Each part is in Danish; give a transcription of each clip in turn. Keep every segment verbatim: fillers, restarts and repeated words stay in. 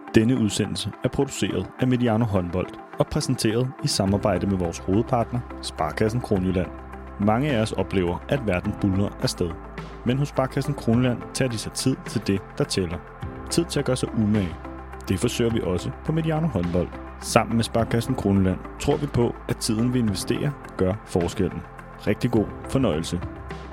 Denne udsendelse er produceret af Mediano Håndbold og præsenteret i samarbejde med vores hovedpartner, Sparekassen Kronjylland. Mange af os oplever, at verden buldrer afsted. Men hos Sparekassen Kronjylland tager de sig tid til det, der tæller. Tid til at gøre sig umage. Det forsøger vi også på Mediano Håndbold. Sammen med Sparekassen Kronjylland tror vi på, at tiden vi investerer gør forskellen. Rigtig god fornøjelse.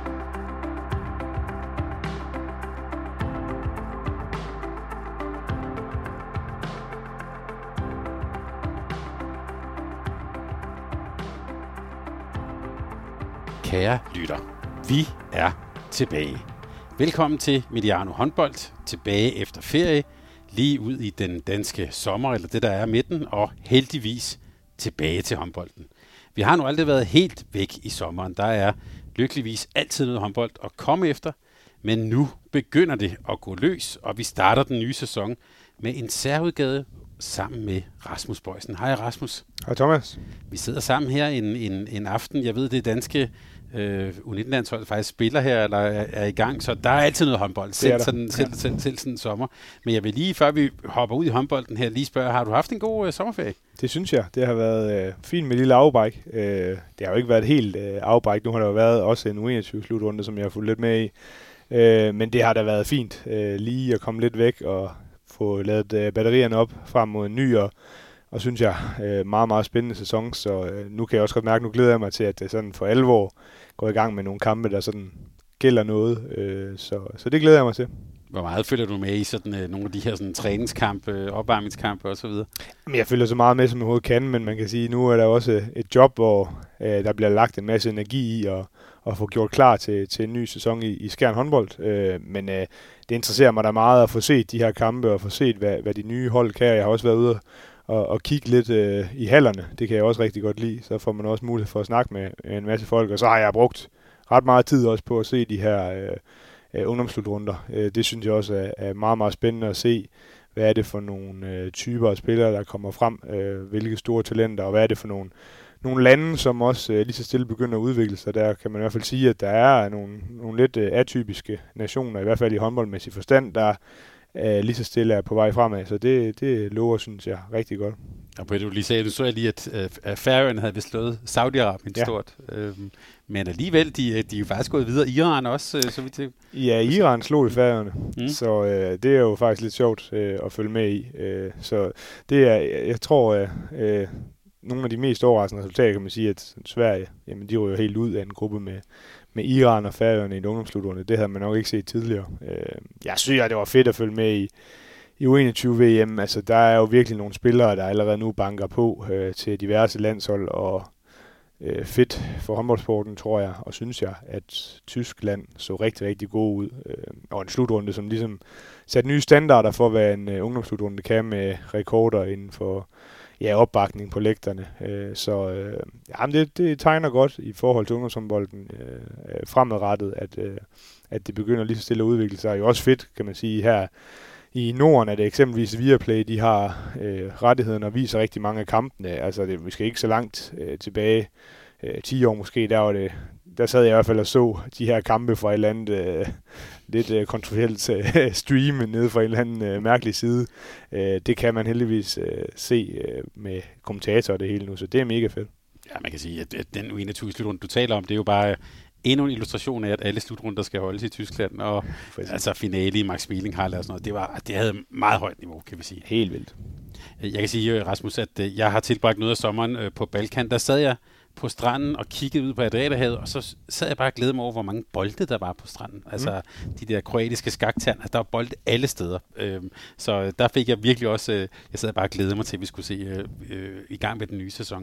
Kære lytter, vi er tilbage. Velkommen til Mediano Håndbold, tilbage efter ferie, lige ud i den danske sommer, eller det der er midten, og heldigvis tilbage til håndbolden. Vi har nu aldrig været helt væk i sommeren. Der er lykkeligvis altid noget håndbold at komme efter, men nu begynder det at gå løs, og vi starter den nye sæson med en særudgave sammen med Rasmus Boysen. Hej Rasmus. Hej Thomas. Vi sidder sammen her en, en, en aften. Jeg ved, det danske øh, U nitten-landshold faktisk spiller her, eller er, er i gang, så der er altid noget håndbold, selv sådan, selv, selv, selv, selv sådan en sommer. Men jeg vil lige, før vi hopper ud i håndbolden her, lige spørge, har du haft en god øh, sommerferie? Det synes jeg. Det har været øh, fint med lille afbræk. Øh, det har jo ikke været helt øh, afbræk. Nu har der jo været også en U enogtyve-slutrunde, som jeg har fulgt lidt med i. Øh, men det har da været fint øh, lige at komme lidt væk og få lavet øh, batterierne op frem mod en ny og, og synes jeg, øh, meget, meget spændende sæson. Så øh, nu kan jeg også godt mærke, nu glæder jeg mig til, at det sådan for alvor går i gang med nogle kampe, der sådan gælder noget. Øh, så, så det glæder jeg mig til. Hvor meget følger du med i sådan, øh, nogle af de her sådan, træningskampe, opvarmningskampe osv.? Jeg følger så meget med, som jeg overhovedet kan, men man kan sige, at nu er der også et job, hvor øh, der bliver lagt en masse energi i at, at få gjort klar til, til en ny sæson i, i Skjern håndbold. Øh, men øh, det interesserer mig da meget at få set de her kampe og få set, hvad, hvad de nye hold kan. Jeg har også været ude og, og kigge lidt øh, i hallerne. Det kan jeg også rigtig godt lide. Så får man også mulighed for at snakke med en masse folk. Og så har jeg brugt ret meget tid også på at se de her øh, øh, ungdomsslutrunder. Øh, det synes jeg også er, er meget, meget spændende at se. Hvad er det for nogle øh, typer af spillere, der kommer frem? Øh, hvilke store talenter, og hvad er det for nogle, nogle lande, som også øh, lige så stille begynder at udvikle sig? Der kan man i hvert fald sige, at der er nogle, nogle lidt øh, atypiske nationer, i hvert fald i håndboldmæssig forstand, der øh, lige så stille er på vej fremad. Så det, det lover, synes jeg, rigtig godt. Og på det, du lige sagde, du så jeg lige, at, at Færøerne havde vist slået Saudi-Arabien ja. stort. Øhm, men alligevel, de, de er jo faktisk gået videre. Iran også, så vidt det. Ja, Iran slog i Færøerne, mm. så øh, det er jo faktisk lidt sjovt øh, at følge med i. Øh, så det er, jeg tror, øh, øh, nogle af de mest overraskende resultater, kan man sige, at Sverige, jamen de ryger helt ud af en gruppe med, med Iran og Færøerne i en ungdomsslutrunde. Det havde man nok ikke set tidligere. Øh, jeg synes, at det var fedt at følge med i. I U enogtyve V M, altså der er jo virkelig nogle spillere, der allerede nu banker på øh, til diverse landshold, og øh, fedt for håndboldsporten, tror jeg, og synes jeg, at Tyskland så rigtig, rigtig god ud. Øh, og en slutrunde, som ligesom satte nye standarder for, hvad en øh, ungdomsslutrunde kan med rekorder inden for ja, opbakning på lægterne. Øh, så øh, jamen det, det tegner godt i forhold til ungdomshåndbolden øh, fremadrettet, at, øh, at det begynder lige så stille at udvikle sig. Det er jo også fedt, kan man sige, her i Norden er det eksempelvis Viaplay, de har øh, rettigheden og viser rigtig mange af kampene. Altså, det, vi skal ikke så langt øh, tilbage, øh, ti år måske, der var det, der sad jeg i hvert fald og så de her kampe fra et eller andet øh, lidt øh, kontroversielt øh, streame nede fra en eller anden øh, mærkelig side. Øh, det kan man heldigvis øh, se øh, med kommentatorer og det hele nu, så det er mega fedt. Ja, man kan sige, at, at den U enogtyve-slutrunde, du taler om, det er jo bare endnu en illustration af, at alle slutrunder skal holdes i Tyskland, og altså finale i Max Wieling-Halle og sådan noget, det, var, det havde meget højt niveau, kan vi sige. Helt vildt. Jeg kan sige, Rasmus, at jeg har tilbragt noget af sommeren på Balkan. Der sad jeg på stranden og kiggede ud på Adriaterhavet, og så sad jeg bare og glædede mig over, hvor mange bolde der var på stranden. Altså mm. de der kroatiske skakterner, altså, der var bolde alle steder. Øhm, så der fik jeg virkelig også, øh, jeg sad bare og glædede mig til, at vi skulle se øh, øh, i gang med den nye sæson.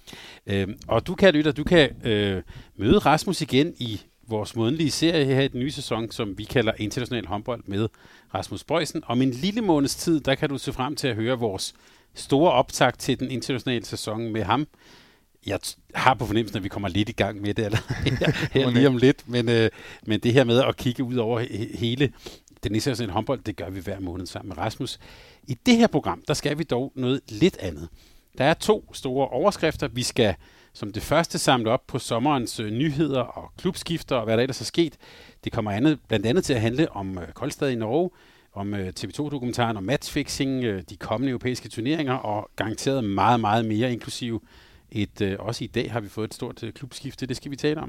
Øhm, og du kan lytte, du kan øh, møde Rasmus igen i vores månedlige serie her i den nye sæson, som vi kalder International Håndbold med Rasmus Boysen. Om en lille måneds tid, der kan du se frem til at høre vores store optakt til den internationale sæson med ham. Jeg har på fornemmelsen, at vi kommer lidt i gang med det eller, her lige om lidt, men, øh, men det her med at kigge ud over he- hele den internationale håndbold, det gør vi hver måned sammen med Rasmus. I det her program, der skal vi dog noget lidt andet. Der er to store overskrifter. Vi skal som det første samle op på sommerens øh, nyheder og klubskifter og hvad der ellers er sket. Det kommer andet, blandt andet til at handle om øh, Kolstad i Norge, om øh, T V to-dokumentaren om matchfixing, øh, de kommende europæiske turneringer, og garanteret meget, meget mere, inklusive et, øh, også i dag har vi fået et stort øh, klubskifte, det skal vi tale om.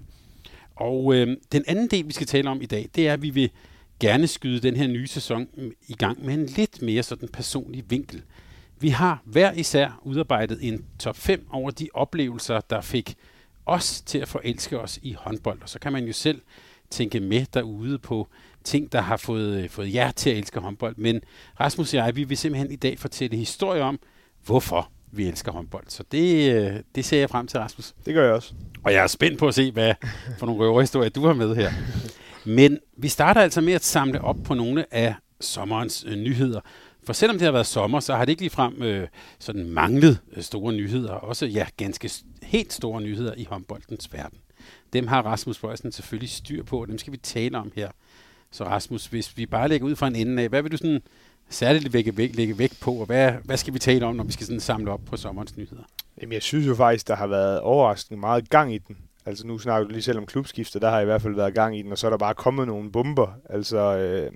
Og øh, den anden del, vi skal tale om i dag, det er, at vi vil gerne skyde den her nye sæson i gang med en lidt mere sådan personlig vinkel. Vi har hver især udarbejdet en top fem over de oplevelser, der fik os til at forelske os i håndbold. Og så kan man jo selv tænke med derude på ting, der har fået, fået jer til at elske håndbold. Men Rasmus og jeg, vi vil simpelthen i dag fortælle historie om, hvorfor vi elsker håndbold. Så det, det ser jeg frem til, Rasmus. Det gør jeg også. Og jeg er spændt på at se, hvad for nogle røverhistorier du har med her. Men vi starter altså med at samle op på nogle af sommerens øh, nyheder. For selvom det har været sommer, så har det ikke ligefrem øh, sådan manglet øh, store nyheder. Også ja, ganske helt store nyheder i håndboldens verden. Dem har Rasmus Bøjsen selvfølgelig styr på, og dem skal vi tale om her. Så Rasmus, hvis vi bare lægger ud fra en ende af, hvad vil du sådan særligt lægge væk, lægge vægt på, og hvad, hvad skal vi tale om, når vi skal sådan samle op på sommerens nyheder? Jamen, jeg synes jo faktisk, der har været overraskende meget gang i den. Altså nu snakker du lige selv om klubskifter, der har i hvert fald været gang i den, og så er der bare kommet nogle bomber. Altså, øh,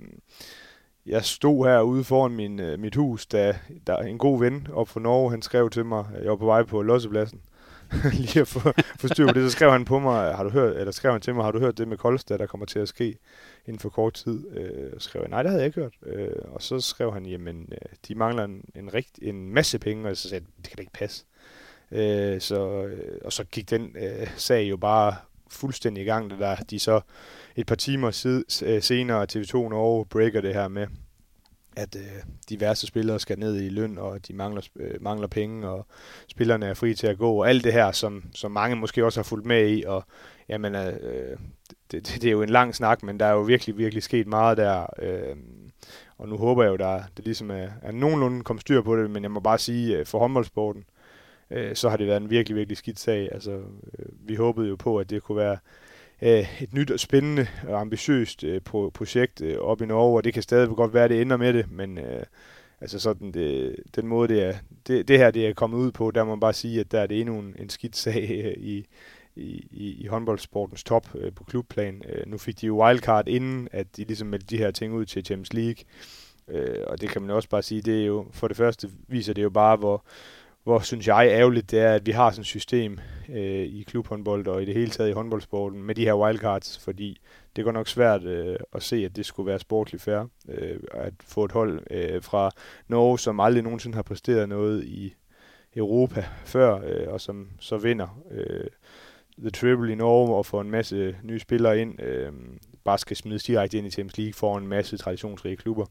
jeg stod herude foran min, øh, mit hus, da der en god ven op fra Norge, han skrev til mig, jeg var på vej på Lossepladsen, lige at få, få styr på det, så skrev han på mig, har du hørt, eller skrev han til mig, har du hørt det med Koldstad, der kommer til at ske inden for kort tid? Øh, og skrev jeg, nej, det havde jeg ikke hørt. Øh, og så skrev han, jamen, øh, de mangler en, en, rigt, en masse penge, og så sagde jeg, det kan da ikke passe. Øh, så, øh, og så gik den øh, sag jo bare fuldstændig i gang, der de så et par timer sid, øh, senere T V to Norge breaker det her med, at øh, diverse spillere skal ned i løn, og de mangler, øh, mangler penge, og spillerne er fri til at gå, og alt det her, som, som mange måske også har fulgt med i, og jamen, øh, det, det, det er jo en lang snak, men der er jo virkelig, virkelig sket meget der, øh, og nu håber jeg jo, der det ligesom er, er nogenlunde kommet styr på det, men jeg må bare sige, for håndboldsporten, så har det været en virkelig, virkelig skidt sag. Altså, øh, vi håbede jo på, at det kunne være øh, et nyt og spændende og ambitiøst øh, projekt øh, op i Norge, og det kan stadig godt være, at det ender med det, men øh, altså sådan det, den måde, det, er, det, det her det er kommet ud på, der må man bare sige, at der er det endnu en, en skidt sag øh, i, i, i håndboldsportens top øh, på klubplan. Øh, nu fik de jo wildcard inden, at de ligesom meldte de her ting ud til Champions League, øh, og det kan man også bare sige, det er jo, for det første viser det jo bare, hvor Hvor synes jeg ærgerligt, det er, at vi har sådan et system øh, i klubhåndbold og i det hele taget i håndboldsporten med de her wildcards, fordi det går nok svært øh, at se, at det skulle være sportligt fair. Øh, at få et hold øh, fra Norge, som aldrig nogensinde har præsteret noget i Europa før, øh, og som så vinder øh, The Triple i Norge og får en masse nye spillere ind, øh, bare skal smides direkte ind i Champions League for en masse traditionsrige klubber.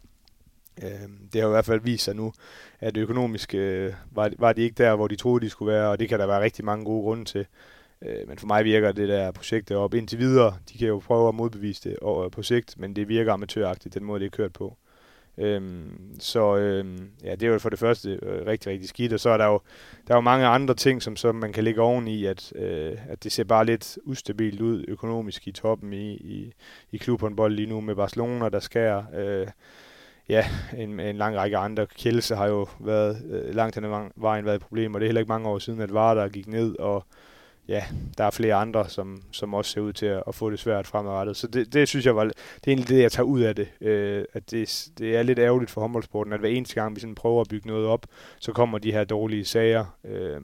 Det har i hvert fald vist sig nu, at økonomisk øh, var, var de ikke der, hvor de troede, de skulle være, og det kan der være rigtig mange gode grunde til. Øh, men for mig virker det der projekt deroppe indtil videre. De kan jo prøve at modbevise det over på sigt, men det virker amatøragtigt, den måde det er kørt på. Øhm, så øhm, ja, det er jo for det første øh, rigtig, rigtig skidt, og så er der jo, der er jo mange andre ting, som så man kan lægge oveni, at, øh, at det ser bare lidt ustabilt ud økonomisk i toppen i, i, i klubhåndbold lige nu med Barcelona, der skærer. Øh, Ja, en, en lang række andre. Kielse har jo været øh, langt hen ad vejen været et problem, og det er heller ikke mange år siden, at Vardar gik ned, og ja, der er flere andre, som, som også ser ud til at, at få det svært fremadrettet. Så det, det synes jeg var, det er egentlig det, jeg tager ud af det. Øh, at det, det er lidt ærgerligt for håndboldsporten, at hver eneste gang, vi sådan prøver at bygge noget op, så kommer de her dårlige sager øh,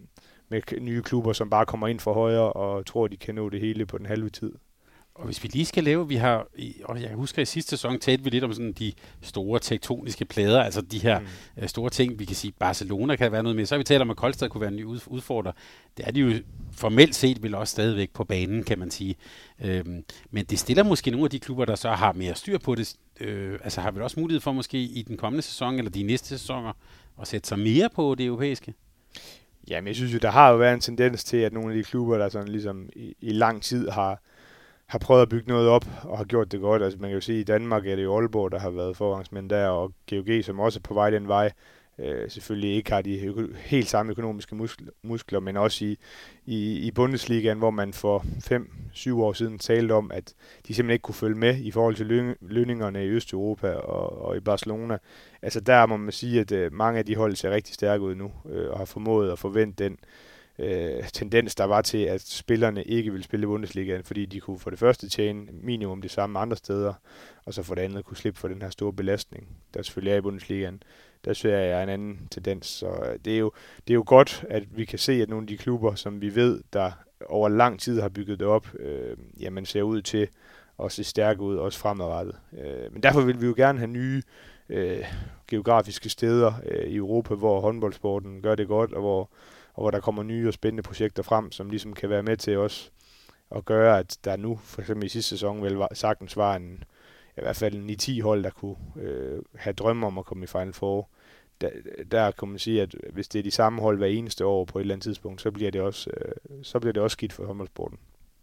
med nye klubber, som bare kommer ind for højre og tror, de kan nå det hele på den halve tid. Og hvis vi lige skal lave, vi har, og jeg husker i sidste sæson talte vi lidt om sådan de store tektoniske plader, altså de her mm. store ting, vi kan sige, Barcelona kan være noget med, så har vi talt om, at Koldstad kunne være en ny udfordrer. Det er de jo formelt set vel også stadigvæk på banen, kan man sige. Øhm, men det stiller måske nogle af de klubber, der så har mere styr på det, øh, altså har vi også mulighed for måske i den kommende sæson, eller de næste sæsoner, at sætte sig mere på det europæiske? Jamen jeg synes jo, der har jo været en tendens til, at nogle af de klubber, der sådan ligesom i, i lang tid har har prøvet at bygge noget op, og har gjort det godt. Altså man kan jo sige, at i Danmark er det jo Aalborg, der har været forgangsmænd der, og G O G, som også er på vej den vej. Øh, selvfølgelig ikke har de øko- helt samme økonomiske muskler, muskler men også i, i, i Bundesligaen, hvor man for fem syv år siden talte om, at de simpelthen ikke kunne følge med i forhold til løn, lønningerne i Østeuropa og, og i Barcelona. Altså der må man sige, at øh, mange af de hold ser rigtig stærke ud nu, øh, og har formået at forvente den øh, tendens, der var til, at spillerne ikke ville spille Bundesligaen, fordi de kunne for det første tjene minimum det samme andre steder, og så for det andet kunne slippe for den her store belastning, der selvfølgelig er i Bundesligaen. Der ser jeg en anden tendens, så det er jo, det er jo godt, at vi kan se, at nogle af de klubber, som vi ved, der over lang tid har bygget det op, øh, jamen ser ud til at se stærke ud, også fremadrettet. Øh, men derfor vil vi jo gerne have nye øh, geografiske steder øh, i Europa, hvor håndboldsporten gør det godt, og hvor, og hvor der kommer nye og spændende projekter frem, som ligesom kan være med til også at gøre, at der nu, for eksempel i sidste sæson, vel sagtens var en, i hvert fald ni ti hold, der kunne øh, have drømme om at komme i Final Four. Der, der kan man sige, at hvis det er de samme hold hver eneste år på et eller andet tidspunkt, så bliver det også, øh, så bliver det også skidt for håndboldsporten.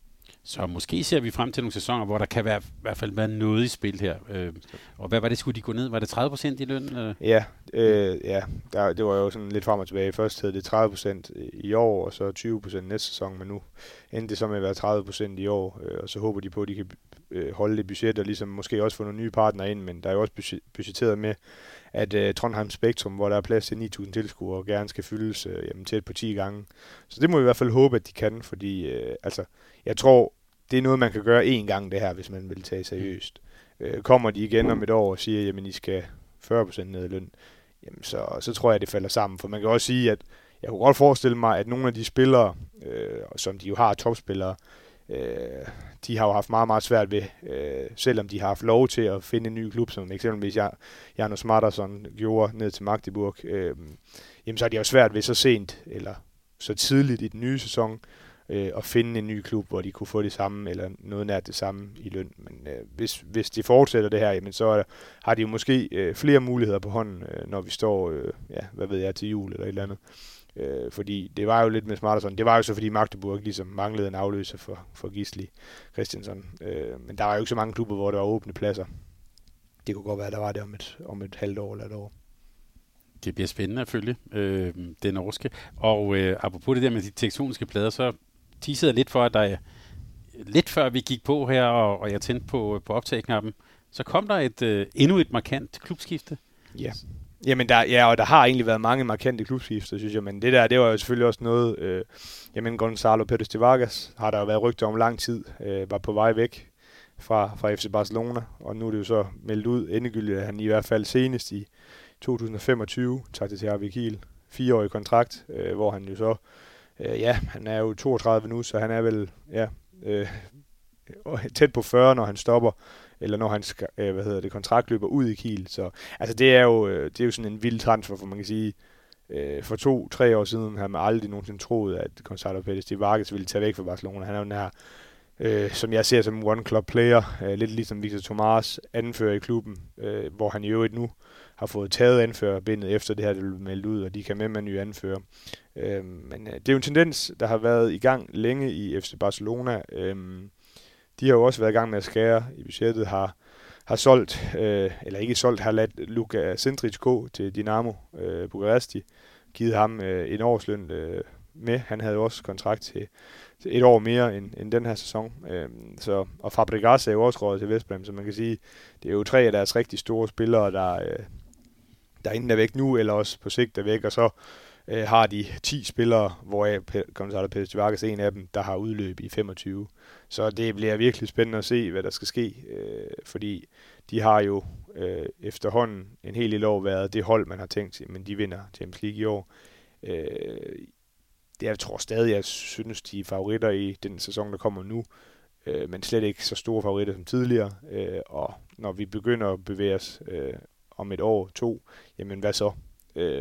Så måske ser vi frem til nogle sæsoner, hvor der kan være, i hvert fald være noget i spil her. Øh, og hvad var det, skulle de gå ned? Var det tredive procent i løn? Øh? Ja, øh, ja. Der, det var jo sådan lidt frem og tilbage. Først hed det tredive procent i år, og så tyve procent næste sæson, men nu endte det så med at være tredive procent i år, øh, og så håber de på, at de kan øh, holde det budget, og ligesom måske også få nogle nye partnere ind, men der er jo også budgetteret med, at øh, Trondheim Spektrum, hvor der er plads til ni tusind tilskuere, gerne skal fyldes øh, jamen, tæt på ti gange. Så det må vi i hvert fald håbe, at de kan, fordi øh, altså, jeg tror, det er noget, man kan gøre én gang det her, hvis man vil tage seriøst. Øh, kommer de igen om et år og siger, jamen I skal fyrre procent ned i løn, jamen så, så tror jeg, det falder sammen. For man kan også sige, at jeg kunne godt forestille mig, at nogle af de spillere, øh, som de jo har topspillere, øh, de har jo haft meget, meget svært ved, øh, selvom de har haft lov til at finde en ny klub, som eksempelvis Janus Martersson gjorde ned til Magdeburg, øh, jamen så er de jo svært ved så sent, eller så tidligt i den nye sæson, øh, at finde en ny klub, hvor de kunne få det samme, eller noget nær det samme i løn. Men øh, hvis, hvis de fortsætter det her, jamen så er, har de jo måske øh, flere muligheder på hånden, øh, når vi står, øh, ja, hvad ved jeg, til jul eller et eller andet. Øh, fordi det var jo lidt med Smarterson. Det var jo så, fordi Magdeburg ligesom manglede en afløser for, for Gisli Christiansen. Øh, men der var jo ikke så mange klubber, hvor der var åbne pladser. Det kunne godt være, der var det om et, om et halvt år eller et år. Det bliver spændende at følge, øh, det norske. Og øh, apropos det der med de tektoniske plader, så teasede jeg lidt for, at der er, lidt før vi gik på her, og, og jeg tændte på, på optageknappen, så kom der et øh, endnu et markant klubskifte. Ja. Jamen der, ja, og der har egentlig været mange markante klubskifter, synes jeg, men det der, det var jo selvfølgelig også noget, øh, jamen Gonzalo Pérez de Vargas har der jo været rygter om lang tid, øh, var på vej væk fra, fra F C Barcelona, og nu er det jo så meldt ud endegyldigt, at han i hvert fald senest i to tusind femogtyve tager til T H W Kiel, fireårig kontrakt, øh, hvor han jo så, øh, ja, han er jo toogtredive nu, så han er vel, ja, øh, tæt på fyrre, når han stopper, eller når hans øh, hvad hedder det, kontrakt løber ud i Kiel. Så altså det er jo det er jo sådan en vild transfer, for man kan sige, øh, for to, tre år siden havde man aldrig nogensinde troet, at Gonzalo Pérez de Vargas ville tage væk fra Barcelona. Han er jo den her, øh, som jeg ser som one club player, øh, lidt ligesom Victor Tomás, anfører i klubben, øh, hvor han i øvrigt nu har fået taget anførerbindet efter det her, det blev meldt ud, og de kan med med nye anfører. Øh, men øh, det er jo en tendens, der har været i gang længe i F C Barcelona. Øh, De har jo også været i gang med at skære i budgettet, har, har solgt, øh, eller ikke solgt, har ladt Luka Sendrić gå til Dinamo øh, Bukaresti, givet ham øh, en årsløn øh, med. Han havde jo også kontrakt til, til et år mere end, end den her sæson. Øh, så, og Fabregas er jo også rådet til Vestbrem, så man kan sige, det er jo tre af deres rigtig store spillere, der, øh, der enten er væk nu, eller også på sigt er væk, og så øh, har de ti spillere, hvoraf Gonzalo Pérez de Vargas en af dem, der har udløb i femogtyve. Så det bliver virkelig spændende at se, hvad der skal ske, øh, fordi de har jo øh, efterhånden en hel del år været det hold, man har tænkt, men de vinder Champions League i år. Øh, det jeg tror stadig, jeg synes, de er favoritter i den sæson, der kommer nu, øh, men slet ikke så store favoritter som tidligere. Øh, og når vi begynder at bevæge os øh, om et år, to, jamen hvad så? Øh,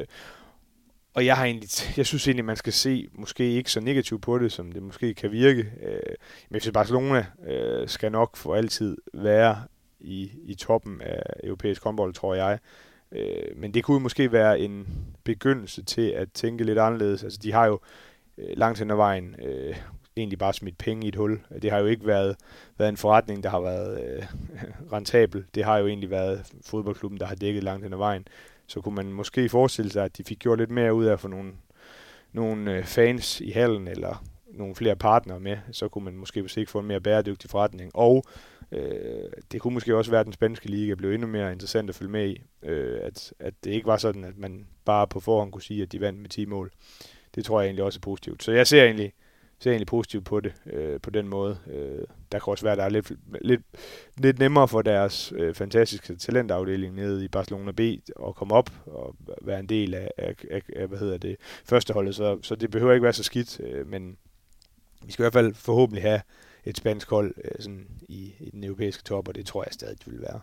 Og jeg har egentlig, jeg synes egentlig, man skal se måske ikke så negativt på det, som det måske kan virke. Øh, men F C Barcelona øh, skal nok for altid være i, i toppen af europæisk håndbold, tror jeg. Øh, men det kunne måske være en begyndelse til at tænke lidt anderledes. Altså, de har jo øh, langt hen ad vejen øh, egentlig bare smidt penge i et hul. Det har jo ikke været, været en forretning, der har været øh, rentabel. Det har jo egentlig været fodboldklubben, der har dækket langt hen ad vejen. Så kunne man måske forestille sig, at de fik gjort lidt mere ud af at få nogle, nogle fans i hallen, eller nogle flere partnere med. Så kunne man måske ikke få en mere bæredygtig forretning. Og øh, det kunne måske også være, at den spanske liga blev endnu mere interessant at følge med i. Øh, at, at det ikke var sådan, at man bare på forhånd kunne sige, at de vandt med ti mål. det tror jeg egentlig også er positivt. Så jeg ser egentlig, ser egentlig positivt på det, øh, på den måde. Øh, der kan også være, der er lidt, lidt, lidt nemmere for deres øh, fantastiske talentafdeling nede i Barcelona B at komme op og være en del af, af, af, af hvad hedder det, førsteholdet, så, så det behøver ikke være så skidt, øh, men vi skal i hvert fald forhåbentlig have et spansk hold øh, sådan i, i den europæiske top, og det tror jeg stadig vil være.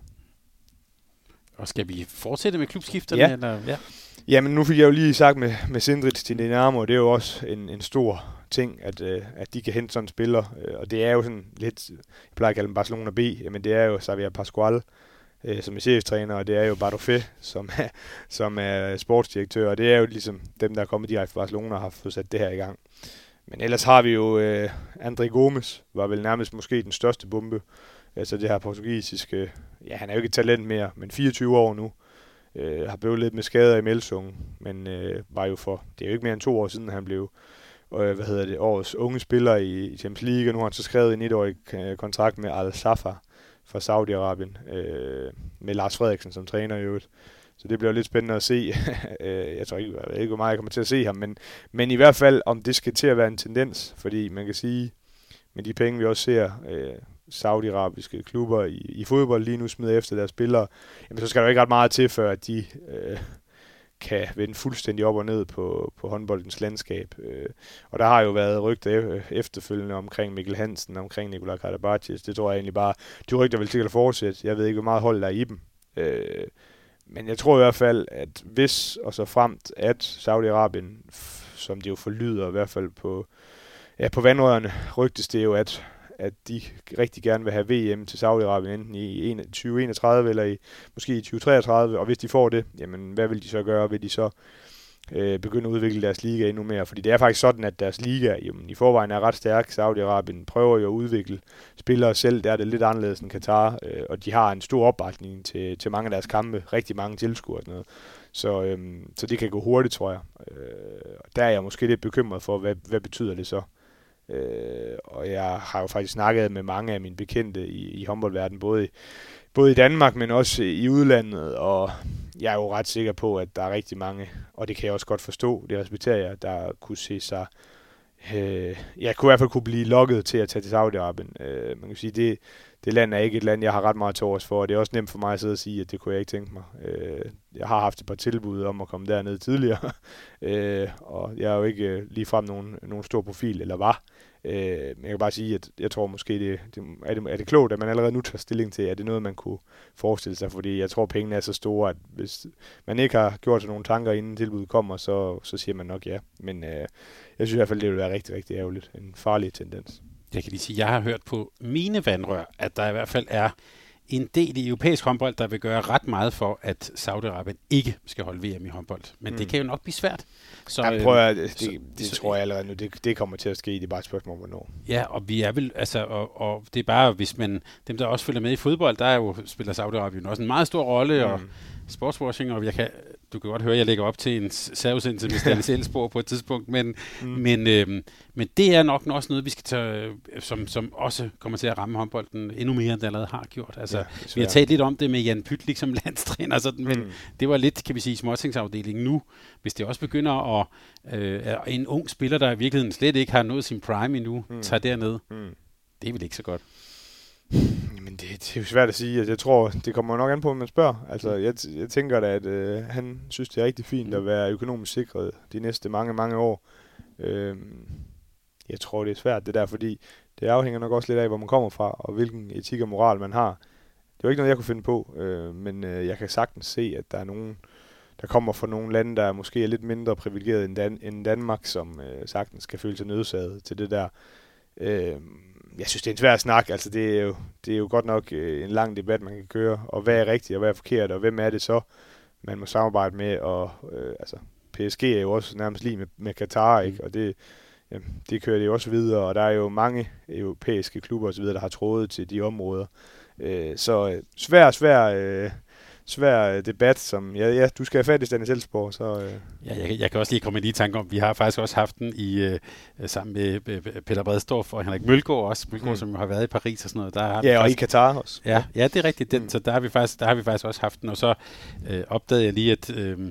Og skal vi fortsætte med klubskifterne? Ja. Eller? Ja. Jamen, nu fik jeg jo lige sagt med, med Sindrich til Dinamo, og det er jo også en, en stor ting, at, øh, at de kan hente sådan en spiller. Øh, og det er jo sådan lidt, jeg plejer at kalde dem Barcelona B, men det er jo Xavier Pascual, øh, som er cheftræner, og det er jo Bartofé, som er, som er sportsdirektør, og det er jo ligesom dem, der er kommet direkte fra Barcelona og har fået sat det her i gang. Men ellers har vi jo øh, André Gomes, var vel nærmest måske den største bombe. Altså det her portugisiske, ja, han er jo ikke et talent mere, men fireogtyve år nu. Øh, har bøvlet lidt med skader i Melsungen, men øh, var jo for, det er jo ikke mere end to år siden, han blev øh, hvad hedder det, årets unge spiller i, i Champions League, og nu har han så skrevet en etårig kontrakt med Al-Safa fra Saudi-Arabien, øh, med Lars Frederiksen som træner i øvrigt. Så det bliver lidt spændende at se. Jeg tror ikke, jeg ved ikke, hvor meget jeg kommer til at se ham, men, men i hvert fald, om det skal til at være en tendens, fordi man kan sige, med de penge, vi også ser, øh, saudiarabiske klubber i, i fodbold lige nu smider efter deres spillere, jamen så skal der jo ikke ret meget til, før at de øh, kan vende fuldstændig op og ned på, på håndboldens landskab. Øh, og der har jo været rygter efterfølgende omkring Mikkel Hansen, omkring Nikola Karabatic. Det tror jeg egentlig bare, de rygter vil sikkert fortsætte. Jeg ved ikke, hvor meget hold der er i dem. Øh, men jeg tror i hvert fald, at hvis og så fremt, at Saudi-Arabien, som det jo forlyder i hvert fald på, ja, på vandrørene, rygtes det jo, at at de rigtig gerne vil have V M til Saudi-Arabien, enten i tyve enogtredive eller i, måske i tyve treogtredive, og hvis de får det, jamen hvad vil de så gøre? Vil de så øh, begynde at udvikle deres liga endnu mere? Fordi det er faktisk sådan, at deres liga jamen, i forvejen er ret stærk. Saudi-Arabien prøver jo at udvikle spillere selv, der er det lidt anderledes end Katar, øh, og de har en stor opbakning til, til mange af deres kampe, rigtig mange tilskuere og sådan noget. Så, øhm, så det kan gå hurtigt, tror jeg. Øh, der er jeg måske lidt bekymret for, hvad, hvad betyder det så? Øh, og jeg har jo faktisk snakket med mange af mine bekendte i, i håndboldverdenen, både, både i Danmark, men også i udlandet, og jeg er jo ret sikker på, at der er rigtig mange, og det kan jeg også godt forstå, det respekterer jeg, der kunne se sig, øh, jeg kunne i hvert fald kunne blive lokket til at tage til Saudi-Arabien. Øh, man kan sige, det, det land er ikke et land, jeg har ret meget til overs for, og det er også nemt for mig at sidde og sige, at det kunne jeg ikke tænke mig. Øh, jeg har haft et par tilbud om at komme derned tidligere, øh, og jeg er jo ikke øh, ligefrem nogen, nogen stor profil, eller var. Øh, men jeg kan bare sige, at jeg tror måske, det, det, er, det, er det klogt, at man allerede nu tager stilling til, at det er noget, man kunne forestille sig, fordi jeg tror, pengene er så store, at hvis man ikke har gjort sig nogle tanker, inden tilbuddet kommer, så, så siger man nok ja. Men øh, jeg synes i hvert fald, det vil være rigtig, rigtig ærgerligt. En farlig tendens. Jeg kan lige sige, at jeg har hørt på mine vandrør, at der i hvert fald er en del i europæisk håndbold, der vil gøre ret meget for, at Saudi-Arabien ikke skal holde V M i håndbold. Men mm. det kan jo nok blive svært. Så, ja, prøv at, det, så, det, det så, tror jeg allerede nu, det, det kommer til at ske. Det er bare et spørgsmål, hvornår. Ja, og vi er vel, altså, og, og det er bare, hvis man, dem der også følger med i fodbold, der er jo, spiller Saudi-Arabien også en meget stor rolle, mm. og sportswashing, og jeg kan, du kan godt høre, at jeg lægger op til en særudsendelse med Stanley Selsborg på et tidspunkt, men, mm. men, øhm, men det er nok også noget, vi skal tage, som, som også kommer til at ramme håndbolden endnu mere, end det allerede har gjort. Altså, ja, vi har talt lidt om det med Jan Pytlik som landstræner, sådan, men mm. det var lidt, kan vi sige, småtingsafdelingen nu. Hvis det også begynder at øh, en ung spiller, der i virkeligheden slet ikke har nået sin prime endnu, mm. tager derned, mm. det er vel ikke så godt. Jamen, det, det er jo svært at sige. Altså, jeg tror, det kommer nok an på, om man spørger. Altså, jeg, jeg tænker da, at øh, han synes, det er rigtig fint at være økonomisk sikret de næste mange, mange år. Øhm, jeg tror, det er svært, det der, fordi det afhænger nok også lidt af, hvor man kommer fra, og hvilken etik og moral man har. Det er jo ikke noget, jeg kunne finde på, øh, men øh, jeg kan sagtens se, at der er nogen, der kommer fra nogle lande, der måske er lidt mindre privilegeret end, Dan- end Danmark, som øh, sagtens kan føle sig nødsaget til det der. Øh, Jeg synes, det er en svær snak. Altså, det er jo, det er jo godt nok øh, en lang debat, man kan køre. Og hvad er rigtigt, og hvad er forkert, og hvem er det så, man må samarbejde med. Og øh, altså, P S G er jo også nærmest lige med, med Katar, ikke? Og det, ja, det kører det jo også videre. Og der er jo mange europæiske klubber osv., der har trådet til de områder. Øh, så øh, svær, svær... Øh, svær debat, som, ja, ja, du skal have fat i Stanley Selsborg, så... Øh. Ja, jeg, jeg kan også lige komme med lige i tanke om, vi har faktisk også haft den i, øh, sammen med øh, Peter Bredstorff og Henrik Mølgaard også, Mølgaard, mm. som jo har været i Paris og sådan noget. Der har ja, og faktisk, i Katar også. Ja, ja det er rigtigt, den, mm. så der har, vi faktisk, der har vi faktisk også haft den, og så øh, opdagede jeg lige, at øh,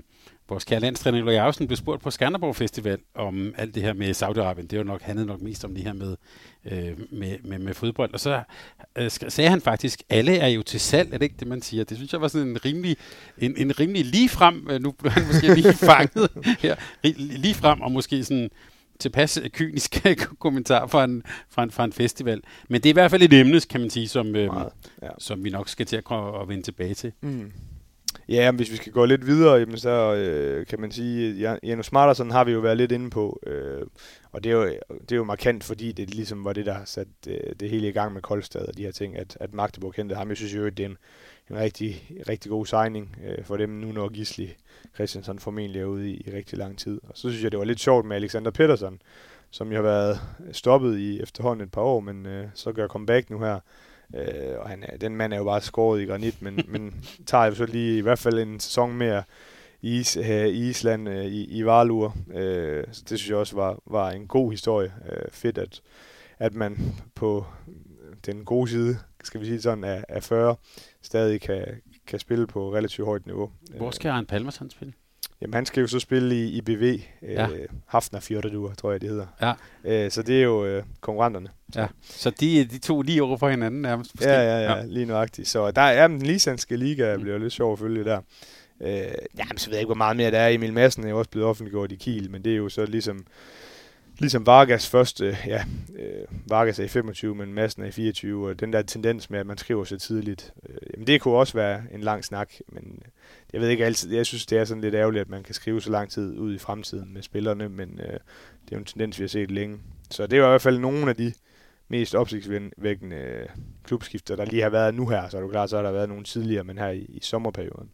vores kære landstræner Nikolaj Jacobsen blev spurgt på Skanderborg Festival om alt det her med Saudi-Arabien. Det var nok, handlede nok mest om det her med, øh, med, med, med fodbold. Og så øh, sagde han faktisk, alle er jo til salg, er det ikke det, man siger? Det synes jeg var sådan en rimelig, en, en rimelig ligefrem, øh, nu blev han måske lige fanget her, ligefrem og måske sådan tilpas kynisk kommentar fra en, fra, en, fra en festival. Men det er i hvert fald et emne, kan man sige, som, øh, ja. som vi nok skal til at, at vende tilbage til. Mm. Ja, hvis vi skal gå lidt videre, jamen, så øh, kan man sige, at Janus Martinsson har vi jo været lidt inde på, øh, og det er, jo, det er jo markant, fordi det ligesom var det, der har sat øh, det hele i gang med Koldstad og de her ting, at, at Magdeburg kendte ham. Jeg synes jo, at det er en, en rigtig, rigtig god signing øh, for dem nu, når Gisli Christiansen formentlig er ude i, i rigtig lang tid. Og så synes jeg, det var lidt sjovt med Alexander Pettersson, som jo har været stoppet i efterhånden et par år, men øh, så gør comeback nu her. Øh, og han, den mand er jo bare skåret i granit, men, men tager jo så lige i hvert fald en sæson mere i, is, her i Island, øh, i, i Valur. Øh, så det synes jeg også var, var en god historie. Øh, fedt, at, at man på den gode side, skal vi sige sådan, af, af fyrre, stadig kan, kan spille på relativt højt niveau. Hvor skal Arne Palmerson spille? Jamen, han skal jo så spille i, i B V, ja. øh, Hafnarfjordur, tror jeg, det hedder. Ja. Øh, så det er jo øh, konkurrenterne. Så. Ja. Så de, de to lige over for hinanden nærmest? Ja, ja, ja, ja, lige nøjagtigt. Så der er den lisanske liga, bliver lidt sjov at følge der. Øh, jamen, så ved jeg ikke, hvor meget mere der er. Emil Madsen er jo også blevet offentliggjort i Kiel, men det er jo så ligesom, ligesom Vargas første, ja, øh, Vargas er i femogtyve, men Madsen er i fireogtyve, og den der tendens med, at man skriver så tidligt, øh, jamen det kunne også være en lang snak, men jeg ved ikke altid, jeg synes, det er sådan lidt ærgerligt, at man kan skrive så lang tid ud i fremtiden med spillerne, men øh, det er jo en tendens, vi har set længe. Så det er i hvert fald nogle af de mest opsigtsvækkende øh, klubskifter, der lige har været nu her, så er det klart, så har der været nogle tidligere, men her i, i sommerperioden.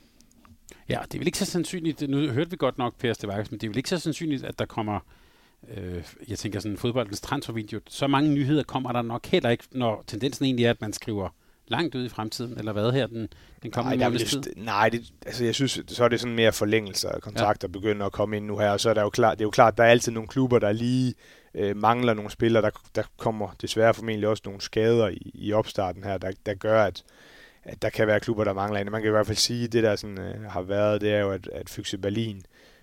Ja, det er vel ikke så sandsynligt, nu hørte vi godt nok Per Stevax, men det er vel ikke så sandsynligt, at der kommer, øh, jeg tænker sådan fodboldens transfervideo, så mange nyheder kommer der nok heller ikke, når tendensen egentlig er, at man skriver langt ud i fremtiden, eller hvad her den, den kommende måneds tid? Nej, det, altså jeg synes, så er det sådan mere forlængelser af kontrakter, ja. Begynder at komme ind nu her, og så er der jo klart, det er jo klart, der er altid nogle klubber, der lige øh, mangler nogle spillere, der, der kommer desværre formentlig også nogle skader i, i opstarten her, der, der gør, at, at der kan være klubber, der mangler en. Man kan i hvert fald sige, at det der sådan, øh, har været, det er jo, at, at Füchse Berlin,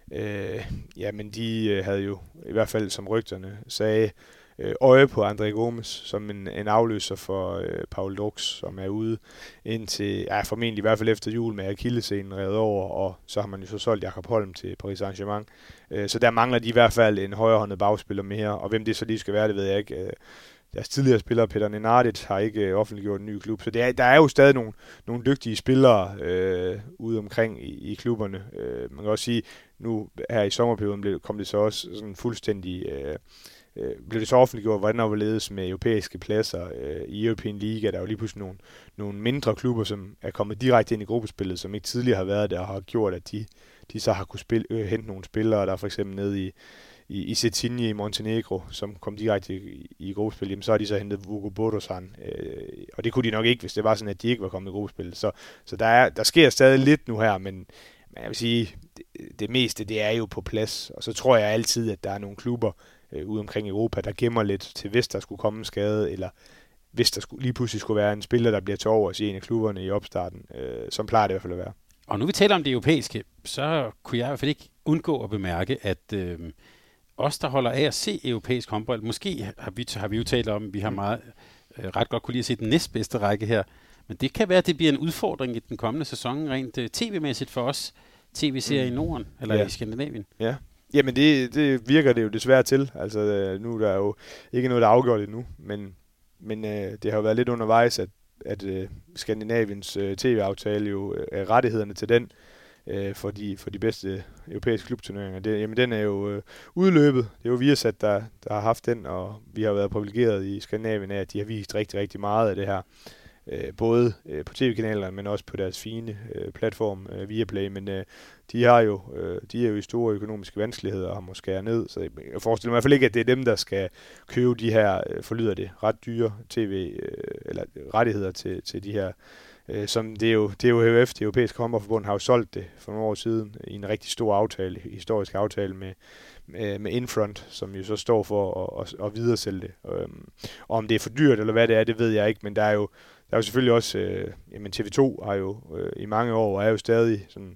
øh, ja, men de øh, havde jo, i hvert fald som rygterne sagde, øje på André Gomes som en, en afløser for øh, Paul Dux, som er ude indtil, ja, formentlig i hvert fald efter jul med akillescenen revet over, og så har man jo så solgt Jakob Holm til Paris Saint-Germain. Øh, så der mangler de i hvert fald en højrehåndet bagspiller mere, og hvem det så lige skal være, det ved jeg ikke. Øh, deres tidligere spiller, Peter Nenadic, har ikke øh, offentliggjort en ny klub, så det er, der er jo stadig nogle, nogle dygtige spillere øh, ude omkring i, i klubberne. Øh, man kan også sige, nu her i sommerperioden blev, kom det så også sådan fuldstændig øh, Øh, blev det så offentliggjort, hvordan der var ledes med europæiske pladser øh, i European League. Der er jo lige pludselig nogle, nogle mindre klubber, som er kommet direkte ind i gruppespillet, som ikke tidligere har været der, og har gjort, at de, de så har kunne spille, øh, hente nogle spillere, der er for eksempel nede i, i, i Cetinje i Montenegro, som kom direkte i, i gruppespillet. Jamen, så har de så hentet Vugo Bodosan, øh, og det kunne de nok ikke, hvis det var sådan, at de ikke var kommet i gruppespillet. Så, så der, er, der sker stadig lidt nu her, men, men jeg vil sige, det, det meste, det er jo på plads, og så tror jeg altid, at der er nogle klubber, ude omkring Europa, der gemmer lidt til, hvis der skulle komme en skade, eller hvis der skulle, lige pludselig skulle være en spiller, der bliver til overs i en af klubberne i opstarten, øh, som plejer det i hvert fald at være. Og nu vi taler om det europæiske, så kunne jeg i hvert fald ikke undgå at bemærke, at øh, os, der holder af at se europæisk håndbold, måske har vi, har vi jo talt om, vi har meget øh, ret godt kunne lide at se den næstbedste række her, men det kan være, at det bliver en udfordring i den kommende sæson, rent øh, tv-mæssigt for os, tv-serier mm. i Norden, eller ja. i Skandinavien. Ja. Jamen det, det virker det jo desværre til. Altså nu er der jo ikke noget, der er afgjort endnu, men, men øh, det har jo været lidt undervejs, at, at øh, Skandinaviens øh, tv-aftale jo øh, rettighederne til den øh, for, de, for de bedste europæiske klubturneringer. Det, jamen den er jo øh, udløbet. Det er jo Viasat, der, der har haft den, og vi har været privilegeret i Skandinavien af, at de har vist rigtig, rigtig meget af det her. Øh, både øh, på tv-kanalerne, men også på deres fine øh, platform øh, Viaplay, men øh, de har jo øh, de er jo i store økonomiske vanskeligheder og har måske skære ned, så jeg forestiller mig i hvert fald ikke, at det er dem, der skal købe de her, øh, forlyder det, ret dyre tv, øh, eller rettigheder til, til de her, øh, som det er jo, det er jo H F, det europæiske håndboldforbund, har jo solgt det for nogle år siden i en rigtig stor aftale, historisk aftale med med, med Infront, som jo så står for at, at, at videresælge det. Um, og om det er for dyrt, eller hvad det er, det ved jeg ikke, men der er jo, der er jo selvfølgelig også, øh, jamen T V to har jo øh, i mange år, og er jo stadig sådan,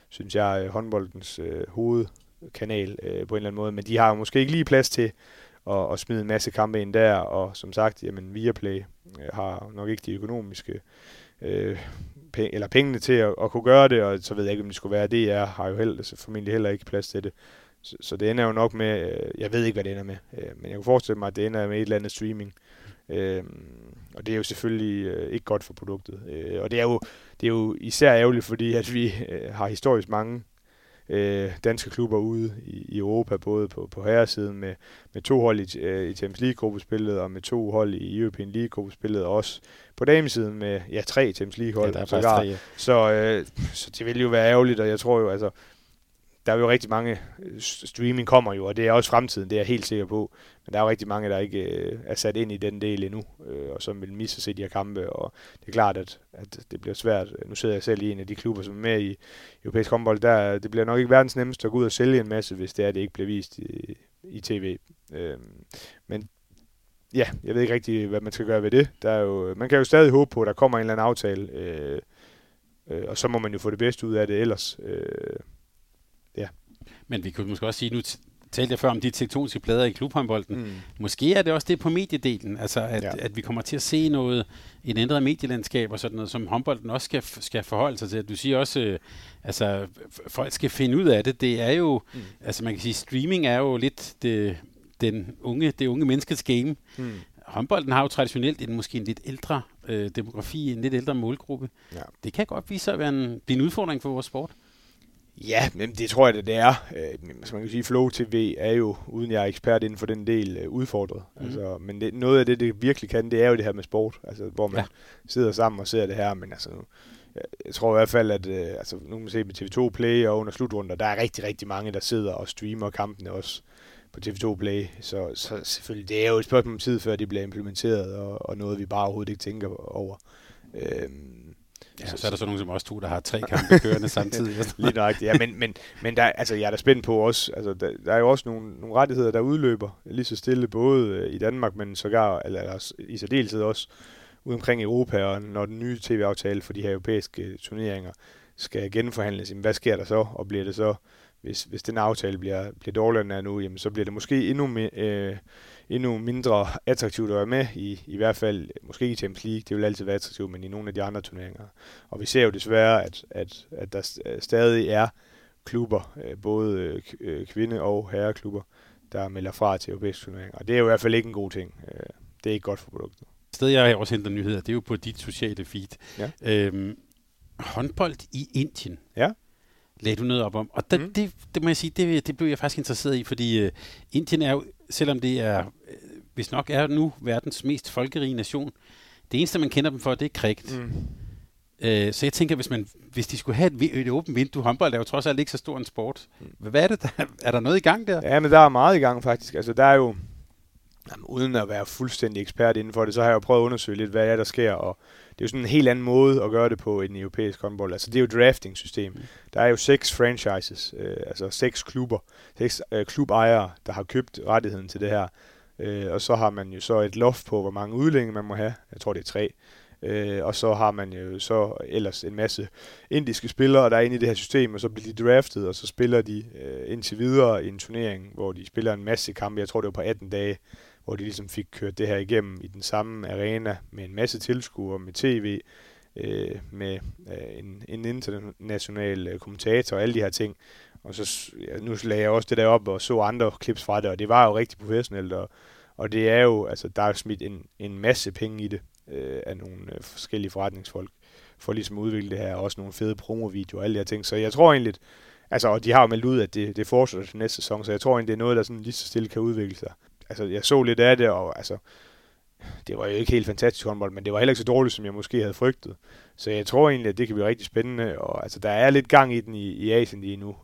synes jeg, håndboldens øh, hovedkanal øh, på en eller anden måde. Men de har jo måske ikke lige plads til at, at smide en masse kampe ind der, og som sagt, jamen Viaplay øh, har nok ikke de økonomiske øh, penge, eller pengene til at, at kunne gøre det, og så ved jeg ikke, om det skulle være. D R har jo heller, formentlig heller ikke plads til det. Så, så det ender jo nok med, øh, jeg ved ikke, hvad det ender med, øh, men jeg kan forestille mig, at det ender med et eller andet streaming. Øh, og det er jo selvfølgelig øh, ikke godt for produktet. Øh, og det er, jo, det er jo især ærgerligt, fordi at vi øh, har historisk mange øh, danske klubber ude i, i Europa, både på, på herresiden med, med to hold i, øh, i Champions League-gruppespillet, og med to hold i European League-gruppespillet, og også på damesiden med ja, tre Champions League-hold. Ja, der er tre, ja. Så, øh, så det vil jo være ærgerligt, og jeg tror jo, altså, der er jo rigtig mange, streaming kommer jo, og det er også fremtiden, det er jeg helt sikker på. Men der er jo rigtig mange, der ikke øh, er sat ind i den del endnu, øh, og som vil misse at se de her kampe. Og det er klart, at, at det bliver svært. Nu sidder jeg selv i en af de klubber, som er med i europæisk håndbold. Der, det bliver nok ikke verdens nemmeste at gå ud og sælge en masse, hvis det er, det ikke bliver vist i, i tv. Øh, men ja, jeg ved ikke rigtig, hvad man skal gøre ved det. Der er jo, man kan jo stadig håbe på, at der kommer en eller anden aftale, øh, øh, og så må man jo få det bedste ud af det ellers. Øh, ja. Men vi kunne måske også sige, nu talte jeg før om de tektoniske plader i klubhåndbolden. Mm. Måske er det også det på mediedelen, altså at, ja. at vi kommer til at se noget, en ændret medielandskab og sådan noget, som håndbolden også skal, skal forholde sig til. Du siger også, øh, altså folk skal finde ud af det. Det er jo, mm. altså man kan sige, streaming er jo lidt det, den unge, det unge menneskets game. Mm. Håndbolden har jo traditionelt en, måske en lidt ældre øh, demografi, en lidt ældre målgruppe. Ja. Det kan godt vise sig at være en, blive en udfordring for vores sport. Ja, men det tror jeg, det er. Øh, man kan sige, Flow T V er jo, uden jeg er ekspert inden for den del, øh, udfordret. Mm. Altså, men det, noget af det, det virkelig kan, det er jo det her med sport. Altså, hvor man ja. sidder sammen og ser det her. Men altså, jeg, jeg tror i hvert fald, at øh, altså, nu kan man se på T V to Play og under slutrunder, der er rigtig, rigtig mange, der sidder og streamer kampene også på T V to Play. Så, så selvfølgelig, det er jo et spørgsmål om tid, før det bliver implementeret, og, og noget, vi bare overhovedet ikke tænker over. Øh, Ja, så, så er der så nogen som os to, der har tre kampe kørende samtidig. Lige nøjagtigt, ja, men, men, men der, altså, jeg er da spændt på også, altså, der, der er jo også nogle, nogle rettigheder, der udløber lige så stille, både i Danmark, men sågar, eller, eller i særdeleshed også ude omkring Europa, og når den nye tv-aftale for de her europæiske turneringer skal genforhandles, jamen, hvad sker der så, og bliver det så, hvis, hvis den aftale bliver, bliver dårligere end er nu, jamen, så bliver det måske endnu mere... Øh, endnu mindre attraktivt at være med, i, i hvert fald, måske ikke i Champions League, det vil altid være attraktivt, men i nogle af de andre turneringer. Og vi ser jo desværre, at, at, at der stadig er klubber, både kvinde- og herreklubber, der melder fra til europæiske turneringer. Og det er jo i hvert fald ikke en god ting. Det er ikke godt for produktet. Stedet jeg også henter nyheder, det er jo på dit sociale feed. Ja. Øhm, håndbold i Indien. Ja. Lagde du noget op om. Og der, mm. det, det må jeg sige, det, det blev jeg faktisk interesseret i, fordi uh, Indien er jo, selvom det er, uh, hvis nok er nu verdens mest folkerige nation, det eneste, man kender dem for, det er cricket. Mm. Uh, så jeg tænker, hvis, man, hvis de skulle have et, et åbent vindue, håndbold er jo trods alt ikke så stor en sport. Mm. Hvad er det, der, er der noget i gang der? Ja, men der er meget i gang faktisk. Altså der er jo, jamen, uden at være fuldstændig ekspert inden for det, så har jeg jo prøvet at undersøge lidt, hvad er der sker, og det er jo sådan en helt anden måde at gøre det på i den europæiske håndbold. Altså det er jo drafting-system. Mm. Der er jo seks franchises, øh, altså seks klubber, seks øh, klubejere, der har købt rettigheden til det her. Øh, og så har man jo så et loft på, hvor mange udlændinge man må have. Jeg tror, det er tre. Øh, og så har man jo så ellers en masse indiske spillere, der er inde i det her system, og så bliver de draftet, og så spiller de øh, indtil videre i en turnering, hvor de spiller en masse kampe. Jeg tror, det var på atten dage, hvor de ligesom fik kørt det her igennem i den samme arena med en masse tilskuere, med tv, øh, med øh, en, en international øh, kommentator og alle de her ting. Og så ja, nu lagde jeg også det der op og så andre klips fra det, og det var jo rigtig professionelt, og, og det er jo, altså der er smidt en, en masse penge i det øh, af nogle øh, forskellige forretningsfolk, for ligesom at udvikle det her, og også nogle fede promovideoer og alle de her ting. Så jeg tror egentlig, altså, og de har jo meldt ud, at det, det fortsætter til næste sæson, så jeg tror egentlig, det er noget, der sådan lige så stille kan udvikle sig. Altså, jeg så lidt af det, og altså, det var jo ikke helt fantastisk håndbold, men det var heller ikke så dårligt, som jeg måske havde frygtet. Så jeg tror egentlig, at det kan blive rigtig spændende, og altså, der er lidt gang i den i, i Asien lige nu.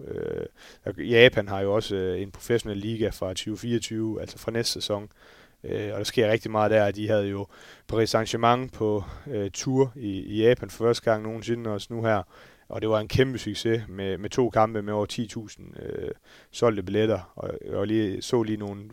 Øh, Japan har jo også øh, en professionel liga fra tyve fireogtyve, altså fra næste sæson, øh, og der sker rigtig meget der. De havde jo Paris Saint-Germain på øh, tur i, i Japan for første gang nogensinde, også nu her. Og det var en kæmpe succes med, med to kampe med over ti tusind øh, solgte billetter, og jeg lige, så lige nogle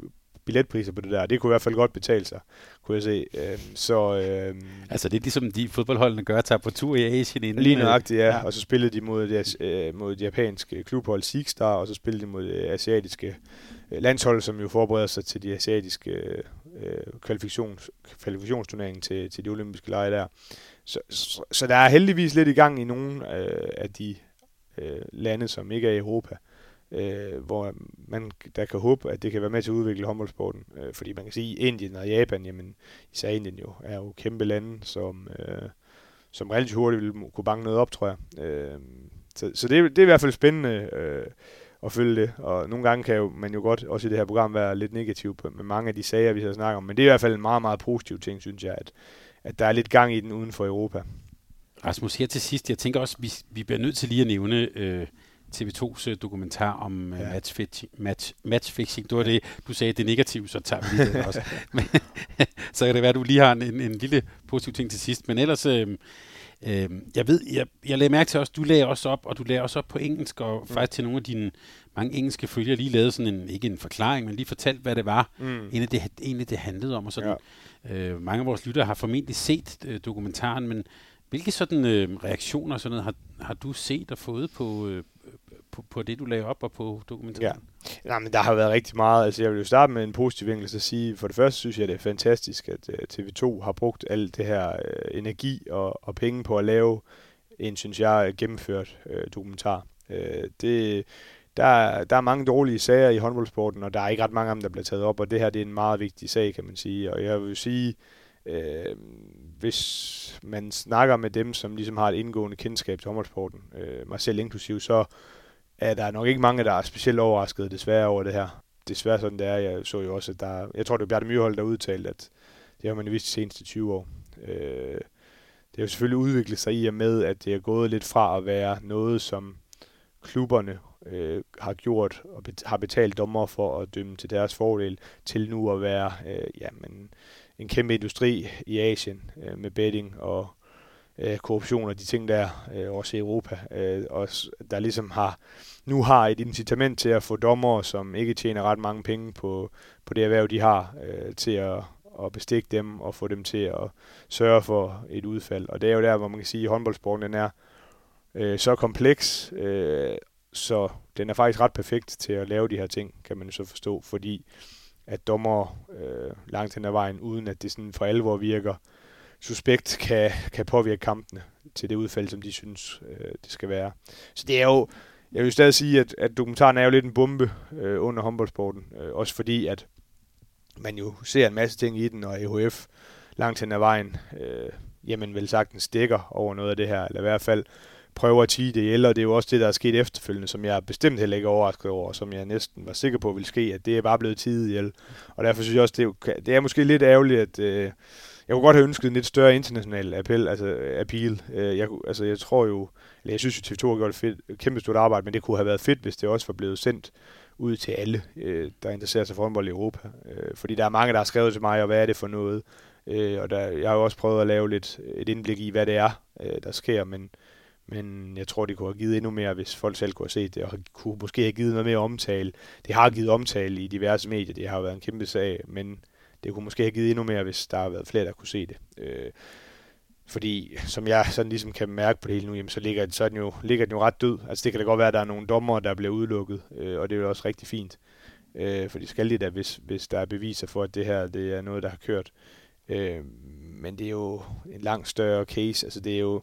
billetpriser på det der. Det kunne i hvert fald godt betale sig, kunne jeg se. Øh, så, øh, altså det er ligesom de fodboldholdene gør, tager på tur i Asien inden. Lige nøjagtigt, ja. ja. Og så spillede de mod det, øh, mod det japanske klubhold Sigstar, og så spillede de mod det asiatiske øh, landshold, som jo forbereder sig til de asiatiske øh, kvalifikations, kvalifikationsturneringen til, til de olympiske lege der. Så, så, så der er heldigvis lidt i gang i nogle øh, af de øh, lande, som ikke er i Europa, øh, hvor man der kan håbe, at det kan være med til at udvikle håndboldsporten. Øh, fordi man kan sige, at Indien og Japan, jamen især Indien jo, er jo kæmpe lande, som, øh, som relativt hurtigt vil kunne banke noget op, tror jeg. Øh, så så det, det er i hvert fald spændende øh, at følge det. Og nogle gange kan jo, man jo godt også i det her program være lidt negativ på, med mange af de sager, vi har snakket om. Men det er i hvert fald en meget, meget positiv ting, synes jeg, at, at der er lidt gang i den uden for Europa. Rasmus, her til sidst, jeg tænker også, vi, vi bliver nødt til lige at nævne øh, T V to's øh, dokumentar om øh, ja. matchfixing. Match, matchfixing. Det var det, du sagde, det er negativt, så tager vi lige det også. Men, så kan det være, at du lige har en, en, en lille positiv ting til sidst. Men ellers, øh, øh, jeg ved, jeg, jeg lagde mærke til også, du lagde også op, og du lagde også op på engelsk, og mm. faktisk til nogle af dine mange engelske følgere lige lavede sådan en, ikke en forklaring, men lige fortalt, hvad det var, mm. egentlig, det, egentlig det handlede om. Og sådan, ja. øh, mange af vores lyttere har formentlig set øh, dokumentaren, men hvilke sådan øh, reaktioner sådan noget, har, har du set og fået på, øh, på, på det, du lagde op og på dokumentaren? Ja. Nej, men der har været rigtig meget. Altså, jeg vil jo starte med en positiv vinkel at sige, for det første synes jeg, det er fantastisk, at uh, T V to har brugt alt det her uh, energi og, og penge på at lave en, synes jeg, gennemført uh, dokumentar. Uh, det, der, der er mange dårlige sager i håndboldsporten, og der er ikke ret mange af dem, der bliver taget op, og det her det er en meget vigtig sag, kan man sige. Og jeg vil sige, Øh, hvis man snakker med dem, som ligesom har et indgående kendskab til håndboldsporten, øh, mig selv inklusiv, så er der nok ikke mange, der er specielt overrasket desværre over det her. Desværre sådan det er. Jeg så jo også, at der, jeg tror det var Bjarte Myrhold, der udtalte, at det har man jo vist de seneste tyve år. Øh, det har jo selvfølgelig udviklet sig i og med, at det er gået lidt fra at være noget, som klubberne øh, har gjort og bet- har betalt dommer for at dømme til deres fordel, til nu at være øh, ja, men en kæmpe industri i Asien øh, med betting og øh, korruption og de ting der, øh, også i Europa, øh, og der ligesom har nu har et incitament til at få dommere, som ikke tjener ret mange penge på, på det erhverv, de har, øh, til at, at bestikke dem og få dem til at sørge for et udfald. Og det er jo der, hvor man kan sige, at håndboldsporten den er øh, så kompleks, øh, så den er faktisk ret perfekt til at lave de her ting, kan man jo så forstå, fordi at dommer øh, langt hen ad vejen, uden at det sådan for alvor virker suspekt, kan, kan påvirke kampene til det udfald, som de synes, øh, det skal være. Så det er jo, jeg vil stadig sige, at, at dokumentaren er jo lidt en bombe øh, under håndboldsporten, øh, også fordi, at man jo ser en masse ting i den, og A H F langt hen ad vejen, øh, jamen vel sagtens stikker over noget af det her, eller i hvert fald prøver at tige det ihjel, og det er jo også det, der er sket efterfølgende, som jeg bestemt heller ikke er overrasket over, og som jeg næsten var sikker på ville ske, at det er bare blevet tidet ihjel. Og derfor synes jeg også, det er, det er måske lidt ærgerligt, at øh, jeg kunne godt have ønsket en lidt større international appel, altså appeal. Øh, jeg, altså jeg tror jo, eller jeg synes jo, T V to har gjort et, fedt, et kæmpe stort arbejde, men det kunne have været fedt, hvis det også var blevet sendt ud til alle, øh, der interesserer sig for håndbold i Europa. Øh, fordi der er mange, der har skrevet til mig, og hvad er det for noget? Øh, og der, jeg har jo også prøvet at lave lidt et indblik i, hvad det er, øh, der sker, men Men jeg tror, de kunne have givet endnu mere, hvis folk selv kunne have set det, og kunne måske have givet noget mere omtale. Det har givet omtale i diverse medier, det har jo været en kæmpe sag, men det kunne måske have givet endnu mere, hvis der har været flere, der kunne se det. Øh, fordi, som jeg sådan ligesom kan mærke på det hele nu, jamen, så, ligger, så den jo, ligger den jo ret død. Altså det kan da godt være, at der er nogle dommere, der bliver udelukket, øh, og det er jo også rigtig fint. Øh, for det skal de da, hvis, hvis der er beviser for, at det her det er noget, der har kørt. Øh, men det er jo en langt større case, altså det er jo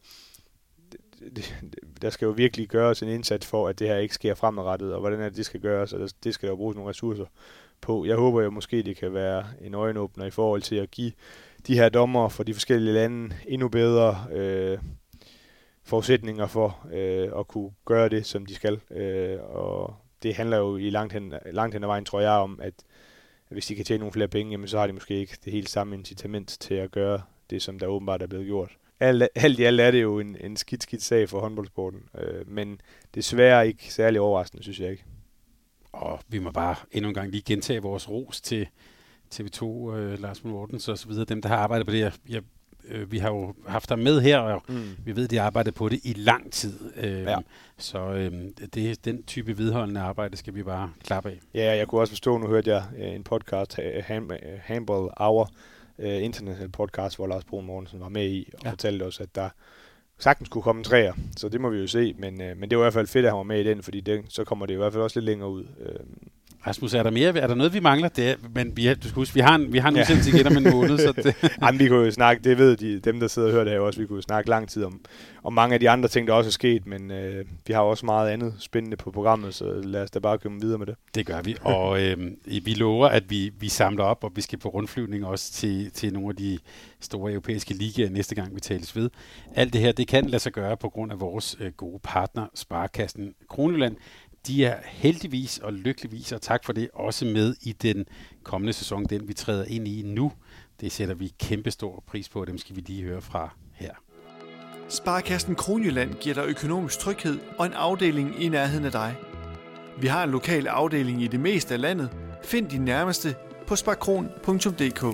der skal jo virkelig gøres en indsats for, at det her ikke sker fremadrettet, og hvordan er det, det skal gøres, og det skal der jo bruges nogle ressourcer på. Jeg håber jo måske, det kan være en øjenåbner i forhold til at give de her dommer for de forskellige lande endnu bedre øh, forudsætninger for øh, at kunne gøre det, som de skal. Øh, og det handler jo i langt hen, langt hen ad vejen, tror jeg, om, at hvis de kan tjene nogle flere penge, jamen, så har de måske ikke det helt samme incitament til at gøre det, som der åbenbart er blevet gjort. Alt, alt i alt er det jo en, en skidt, skidt sag for håndboldsporten, øh, men desværre ikke særlig overraskende, synes jeg ikke. Og vi må bare endnu en gang lige gentage vores ros til T V to, øh, Lars Mortens og så videre, dem der har arbejdet på det. Jeg, jeg øh, vi har jo haft dig med her, og mm. vi ved, at de arbejder på det i lang tid. Øh, ja. Så øh, det, den type vedholdende arbejde skal vi bare klappe af. Ja, jeg kunne også forstå, nu hørte jeg en podcast, Handball Hour, uh, international podcast, hvor Lars Brun Mortensen var med i, og ja. fortalte os, at der sagtens kunne komme en træer, så det må vi jo se, men, uh, men det var i hvert fald fedt, at han var med i den, fordi det, så kommer det i hvert fald også lidt længere ud. Uh, Rasmus, er der mere? Er der noget, vi mangler? Det er, men vi, du skal huske, vi har en, vi har en ja. udsendelse igen om en måned. Så det. Jamen, vi kunne jo snakke, det ved de, dem, der sidder og hører det her også, vi kunne jo snakke lang tid om, om mange af de andre ting, der også er sket, men øh, vi har også meget andet spændende på programmet, så lad os da bare komme videre med det. Det gør vi, og øh, vi lover, at vi, vi samler op, og vi skal på rundflyvning også til, til nogle af de store europæiske ligaer næste gang, vi tales ved. Alt det her, det kan lade sig gøre på grund af vores øh, gode partner, Sparekassen Kronjylland. De er heldigvis og lykkeligvis, og tak for det, også med i den kommende sæson, den vi træder ind i nu. Det sætter vi kæmpestor pris på, og dem skal vi lige høre fra her. Sparekassen Kronjylland giver dig økonomisk tryghed og en afdeling i nærheden af dig. Vi har en lokal afdeling i det meste af landet. Find din nærmeste på sparkron punktum d k.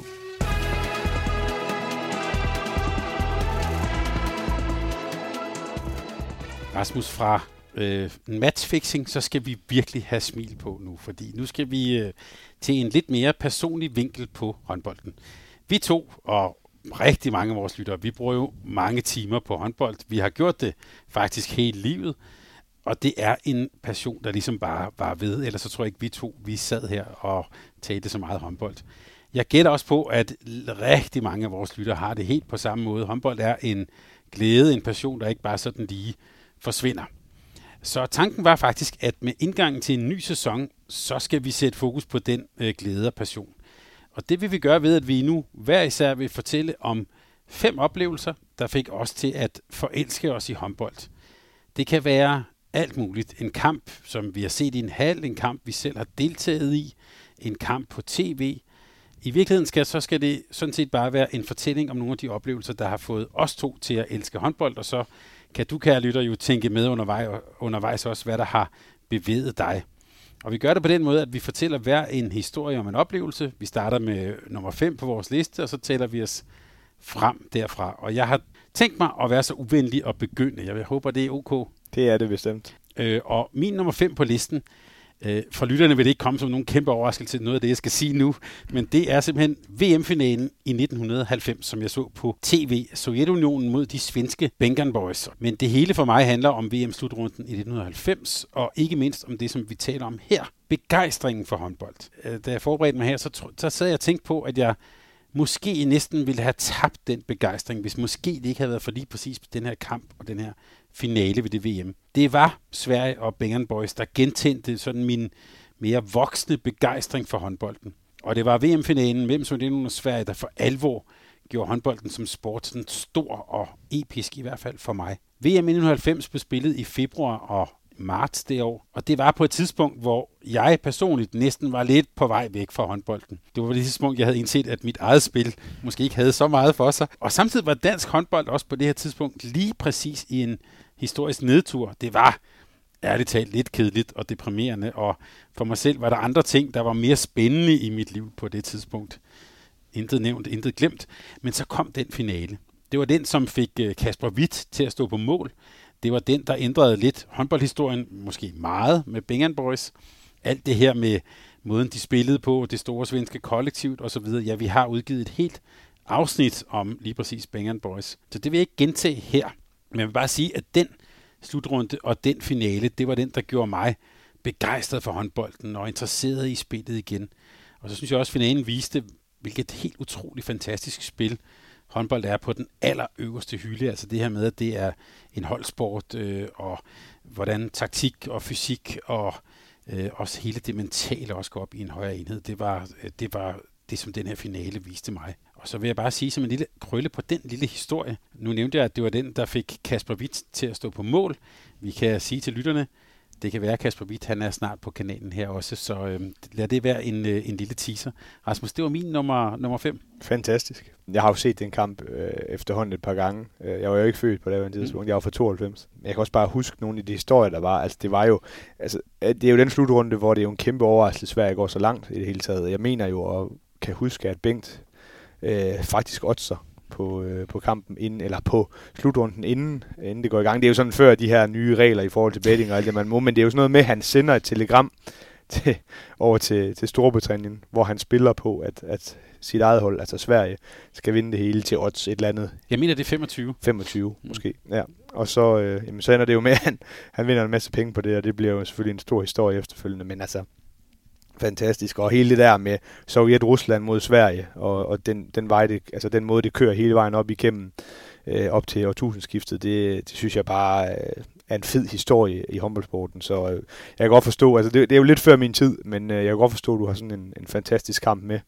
Rasmus, fra øh, matchfixing, så skal vi virkelig have smil på nu, fordi nu skal vi øh, til en lidt mere personlig vinkel på håndbolden. Vi to, og rigtig mange af vores lyttere, vi bruger jo mange timer på håndbold. Vi har gjort det faktisk hele livet, og det er en passion, der ligesom bare var ved, ellers så tror jeg ikke, vi to, vi sad her og talte så meget håndbold. Jeg gætter også på, at rigtig mange af vores lyttere har det helt på samme måde. Håndbold er en glæde, en passion, der ikke bare sådan lige forsvinder. Så tanken var faktisk, at med indgangen til en ny sæson, så skal vi sætte fokus på den øh, glæde og passion. Og det vil vi gøre ved, at vi nu hver især vil fortælle om fem oplevelser, der fik os til at forelske os i håndbold. Det kan være alt muligt. En kamp, som vi har set i en hal, en kamp, vi selv har deltaget i, en kamp på tv. I virkeligheden skal, så skal det sådan set bare være en fortælling om nogle af de oplevelser, der har fået os to til at elske håndbold, og så kan du, kære lytter, jo tænke med undervejs, undervejs også, hvad der har bevæget dig. Og vi gør det på den måde, at vi fortæller hver en historie om en oplevelse. Vi starter med nummer fem på vores liste, og så tæller vi os frem derfra. Og jeg har tænkt mig at være så uvenlig og begynde. Jeg håber, det er ok. Det er det bestemt. Øh, og min nummer fem på listen, øh, for lytterne vil det ikke komme som nogen kæmpe overraskelse til noget af det, jeg skal sige nu, men det er simpelthen V M-finalen i nitten halvfems, som jeg så på tv. Sovjetunionen mod de svenske Bengan Boys. Men det hele for mig handler om V M-slutrunden i nitten halvfems, og ikke mindst om det, som vi taler om her. Begejstringen for håndbold. Øh, da jeg forberedte mig her, så, så sad jeg og tænkte på, at jeg måske næsten ville have tabt den begejstring, hvis måske det ikke havde været for lige præcis den her kamp og den her finale ved det V M. Det var Sverige og Bengan Boys, der gentændte sådan min mere voksne begejstring for håndbolden. Og det var V M-finalen mellem Sovjetunionen og Sverige, der for alvor gjorde håndbolden som sport sådan stor og episk, i hvert fald for mig. V M nitten halvfems blev spillet i februar og marts det år, og det var på et tidspunkt, hvor jeg personligt næsten var lidt på vej væk fra håndbolden. Det var på det tidspunkt, jeg havde indset, at mit eget spil måske ikke havde så meget for sig. Og samtidig var dansk håndbold også på det her tidspunkt lige præcis i en historisk nedtur. Det var ærligt talt lidt kedeligt og deprimerende, og for mig selv var der andre ting, der var mere spændende i mit liv på det tidspunkt. Intet nævnt, intet glemt. Men så kom den finale. Det var den, som fik Kasper Hvidt til at stå på mål. Det var den, der ændrede lidt håndboldhistorien, måske meget, med Bengan Boys. Alt det her med måden, de spillede på, det store svenske kollektivt osv. Ja, vi har udgivet et helt afsnit om lige præcis Bengan Boys. Så det vil jeg ikke gentage her. Men jeg vil bare sige, at den slutrunde og den finale, det var den, der gjorde mig begejstret for håndbolden og interesseret i spillet igen. Og så synes jeg også, at finalen viste, hvilket helt utroligt fantastisk spil håndbold er på den allerøverste hylde. Altså det her med, at det er en holdsport, øh, og hvordan taktik og fysik og øh, også hele det mentale også går op i en højere enhed. Det var, det var det, som den her finale viste mig. Og så vil jeg bare sige som en lille krølle på den lille historie. Nu nævnte jeg, at det var den, der fik Kasper Hvidt til at stå på mål. Vi kan sige til lytterne, det kan være, at Kasper Hvidt, han er snart på kanalen her også, så øh, lad det være en, øh, en lille teaser. Rasmus, det var min nummer, nummer fem. Fantastisk. Jeg har jo set den kamp øh, efterhånden et par gange. Jeg var jo ikke født på det tidspunkt. Mm. Jeg var fra tooghalvfems. Men jeg kan også bare huske nogle af de historier, der var. Altså, det var jo, altså, det er jo den slutrunde, hvor det er jo en kæmpe overraskelse, Sverige går så langt i det hele taget. Jeg mener jo, og kan huske, at Bengt øh, faktisk oddser på, øh, på kampen inden, eller på slutrunden inden, inden det går i gang. Det er jo sådan før de her nye regler i forhold til betting og alt det, man må, men det er jo sådan noget med, at han sender et telegram til, over til, til Storbritannien, hvor han spiller på, at, at sit eget hold, altså Sverige, skal vinde det hele til odds et eller andet. Jeg mener, det er femogtyve. femogtyve, mm. måske, ja. Og så, øh, jamen, så ender det jo med, at han, han vinder en masse penge på det, og det bliver jo selvfølgelig en stor historie efterfølgende, men altså, fantastisk. Og hele det der med Sovjet-Rusland mod Sverige, og, og den, den, vej, det, altså den måde, det kører hele vejen op igennem, øh, op til årtusindskiftet, det, det synes jeg bare øh, er en fed historie i håndboldsporten. Så øh, jeg kan godt forstå, altså det, det er jo lidt før min tid, men øh, jeg kan godt forstå, at du har sådan en, en fantastisk kamp med.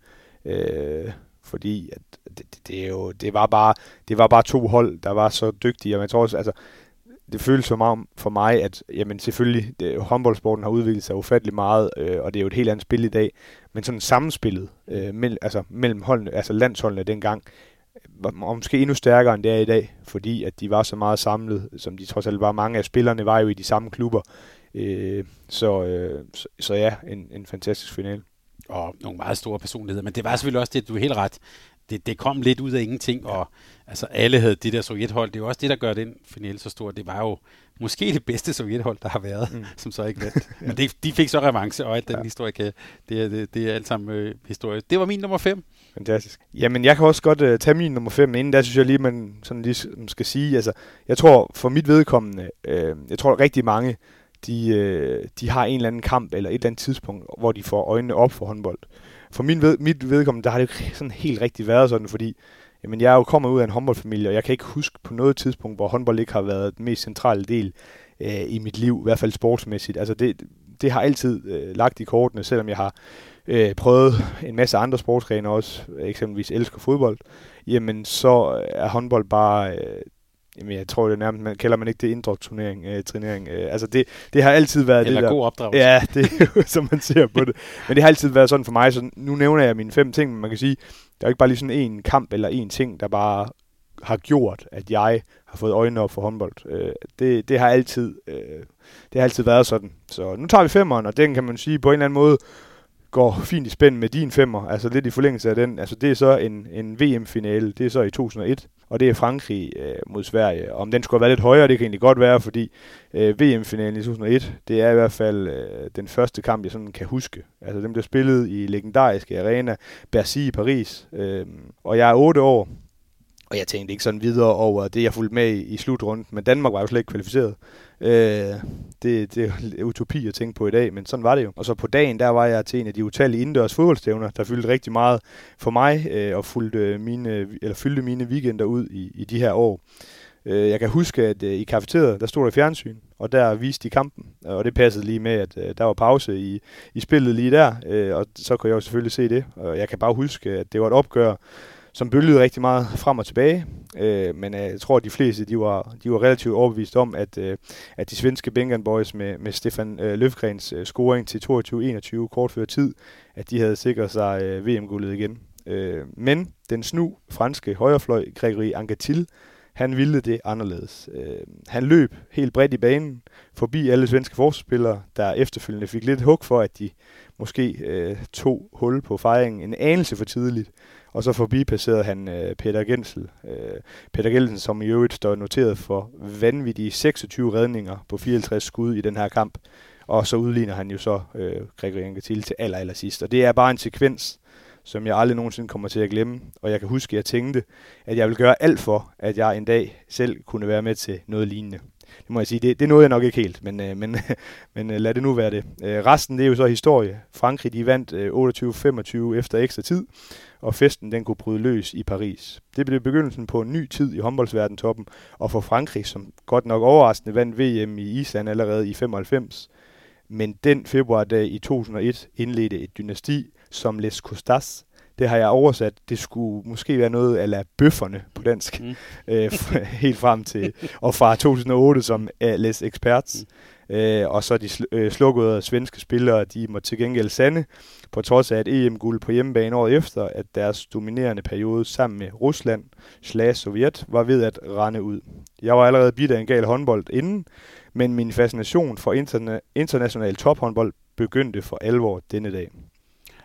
Øh, fordi at det, det, det, er jo, det, var bare, det var bare to hold, der var så dygtige, og jeg tror også, altså, det føles for mig, for mig at jamen selvfølgelig, det, håndboldsporten har udviklet sig ufattelig meget, øh, og det er jo et helt andet spil i dag, men sådan samspillet øh, mellem, altså, mellem holdene, altså landsholdene dengang, var måske endnu stærkere end det er i dag, fordi at de var så meget samlet, som de trods alt var. Mange af spillerne var jo i de samme klubber, øh, så, øh, så, så ja, en, en fantastisk finale. Og nogle meget store personligheder, men det var selvfølgelig også det, du er helt ret. Det, det kom lidt ud af ingenting, og altså, alle havde de der sovjethold. Det er jo også det, der gør den finale så stor. Det var jo måske det bedste sovjethold, der har været, mm. som så ikke vandt. ja. Men det, de fik så revanche, og alt den ja. historie, kan, det, det, det er alt sammen øh, historie. Det var min nummer fem. Fantastisk. Jamen, jeg kan også godt uh, tage min nummer fem, men inden der synes jeg lige, man sådan lige skal sige, altså, jeg tror for mit vedkommende, øh, jeg tror rigtig mange, de, øh, de har en eller anden kamp, eller et eller andet tidspunkt, hvor de får øjnene op for håndbold. For min ved, mit vedkommende, der har det jo sådan helt rigtig været sådan, fordi jamen, jeg er jo kommet ud af en håndboldfamilie, og jeg kan ikke huske på noget tidspunkt, hvor håndbold ikke har været den mest centrale del øh, i mit liv, i hvert fald sportsmæssigt. Altså det, det har altid øh, lagt i kortene, selvom jeg har øh, prøvet en masse andre sportsgrene også, eksempelvis elsker fodbold, jamen så er håndbold bare... Øh, Jamen, jeg tror, det er nærmest, man kalder man ikke det indre turnering, øh, turnering. Øh, altså, det, det har altid været Eller det der... god opdragelse. Ja, det er jo, som man ser på det. Men det har altid været sådan for mig, så nu nævner jeg mine fem ting, men man kan sige, der er ikke bare lige sådan en kamp eller en ting, der bare har gjort, at jeg har fået øjnene op for håndbold. Øh, det, det har altid, øh, det har altid været sådan. Så nu tager vi femmeren, og den kan man sige på en eller anden måde, går fint i spænd med din femmer, altså lidt i forlængelse af den. Altså det er så en, en V M-finale, det er så i to tusind og et, og det er Frankrig øh, mod Sverige. Om den skulle have været lidt højere, det kan egentlig godt være, fordi øh, V M-finalen i to tusind og et, det er i hvert fald øh, den første kamp, jeg sådan kan huske. Altså den blev spillet i legendariske arena, Bercy i Paris, øh, og jeg er otte år, og jeg tænkte ikke sådan videre over det, jeg fulgte med i, i slutrunden, men Danmark var jo slet ikke kvalificeret. Øh, det, det er utopi at tænke på i dag, men sådan var det jo. Og så på dagen, der var jeg til en af de utallige indendørs fodboldstævner, der fyldte rigtig meget for mig, øh, og fulgte mine, eller fyldte mine weekender ud i, i de her år. Øh, jeg kan huske, at øh, i kafeteriet, der stod der fjernsyn, og der viste de kampen, og det passede lige med, at øh, der var pause i, i spillet lige der, øh, og så kunne jeg jo selvfølgelig se det, og jeg kan bare huske, at det var et opgør, som bølgede rigtig meget frem og tilbage, øh, men øh, jeg tror, at de fleste de var, de var relativt overbevist om, at, øh, at de svenske Bengan Boys med, med Stefan øh, Löfgrens øh, scoring til toogtyve enogtyve kort før tid, at de havde sikret sig øh, V M-guldet igen. Øh, men den snu franske højrefløj, Grégory Anquetil, han ville det anderledes. Øh, han løb helt bredt i banen, forbi alle svenske forsvarsspillere, der efterfølgende fik lidt hug for, at de måske øh, tog hul på fejringen en anelse for tidligt. Og så forbipasserede han øh, Peter Gensel. Øh, Peter Gensel, som i øvrigt står noteret for vanvittige seksogtyve redninger på fireoghalvtreds skud i den her kamp. Og så udligner han jo så øh, Grégory Anquetil til aller, aller sidst. Og det er bare en sekvens, som jeg aldrig nogensinde kommer til at glemme. Og jeg kan huske, at jeg tænkte, at jeg ville gøre alt for, at jeg en dag selv kunne være med til noget lignende. Det må jeg sige, det, det nåede jeg nok ikke helt, men, øh, men, men øh, lad det nu være det. Øh, resten, det er jo så historie. Frankrig, de vandt øh, otteogtyve femogtyve efter ekstra tid, og festen, den kunne bryde løs i Paris. Det blev begyndelsen på en ny tid i håndboldsverdentoppen, og for Frankrig, som godt nok overraskende vandt V M i Island allerede i femoghalvfems. Men den februardag i to tusind og et indledte et dynasti som Les Costas. Det har jeg oversat. Det skulle måske være noget a la bøfferne på dansk. Mm. Øh, helt frem til, og fra to tusind og otte som uh, Les Experts. Mm. Øh, og så de sl- øh, slukkede svenske spillere, de måtte til gengæld sande, på trods af et E M-guld på hjemmebane året efter, at deres dominerende periode sammen med Rusland, slash Sovjet, var ved at rende ud. Jeg var allerede bidt af en gal håndbold inden, men min fascination for interna- international tophåndbold begyndte for alvor denne dag.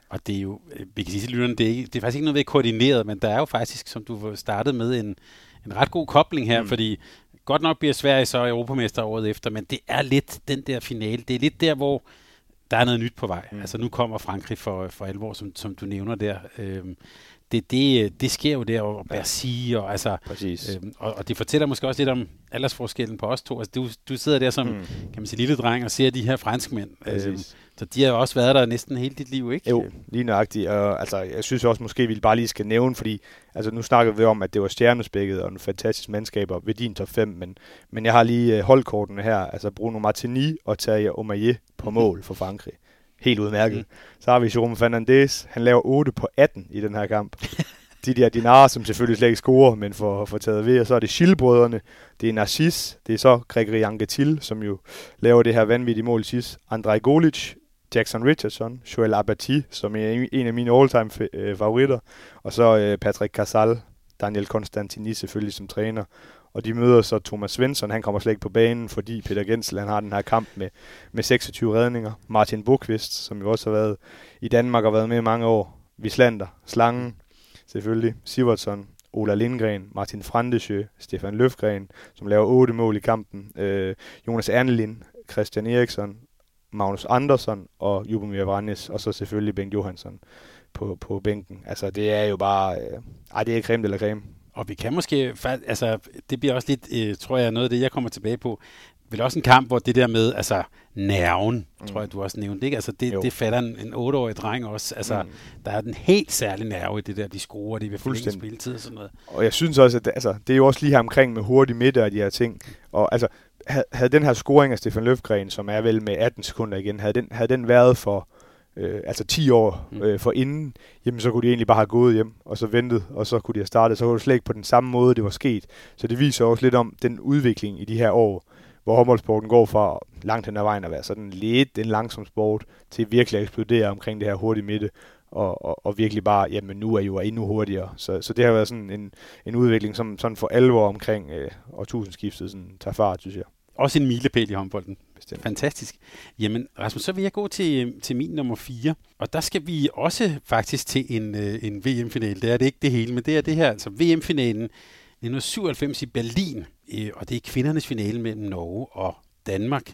Og det er jo, vi kan sige til lytterne, det er, ikke, det er faktisk ikke noget ved koordineret, men der er jo faktisk, som du startede med, en, en ret god kobling her, mm. fordi godt nok bliver Sverige så europamester året efter, men det er lidt den der finale. Det er lidt der, hvor der er noget nyt på vej. Mm. Altså nu kommer Frankrig for, for alvor, som, som du nævner der. Øhm, det, det, det sker jo der, og Bercy, og, altså, øhm, og, og det fortæller måske også lidt om aldersforskellen på os to. Altså, du, du sidder der som mm. kan man sige, lille dreng og ser de her franskmænd. Øhm, så de har jo også været der næsten hele dit liv, ikke? Jo, lige nøjagtigt. Og, altså, jeg synes også måske, vi bare lige skal nævne, fordi altså, nu snakkede vi om, at det var stjernespækket og en fantastisk mandskaber ved din top fem, men, men jeg har lige uh, holdkortene her. Altså Bruno Martini og Thierry Omeyer på mål for Frankrig. Helt udmærket. Mm. Så har vi Jérôme Fernandez. Han laver otte på atten i den her kamp. De der Dinara, som selvfølgelig slet ikke scorer, men får, får taget ved. Og så er det Schill-brødrene. Det er Narcisse. Det er så Gregory Anquetil, som jo laver det her vanvittige mål sidst. Andrej Golic, Jackson Richardson, Joel Abati, som er en af mine all-time favoritter. Og så Patrick Casal, Daniel Constantini selvfølgelig som træner. Og de møder så Thomas Svensson, han kommer slet ikke på banen, fordi Peter Gensel, han har den her kamp med, med seksogtyve redninger. Martin Bokvist, som jo også har været i Danmark og været med i mange år. Wislander, Slangen, selvfølgelig, Sivertsson, Ola Lindgren, Martin Frandesjø, Stefan Løfgren, som laver otte mål i kampen. Øh, Jonas Ernelin, Christian Eriksson, Magnus Andersson og Jubomir Vranjes, og så selvfølgelig Bengt Johansson på, på bænken. Altså det er jo bare, øh, ej det er creme eller creme. Og vi kan måske, altså det bliver også lidt, øh, tror jeg, noget af det, jeg kommer tilbage på, vel også en kamp, hvor det der med, altså nerven, mm. tror jeg, du også nævnte, ikke? Altså det, det fatter en, en otteårig dreng også, altså mm. der er den helt særlige nerve i det der, de skruer, de vil forlænge spilletid og sådan noget. Og jeg synes også, at det, altså, det er jo også lige her omkring med hurtig midte og de her ting, og altså havde den her scoring af Stefan Løfgren, som er vel med atten sekunder igen, havde den, havde den været for Øh, altså ti år øh, for inden, jamen så kunne de egentlig bare have gået hjem, og så ventet, og så kunne de have startet, så var det slet ikke på den samme måde, det var sket. Så det viser også lidt om den udvikling i de her år, hvor håndboldsporten går fra langt hen ad vejen at være sådan lidt en langsom sport, til virkelig at eksplodere omkring det her hurtige midte, og, og, og virkelig bare, jamen nu er jo endnu hurtigere. Så, så det har været sådan en, en udvikling, som sådan for alvor omkring øh, årtusindskiftet sådan tager fart, synes jeg. Også en milepæl i håndbolden. Bestemt. Fantastisk. Jamen, Rasmus, så vil jeg gå til, til min nummer fire. Og der skal vi også faktisk til en, en V M-finale. Det er det ikke det hele, men det er det her. Altså V M-finalen nitten syvoghalvfems i Berlin. Og det er kvindernes finale mellem Norge og Danmark.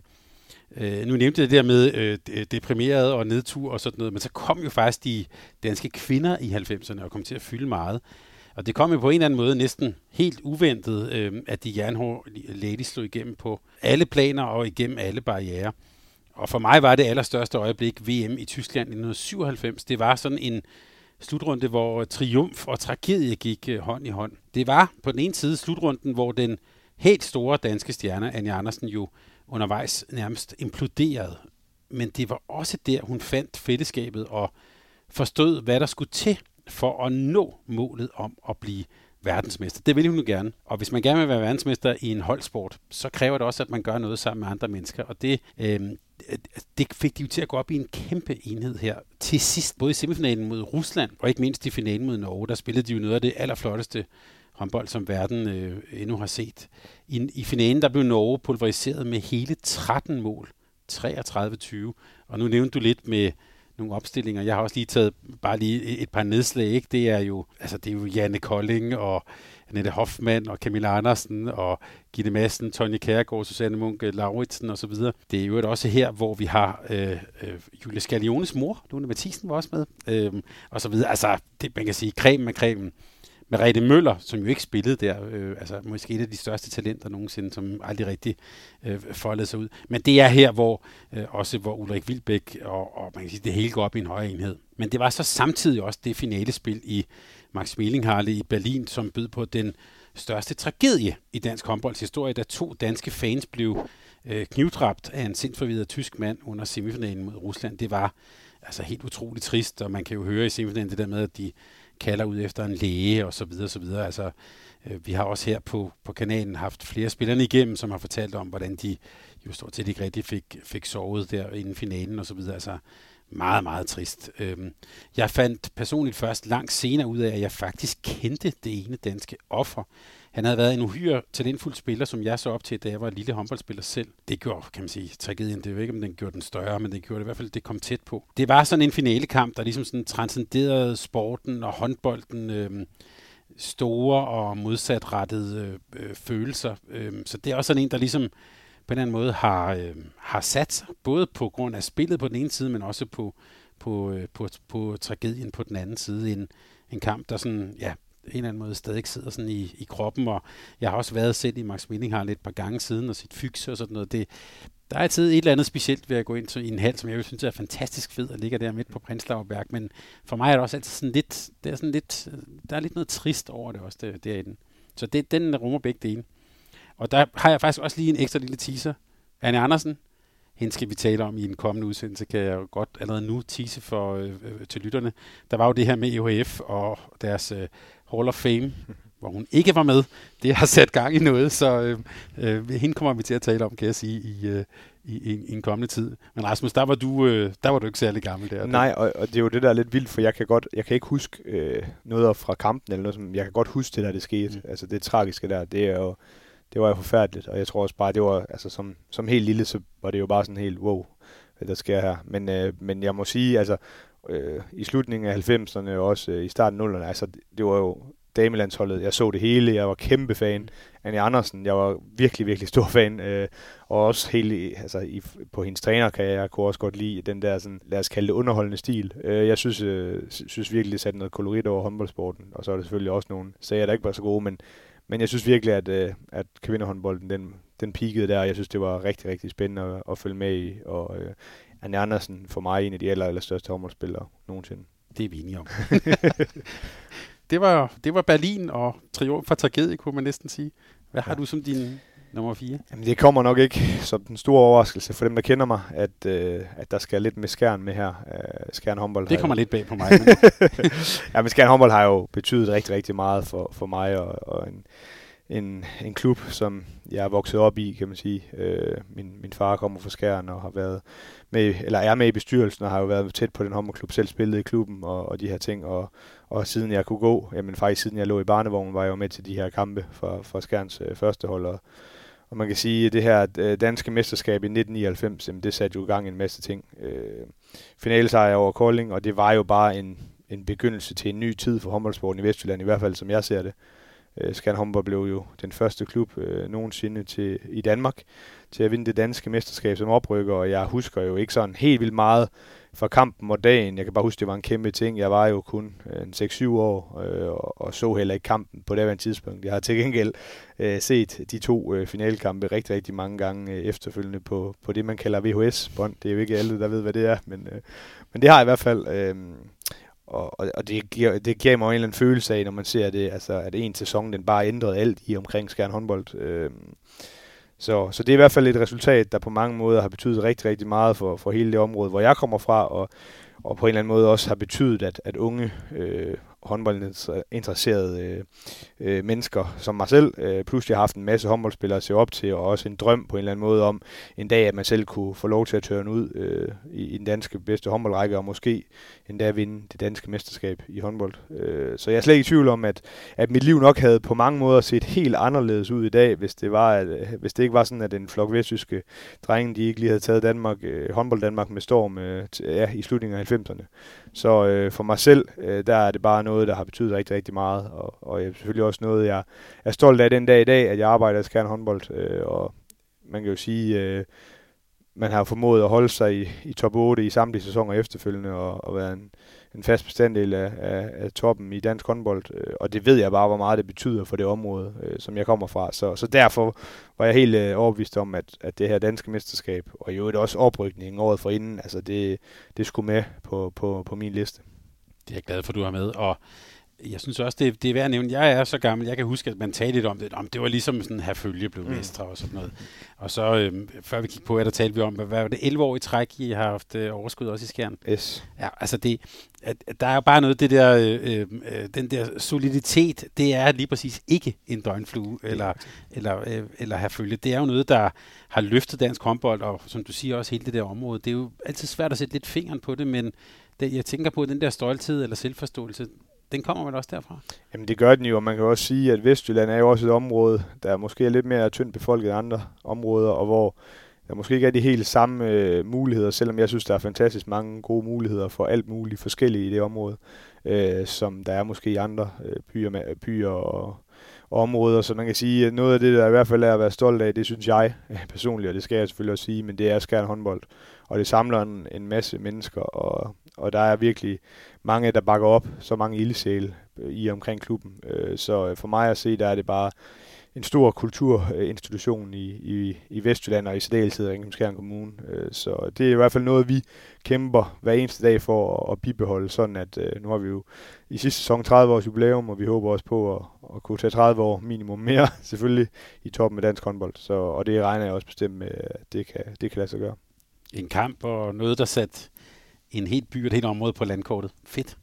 Øh, nu nævnte jeg det der med øh, deprimeret og nedtur og sådan noget, men så kom jo faktisk de danske kvinder i halvfemserne og kom til at fylde meget. Og det kom jo på en eller anden måde næsten helt uventet, øh, at de jernhårde ladies slog igennem på alle planer og igennem alle barrierer. Og for mig var det allerstørste øjeblik V M i Tyskland i nitten syvoghalvfems. Det var sådan en slutrunde, hvor triumf og tragedie gik øh, hånd i hånd. Det var på den ene side slutrunden, hvor den helt store danske stjerne, Anja Andersen, jo undervejs nærmest imploderede. Men det var også der, hun fandt fællesskabet og forstod, hvad der skulle til for at nå målet om at blive verdensmester. Det vil hun jo gerne. Og hvis man gerne vil være verdensmester i en holdsport, så kræver det også, at man gør noget sammen med andre mennesker. Og det, øh, det fik de jo til at gå op i en kæmpe enhed her. Til sidst, både i semifinalen mod Rusland, og ikke mindst i finalen mod Norge, der spillede de jo noget af det allerflotteste håndbold, som verden øh, endnu har set. I, I finalen, der blev Norge pulveriseret med hele tretten mål. treogtredive tyve. Og nu nævnte du lidt med nogle opstillinger. Jeg har også lige taget bare lige et par nedslag, ikke? Det er jo, altså det er jo Janne Kolding og Annette Hoffmann og Camilla Andersen og Gitte Madsen, Tonje Kjærgaard, Susanne Munke Lauritsen og så videre. Det er jo også her, hvor vi har øh, øh, Julie Skaliones mor, Lone Mathisen var også med, øh, og så videre. Altså, det, man kan sige, cremen af cremen. Merete Møller, som jo ikke spillede der, øh, altså måske et af de største talenter nogensinde, som aldrig rigtig øh, foldede sig ud. Men det er her, hvor øh, også hvor Ulrik Wilbæk og, og man kan sige, det hele går op i en højere enhed. Men det var så samtidig også det finalespil i Max Melinghalle i Berlin, som bød på den største tragedie i dansk håndbolds historie, da to danske fans blev øh, knivdræbt af en sindsforvirret tysk mand under semifinalen mod Rusland. Det var altså helt utroligt trist, og man kan jo høre i semifinalen det der med, at de kalder ud efter en læge og så videre, så videre. Altså, øh, vi har også her på, på kanalen haft flere spillerne igennem, som har fortalt om, hvordan de jo stort set ikke rigtig fik, fik sovet der inden finalen og så videre. Altså, meget, meget trist. Øhm, jeg fandt personligt først langt senere ud af, at jeg faktisk kendte det ene danske offer. Han havde været en uhyre talentfuld spiller, som jeg så op til, da jeg var en lille håndboldspiller selv. Det gjorde, kan man sige, tragedien. Det er jo ikke, om den gjorde den større, men det gjorde det i hvert fald, det kom tæt på. Det var sådan en finalekamp, der ligesom sådan transcenderede sporten og håndbolden, øh, store og modsatrettede øh, følelser. Øh, så det er også sådan en, der ligesom på en eller anden måde har, øh, har sat sig, både på grund af spillet på den ene side, men også på, på, øh, på, på, på tragedien på den anden side. En, en kamp, der sådan, ja, en eller anden måde stadig sidder sådan i, i kroppen, og jeg har også været selv i Max Milling-hallen et par gange siden, og set Fyxe og sådan noget. Det, der er altid et eller andet specielt ved at gå ind til, i en hal, som jeg jo synes er fantastisk fed, og ligger der midt på Prenzlauer Berg, men for mig er det også altid sådan lidt, det er sådan lidt, der er lidt noget trist over det også, der, derinde. Så det, den rummer begge dele. Og der har jeg faktisk også lige en ekstra lille teaser. Anne Andersen, hende skal vi tale om i en kommende udsendelse, kan jeg jo godt allerede nu tease for, øh, til lytterne. Der var jo det her med E H F og deres øh, Hall of Fame, hvor hun ikke var med. Det har sat gang i noget, så øh, øh, hende kommer vi til at tale om, kan jeg sige, i, øh, i, i, i en kommende tid. Men Rasmus, der var du, øh, der var du ikke særlig gammel der. Nej, og, og det er jo det, der er lidt vildt, for jeg kan godt, jeg kan ikke huske øh, noget fra kampen, eller noget, som, jeg kan godt huske det, der det skete. Mm. Altså det tragiske der, det er jo, det var jo forfærdeligt, og jeg tror også bare, det var, altså som, som helt lille, så var det jo bare sådan helt, wow, hvad der sker her. Men, øh, men jeg må sige, altså øh, i slutningen af halvfemserne og også øh, i starten af nullerne, altså det var jo damelandsholdet, jeg så det hele, jeg var kæmpe fan. Anne Andersen, jeg var virkelig, virkelig stor fan, øh, og også helt, altså i, på hendes træner kan jeg, jeg kunne også godt lide den der, sådan, lad os kalde det underholdende stil. Øh, jeg synes, øh, synes virkelig, det satte noget kolorit over håndboldsporten, og så er der selvfølgelig også nogle sager, der ikke var så gode, men, men jeg synes virkelig, at, øh, at kvindehåndbolden, den, den peakede der, og jeg synes, det var rigtig, rigtig spændende at, at følge med i, og øh, Anne Andersen for mig en af de aller, aller største håndboldspillere nogensinde. Det er vi enige om. Det var, det var Berlin og triumf for tragedie, kunne man næsten sige. Hvad har ja. du som din nummer fire? Jamen, det kommer nok ikke som den store overraskelse for dem, der kender mig, at, øh, at der skal lidt med Skjern med her. Øh, Skjern håndbold. Det kommer lidt bag på mig. Men ja, men Skjern håndbold har jo betydet rigtig, rigtig meget for, for mig og, og en, en, en klub, som jeg er vokset op i, kan man sige. Øh, min, min far kommer fra Skjern og har været med, eller er med i bestyrelsen og har jo været tæt på den håndboldklub, selv spillet i klubben og, og de her ting. Og, og siden jeg kunne gå, jamen faktisk siden jeg lå i barnevognen, var jeg jo med til de her kampe for, for Skjerns øh, første hold. Og, og man kan sige, at det her øh, danske mesterskab i nitten nioghalvfems, jamen det satte jo i gang en masse ting. Øh, finalesejr over Kolding, og det var jo bare en, en begyndelse til en ny tid for håndboldsporten i Vestjylland, i hvert fald som jeg ser det. Øh, Skjern håndbold blev jo den første klub øh, nogensinde til, i Danmark til at vinde det danske mesterskab som oprykker, og jeg husker jo ikke sådan helt vildt meget fra kampen og dagen. Jeg kan bare huske, det var en kæmpe ting. Jeg var jo kun øh, seks syv år øh, og, og så heller ikke kampen på det tidspunkt. Jeg har til gengæld øh, set de to øh, finalekampe rigtig, rigtig mange gange øh, efterfølgende på, på det, man kalder V H S-bånd. Det er jo ikke alle, der ved, hvad det er, men, øh, men det har jeg i hvert fald. Øh, og og det, giver, det giver mig en eller anden følelse af, når man ser det, altså, at en sæson, den bare ændrede alt i omkring Skjern håndbold. Øh, Så, så det er i hvert fald et resultat, der på mange måder har betydet rigtig, rigtig meget for, for hele det område, hvor jeg kommer fra, og, og på en eller anden måde også har betydet, at, at unge øh, håndboldinteresserede øh, øh, mennesker som mig selv øh, pludselig har haft en masse håndboldspillere at se op til, og også en drøm på en eller anden måde om en dag, at man selv kunne få lov til at tørne ud øh, i, i den danske bedste håndboldrække, og måske endda vinde det danske mesterskab i håndbold. Øh, så jeg er slet ikke i tvivl om, at, at mit liv nok havde på mange måder set helt anderledes ud i dag, hvis det, var, at, hvis det ikke var sådan, at en flok vestjyske drenge, de ikke lige havde taget Danmark, øh, håndbold Danmark med storm øh, til, ja, i slutningen af halvfemserne. Så øh, for mig selv, øh, der er det bare noget, der har betydet rigtig, rigtig meget, og, og jeg er selvfølgelig også noget, jeg er stolt af den dag i dag, at jeg arbejder i Skjern håndbold, øh, og man kan jo sige, øh, man har formået at holde sig i, i top otte i samtlige sæsoner efterfølgende, og, og være en, en fast bestanddel af, af, af toppen i dansk håndbold, øh, og det ved jeg bare, hvor meget det betyder for det område, øh, som jeg kommer fra. Så, så derfor var jeg helt øh, overbevist om, at, at det her danske mesterskab, og i øvrigt også oprykningen året forinden, altså det, det skulle med på, på, på min liste. Det er jeg glad for, du har med, og jeg synes også, det, det er værd at nævne. Jeg er så gammel, jeg kan huske, at man talte lidt om det. Om det var ligesom sådan her følge blev mestre og sådan noget. Og så, øhm, før vi gik på, der talte vi om, hvad var det, elleve år i træk, I har haft øh, overskud også i Skjern? Yes. Ja, altså det, at, at der er jo bare noget, det der, øh, øh, den der soliditet, det er lige præcis ikke en døgnflue, eller, eller, øh, eller her følge. Det er jo noget, der har løftet dansk håndbold, og som du siger også, hele det der område. Det er jo altid svært at sætte lidt fingeren på det, men det, jeg tænker på, den der stolthed eller selvforståelse, den kommer vel også derfra? Jamen det gør den jo, og man kan også sige, at Vestjylland er jo også et område, der måske er lidt mere tyndt befolket end andre områder, og hvor der måske ikke er de helt samme øh, muligheder, selvom jeg synes, der er fantastisk mange gode muligheder for alt muligt forskelligt i det område, øh, som der er måske i andre øh, byer, med, byer og, og områder. Så man kan sige, at noget af det, der i hvert fald er at være stolt af, det synes jeg personligt, og det skal jeg selvfølgelig også sige, men det er Skjern håndbold. Og det samler en, en masse mennesker, og, og der er virkelig mange, der bakker op, så mange ildsjæle i omkring klubben. Så for mig at se, der er det bare en stor kulturinstitution i, i, i Vestjylland og i særdeleshed i Skjern Kommune. Så det er i hvert fald noget, vi kæmper hver eneste dag for at, at bibeholde, sådan at nu har vi jo i sidste sæson tredive års jubilæum, og vi håber også på at, at kunne tage tredive år minimum mere, selvfølgelig, i toppen af dansk håndbold. Så, og det regner jeg også bestemt med, at det kan, det kan lade sig gøre. En kamp og noget, der satte en helt by og et helt område på landkortet. Fedt.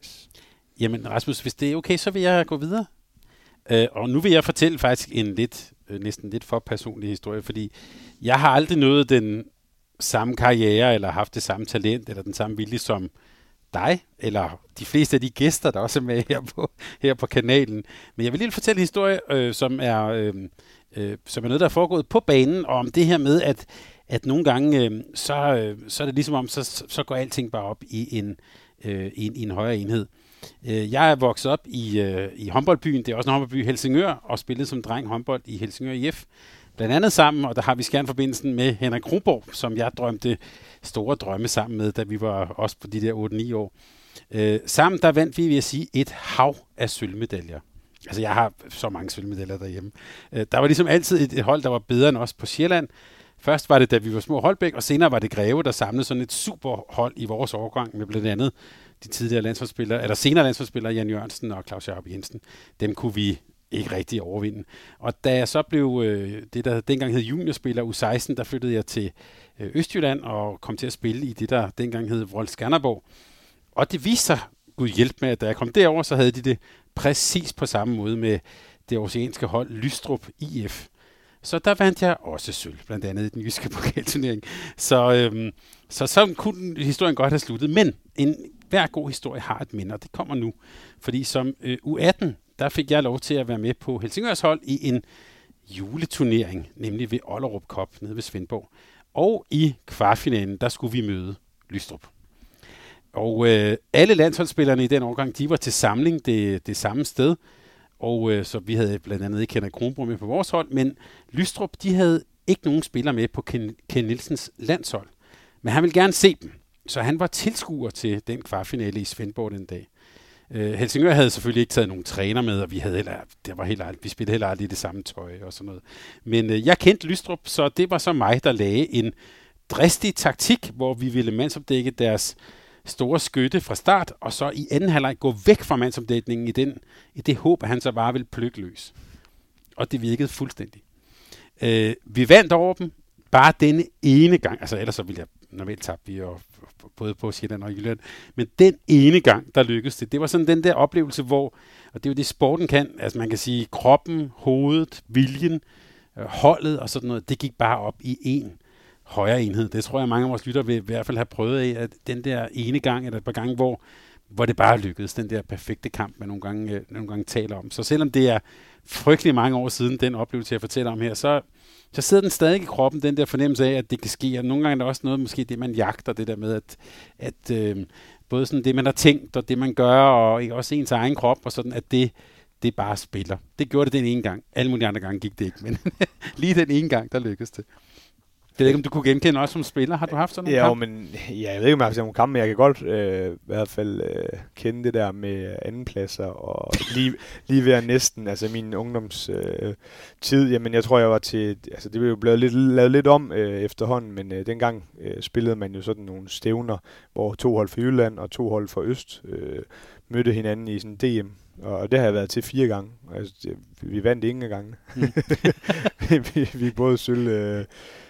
Jamen Rasmus, hvis det er okay, så vil jeg gå videre. Øh, og nu vil jeg fortælle faktisk en lidt, øh, næsten lidt for personlig historie, fordi jeg har aldrig nået den samme karriere, eller haft det samme talent, eller den samme vilje som dig, eller de fleste af de gæster, der også er med her på, her på kanalen. Men jeg vil lige fortælle en historie, øh, som, er, øh, øh, som er noget, der er foregået på banen, og om det her med, at at nogle gange, øh, så, øh, så er det ligesom om, så, så går alting bare op i en, øh, i en, i en højere enhed. Øh, jeg er vokset op i, øh, i håndboldbyen, det er også en håndboldby i Helsingør, og spillede som dreng håndbold i Helsingør I F. Blandt andet sammen, og der har vi Skjern-forbindelsen med Henrik Kronborg, som jeg drømte store drømme sammen med, da vi var også på de der otte ni år. Øh, sammen der vandt vi, vil jeg sige, et hav af sølvmedaljer. Altså jeg har så mange sølvmedaljer derhjemme. Øh, der var ligesom altid et, et hold, der var bedre end os på Sjælland. Først var det, da vi var små Holbæk, og senere var det Greve, der samlede sådan et superhold i vores årgang med blandt andet de tidligere landsholdsspillere, eller senere landsholdsspillere, Jan Jørgensen og Claus Jacob Jensen. Dem kunne vi ikke rigtig overvinde. Og da jeg så blev øh, det, der dengang hed juniorspiller U seksten, der flyttede jeg til øh, Østjylland og kom til at spille i det, der dengang hed Vrold Skanderborg. Og det viste sig, Gud hjælp med, at da jeg kom derover, så havde de det præcis på samme måde med det oceanske hold Lystrup I F. Så der vandt jeg også sølv, blandt andet i den jyske pokalturnering. Så, øhm, så så kunne historien godt have sluttet. Men en, hver god historie har et minde, og det kommer nu. Fordi som øh, U atten, der fik jeg lov til at være med på Helsingørs hold i en juleturnering, nemlig ved Ollerup Cup nede ved Svendborg. Og i kvartfinalen, der skulle vi møde Lystrup. Og øh, alle landsholdsspillerne i den årgang, de var til samling det, det samme sted. Og øh, så vi havde blandt andet ikke Henrik Kronborg med på vores hold, men Lystrup, de havde ikke nogen spillere med på Ken, Ken Nielsens landshold. Men han ville gerne se dem, så han var tilskuer til den kvartfinale i Svendborg den dag. Øh, Helsingør havde selvfølgelig ikke taget nogen træner med, og vi havde heller, det var heller, vi spillede heller aldrig det samme tøj og sådan noget. Men øh, jeg kendte Lystrup, så det var så mig, der lagde en dristig taktik, hvor vi ville mandsopdække deres store skytte fra start, og så i anden halvleg gå væk fra mandsopdækningen i, den, i det håb, at han så bare ville plukke løs. Og det virkede fuldstændig. Øh, vi vandt over dem, bare denne ene gang, altså ellers så ville jeg normalt tabte vi jo både på Sjælland og Jylland, men den ene gang, der lykkedes det, det var sådan den der oplevelse, hvor, og det er jo det sporten kan, altså man kan sige kroppen, hovedet, viljen, holdet og sådan noget, det gik bare op i en højere enhed. Det tror jeg, mange af vores lytter vil i hvert fald have prøvet af, at den der ene gang, eller et par gange, hvor, hvor det bare lykkedes, den der perfekte kamp, man nogle gange, nogle gange taler om. Så selvom det er frygtelig mange år siden, den oplevelse, jeg fortæller om her, så, så sidder den stadig i kroppen, den der fornemmelse af, at det kan ske. Og nogle gange er der også noget, måske det, man jagter, det der med, at, at øh, både sådan det, man har tænkt, og det, man gør, og ikke også ens egen krop, og sådan, at det, det bare spiller. Det gjorde det den ene gang. Alle mulige andre gange gik det ikke, men lige den ene gang, der lykkedes det. Jeg ved ikke, om du kunne genkende også som spiller. Har du haft sådan en ja, kamp? Men, ja, jeg ved ikke, om jeg har haft sådan en kamp, men jeg kan godt øh, i hvert fald øh, kende det der med andenpladser, og lige, lige ved at næsten, altså min ungdomstid, øh, jamen jeg tror, jeg var til, altså det blev jo blevet lidt, lavet lidt om øh, efterhånden, men øh, dengang øh, spillede man jo sådan nogle stævner, hvor to hold fra Jylland og to hold fra Øst øh, mødte hinanden i sådan D M. Og det har jeg været til fire gange. Altså, det, vi vandt ingen gange. Mm. vi, vi både sølv øh,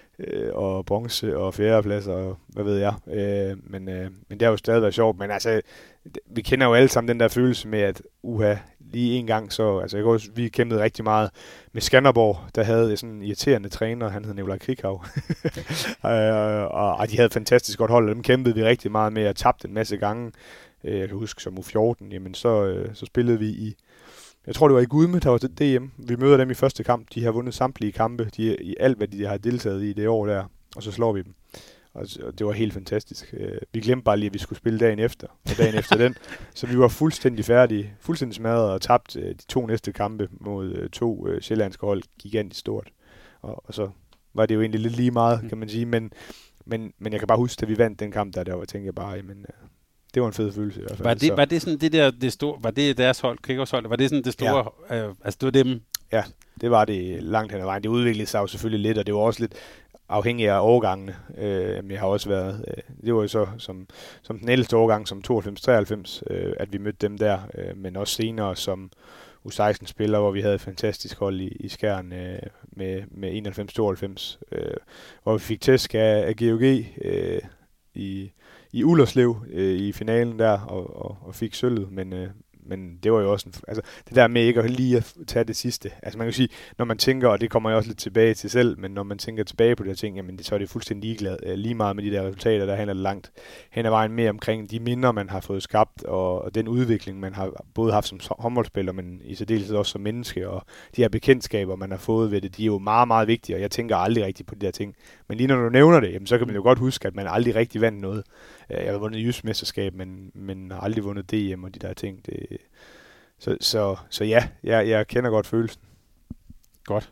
og bronze og fjerdepladser og hvad ved jeg. Øh, men, øh, men det har jo stadig været sjovt. Men altså, vi kender jo alle sammen den der følelse med, at uha, lige en gang så, altså jeg kan også, vi kæmpede rigtig meget med Skanderborg, der havde sådan en irriterende træner, han hed Nikolaj Krikhav. øh, og, og de havde et fantastisk godt hold, og dem kæmpede vi rigtig meget med, og tabte en masse gange. øh, jeg kan huske som U fjorten, jamen så, øh, så spillede vi i, jeg tror det var i Gudme, der var til D M. Vi møder dem i første kamp, de har vundet samtlige kampe, de, i alt hvad de har deltaget i det år der, og så slår vi dem. Og det var helt fantastisk. Vi glemte bare lige, at vi skulle spille dagen efter, og dagen efter den. Så vi var fuldstændig færdige, fuldstændig smadret og tabt de to næste kampe mod to sjællandske hold gigantisk stort. Og, og så var det jo egentlig lidt lige meget, kan man sige. Men, men, men jeg kan bare huske, at vi vandt den kamp der, der var, tænkte jeg bare, men det var en fed følelse i hvert fald. Var det, var det sådan det der, det store, var det deres hold, Kickers-hold, var det sådan det store, ja. øh, altså det var dem? Ja, det var det langt hen ad vejen. Det udviklede sig jo selvfølgelig lidt, og det var også lidt afhængig af årgangene. Øh, jeg har også været, øh, det var jo så som, som den ældste årgang, som tooghalvfems treoghalvfems, øh, at vi mødte dem der, øh, men også senere som U seksten spillere, hvor vi havde et fantastisk hold i, i Skjern øh, med, med enoghalvfems tooghalvfems, øh, hvor vi fik tæsk af, af G O G øh, i, i Ullerslev øh, i finalen der, og, og, og fik sølvet, men øh, men det var jo også en, altså det der med ikke at lige at tage det sidste. Altså man kan sige, når man tænker, og det kommer jeg også lidt tilbage til selv, men når man tænker tilbage på de her ting, jamen det, så er det fuldstændig ligeglad, lige meget med de der resultater, der handler langt hen ad vejen mere omkring de minder, man har fået skabt, og, og den udvikling, man har både haft som håndboldspiller, men i særdeleshed også som menneske, og de her bekendtskaber, man har fået ved det, de er jo meget, meget vigtige, og jeg tænker aldrig rigtigt på de der ting. Men lige når du nævner det, jamen, så kan man jo godt huske, at man aldrig rigtig vandt noget. Jeg har vundet jysk mesterskab, men, men har aldrig vundet D M og de der ting. Det, så, så, så ja, jeg, jeg kender godt følelsen. Godt.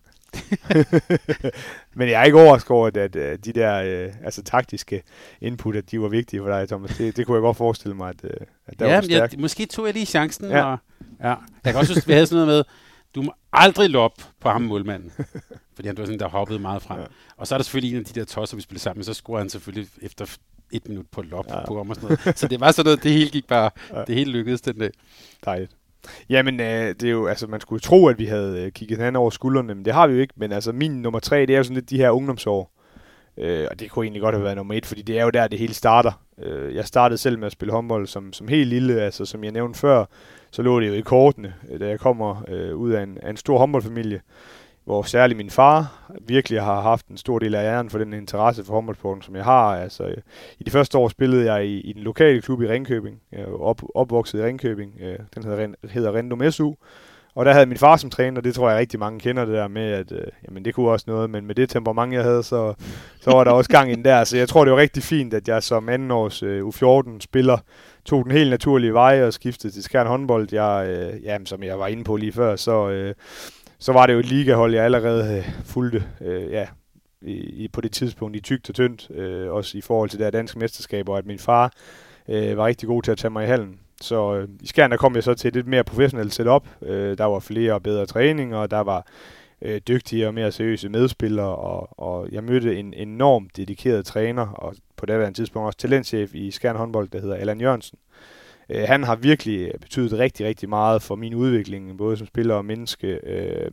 Men jeg er ikke overrasket over, at, at de der øh, altså taktiske input, at de var vigtige for dig, Thomas. Det, det kunne jeg godt forestille mig, at, at der ja, var stærkt. Ja, måske tog jeg lige chancen. Ja. Og, ja. Jeg kan også synes, vi havde sådan noget med, du må aldrig loppe på ham målmanden. Fordi han var sådan, der hoppede meget frem. Ja. Og så er der selvfølgelig en af de der tosser, vi spillede sammen, så scorer han selvfølgelig efter et minut på lop ja. på ham og sådan noget. Så det var sådan noget, det hele gik bare, ja. det hele lykkedes den dag. Dejligt. Jamen, øh, det er jo, altså man skulle tro, at vi havde øh, kigget hinanden over skuldrene, men det har vi jo ikke. Men altså min nummer tre, det er jo sådan lidt de her ungdomsår. Øh, og det kunne egentlig godt have været nummer et, fordi det er jo der, det hele starter. Øh, jeg startede selv med at spille håndbold som, som helt lille, altså som jeg nævnte før, så lå det jo i kortene, da jeg kommer øh, ud af en, af en stor håndboldfamilie, hvor særligt min far virkelig har haft en stor del af æren for den interesse for håndboldsporten, som jeg har. Altså, øh, i de første år spillede jeg i, i den lokale klub i Ringkøbing. Jeg er op, opvokset i Ringkøbing. Øh, den hedder, hedder Rendum S U. Og der havde min far som træner, det tror jeg rigtig mange kender det der med, at øh, jamen, det kunne også noget, men med det temperament, jeg havde, så, så var der også gang ind der. Så jeg tror, det var rigtig fint, at jeg som anden års øh, U fjorten spiller tog den helt naturlige vej og skiftede til Skjern håndbold. Jeg, øh, jamen, som jeg var inde på lige før, så... Øh, Så var det jo et ligahold, jeg allerede øh, fulgte øh, ja, i, i, på det tidspunkt i tykt og tyndt, øh, også i forhold til det danske mesterskaber, og at min far øh, var rigtig god til at tage mig i hallen. Så øh, i Skjern der kom jeg så til et lidt mere professionelt setup. Øh, der var flere og bedre træninger, og der var øh, dygtige og mere seriøse medspillere, og, og jeg mødte en enormt dedikeret træner, og på daværende tidspunkt også talentchef i Skjern håndbold, der hedder Allan Jørgensen. Uh, han har virkelig betydet rigtig, rigtig meget for min udvikling, både som spiller og menneske. Uh,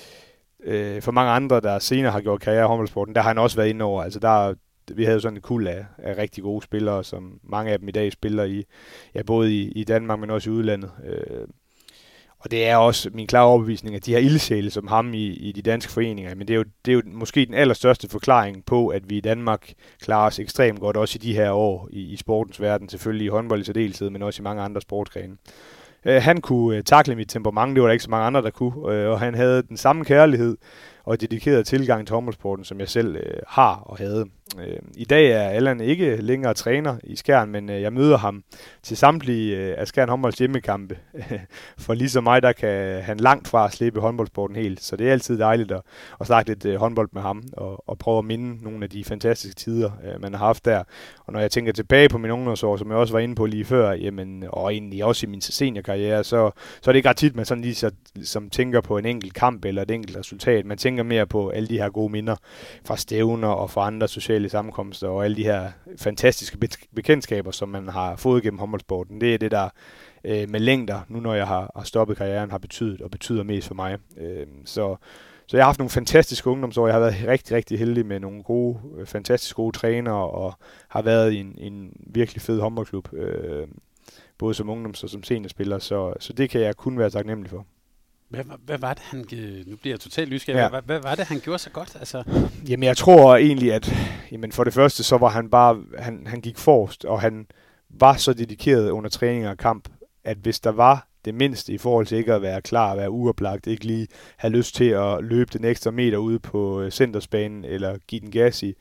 uh, for mange andre, der senere har gjort karriere i håndboldsporten, der har han også været inde over. Altså der, vi havde jo sådan en kuld af, af rigtig gode spillere, som mange af dem i dag spiller i, ja, både i, i Danmark, men også i udlandet. Uh, og det er også min klare overbevisning, at de her ildsjæle som ham i, i de danske foreninger, men det er, jo, det er jo måske den allerstørste forklaring på, at vi i Danmark klarer os ekstremt godt, også i de her år i, i sportens verden, selvfølgelig i håndbold i særdeleshed, men også i mange andre sportsgrene. Uh, han kunne uh, takle mit temperament, det var der ikke så mange andre, der kunne, uh, og han havde den samme kærlighed og dedikeret tilgang til håndboldsporten, som jeg selv uh, har og havde. Uh, I dag er Allan ikke længere træner i Skjern, men uh, jeg møder ham til samtlige uh, af Skjern håndbolds hjemmekampe. For ligesom mig, der kan han langt fra at slippe håndboldsporten helt. Så det er altid dejligt at, at snakke lidt uh, håndbold med ham, og, og prøve at minde nogle af de fantastiske tider, uh, man har haft der. Og når jeg tænker tilbage på mine ungdomsår, som jeg også var inde på lige før, jamen, og egentlig også i min seniorkarriere, så, så er det ikke ret tit, man sådan lige så, som tænker på en enkelt kamp eller et enkelt resultat. Man tænker mere på alle de her gode minder fra stævner og fra andre sociale sammenkomster og alle de her fantastiske bekendtskaber, som man har fået gennem håndboldsporten. Det er det, der øh, med længder, nu når jeg har, har stoppet karrieren, har betydet og betyder mest for mig. Øh, så, så jeg har haft nogle fantastiske ungdomsår. Jeg har været rigtig, rigtig heldig med nogle gode, fantastisk gode trænere og har været i en, en virkelig fed håndboldklub, øh, både som ungdoms- og som seniorspiller. Så, så det kan jeg kun være taknemmelig for. Hvad, hvad var det, han... Nu bliver jeg totalt nysgerrig. Ja. Hvad, hvad var det, han gjorde så godt? Altså? Jamen, jeg tror egentlig, at jamen, for det første, så var han bare... Han, han gik forrest, og han var så dedikeret under træning og kamp, at hvis der var det mindste i forhold til ikke at være klar, at være uoplagt, ikke lige have lyst til at løbe den ekstra meter ude på centersbanen, eller give den gas i,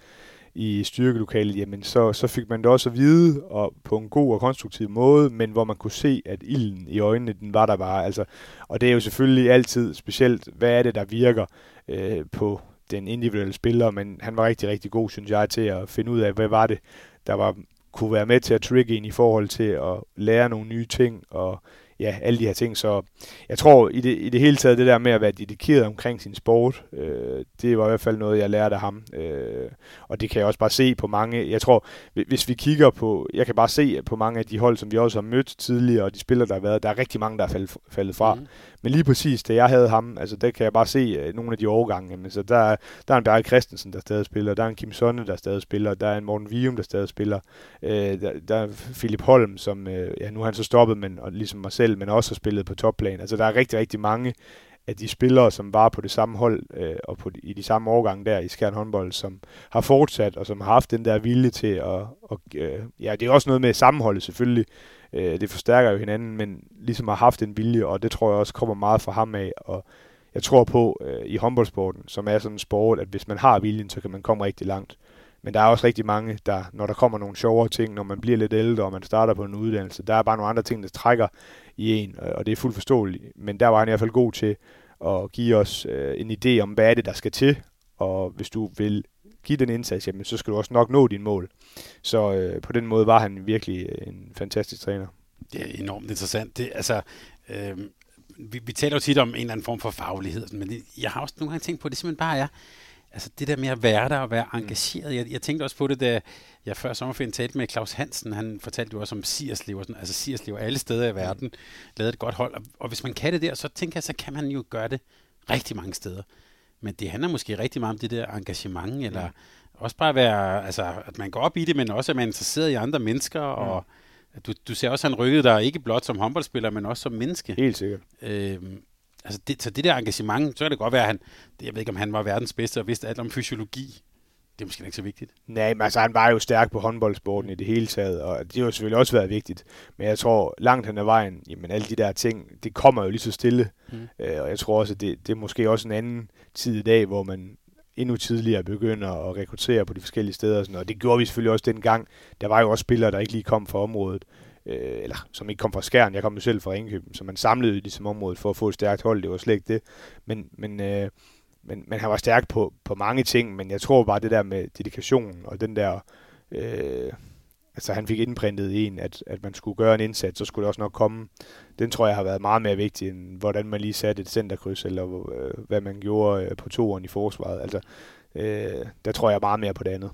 i styrkelokalet, jamen så, så fik man det også at vide, og på en god og konstruktiv måde, men hvor man kunne se, at ilden i øjnene, den var der bare. Altså, og det er jo selvfølgelig altid specielt, hvad er det, der virker øh, på den individuelle spiller, men han var rigtig, rigtig god, synes jeg, til at finde ud af, hvad var det, der var, kunne være med til at trigge en i forhold til at lære nogle nye ting, og ja, alle de her ting. Så jeg tror, i det, i det hele taget, det der med at være dedikeret omkring sin sport, øh, det var i hvert fald noget, jeg lærte af ham. Øh, og det kan jeg også bare se på mange. Jeg tror, hvis vi kigger på, jeg kan bare se på mange af de hold, som vi også har mødt tidligere, og de spillere, der har været, der er rigtig mange, der er faldet, faldet fra. Mm. Men lige præcis, da jeg havde ham, altså der kan jeg bare se uh, nogle af de overgange. Men så der, der er en Bjarke Christensen, der stadig spiller, der er en Kim Sonne, der stadig spiller, der er en Morten Vium, der stadig spiller, uh, der, der er Philip Holm, som, uh, ja, nu har han så stoppet, men, og ligesom mig selv, men også har spillet på topplan. Altså der er rigtig, rigtig mange af de spillere, som var på det samme hold, øh, og på de, i de samme årgange der i Skjern håndbold, som har fortsat, og som har haft den der vilje til at, og, øh, ja, det er også noget med sammenholdet selvfølgelig, øh, det forstærker jo hinanden, men ligesom har haft en vilje, og det tror jeg også kommer meget fra ham af, og jeg tror på øh, i håndboldsporten, som er sådan en sport, at hvis man har viljen, så kan man komme rigtig langt. Men der er også rigtig mange, der, når der kommer nogle sjovere ting, når man bliver lidt ældre, og man starter på en uddannelse, der er bare nogle andre ting, der trækker i en, og det er fuldt forståeligt. Men der var han i hvert fald god til at give os øh, en idé om, hvad er det, der skal til, og hvis du vil give den indsats, jamen, så skal du også nok nå din mål. Så øh, på den måde var han virkelig en fantastisk træner. Det er enormt interessant. Det, altså, øh, vi, vi taler jo tit om en eller anden form for faglighed, men det, jeg har også nogle gange tænkt på, at det simpelthen bare er, altså det der med at være der og være engageret. Jeg, jeg tænkte også på det, da jeg før sommerferien talte med Claus Hansen. Han fortalte jo også om Sierslev, altså Sierslev alle steder i verden lavede et godt hold. Og, og hvis man kan det der, så tænker jeg, så kan man jo gøre det rigtig mange steder. Men det handler måske rigtig meget om det der engagement, eller mm. også bare være, altså at man går op i det, men også at man er interesseret i andre mennesker. Mm. Og du, du ser også, at han rykkede dig ikke blot som håndboldspiller, men også som menneske. Helt sikkert. Øhm, Altså det, så det der engagement, så kan det godt være, at han, det, jeg ved ikke, om han var verdens bedste og vidste alt om fysiologi. Det er måske ikke så vigtigt. Nej, men altså han var jo stærk på håndboldsporten i det hele taget, og det har jo selvfølgelig også været vigtigt. Men jeg tror, langt hen ad vejen, jamen alle de der ting, det kommer jo lige så stille. Mm. Øh, og jeg tror også, at det, det er måske også en anden tid i dag, hvor man endnu tidligere begynder at rekruttere på de forskellige steder. Og, sådan, og det gjorde vi selvfølgelig også dengang. Der var jo også spillere, der ikke lige kom fra området. Øh, eller som ikke kom fra Skjern. Jeg kom jo selv fra Ringkøbing, så man samlede i ligesom området for at få et stærkt hold. Det var slet ikke det. Men, men, øh, men, men han var stærk på, på mange ting, men jeg tror bare det der med dedikationen og den der, øh, altså han fik indprintet i en, at, at man skulle gøre en indsats, så skulle det også nok komme. Den tror jeg har været meget mere vigtig, end hvordan man lige satte et centerkryds, eller øh, hvad man gjorde øh, på toeren i forsvaret. Altså, øh, der tror jeg meget mere på det andet.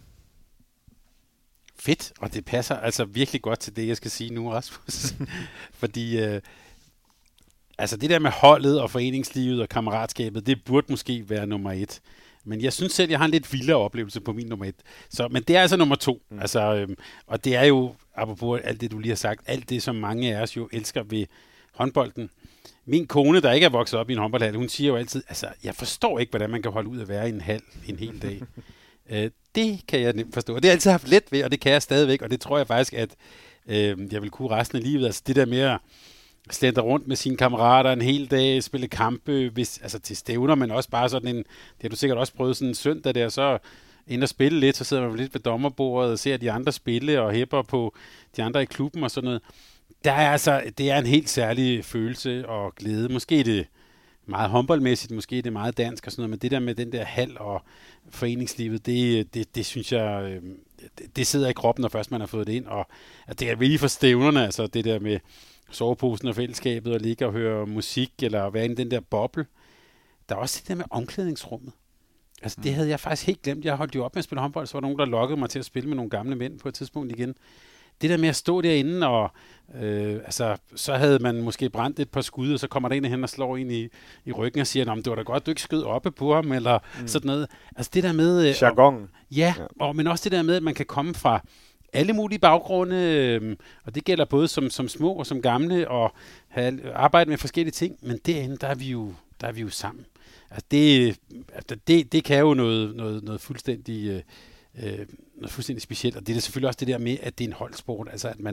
Fedt, og det passer altså virkelig godt til det, jeg skal sige nu, Rasmus. Fordi øh, altså det der med holdet og foreningslivet og kammeratskabet, det burde måske være nummer et. Men jeg synes selv, jeg har en lidt vildere oplevelse på min nummer et. Så, men det er altså nummer to. Mm. Altså, øhm, og det er jo, apropos alt det, du lige har sagt, alt det, som mange af os jo elsker ved håndbolden. Min kone, der ikke er vokset op i en håndboldhal, hun siger jo altid, altså, jeg forstår ikke, hvordan man kan holde ud at være i en hal en hel dag. øh, det kan jeg nemt forstå. Og det har jeg altid haft let ved, og det kan jeg stadigvæk. Og det tror jeg faktisk, at øh, jeg vil kunne resten af livet. Altså det der med at slender rundt med sine kammerater en hel dag, spille kampe, hvis, altså til stævner, men også bare sådan en, det har du sikkert også prøvet sådan en søndag der, så ind og spille lidt, så sidder man lidt ved dommerbordet og ser de andre spille og hæpper på de andre i klubben og sådan noget. Der er altså, det er en helt særlig følelse og glæde. Måske er det meget håndboldmæssigt, måske er det meget dansk og sådan noget, men det der med den der hal og foreningslivet, det, det, det synes jeg, det, det sidder i kroppen, når først man har fået det ind, og at det er virkelig for stævnerne, altså det der med soveposen og fællesskabet og ligge og høre musik eller være inde i den der boble. Der er også det der med omklædningsrummet. Altså det havde jeg faktisk helt glemt. Jeg holdt jo op med at spille håndbold, så var der nogen, der lokkede mig til at spille med nogle gamle mænd på et tidspunkt igen. Det der med at stå derinde, og øh, altså, så havde man måske brændt et par skud, og så kommer der en hen og slår en i, i ryggen og siger, nå, men det var da godt, du ikke skød oppe på ham, eller mm. sådan noget. Altså det der med... Øh, jargon. Ja, ja. Og, men også det der med, at man kan komme fra alle mulige baggrunde, øh, og det gælder både som, som små og som gamle, og have arbejdet med forskellige ting, men derinde, der er vi jo, der er vi jo sammen. Altså det, altså det, det kan jo noget, noget, noget fuldstændig... Øh, noget fuldstændig specielt, og det er selvfølgelig også det der med, at det er en holdsport, altså at man,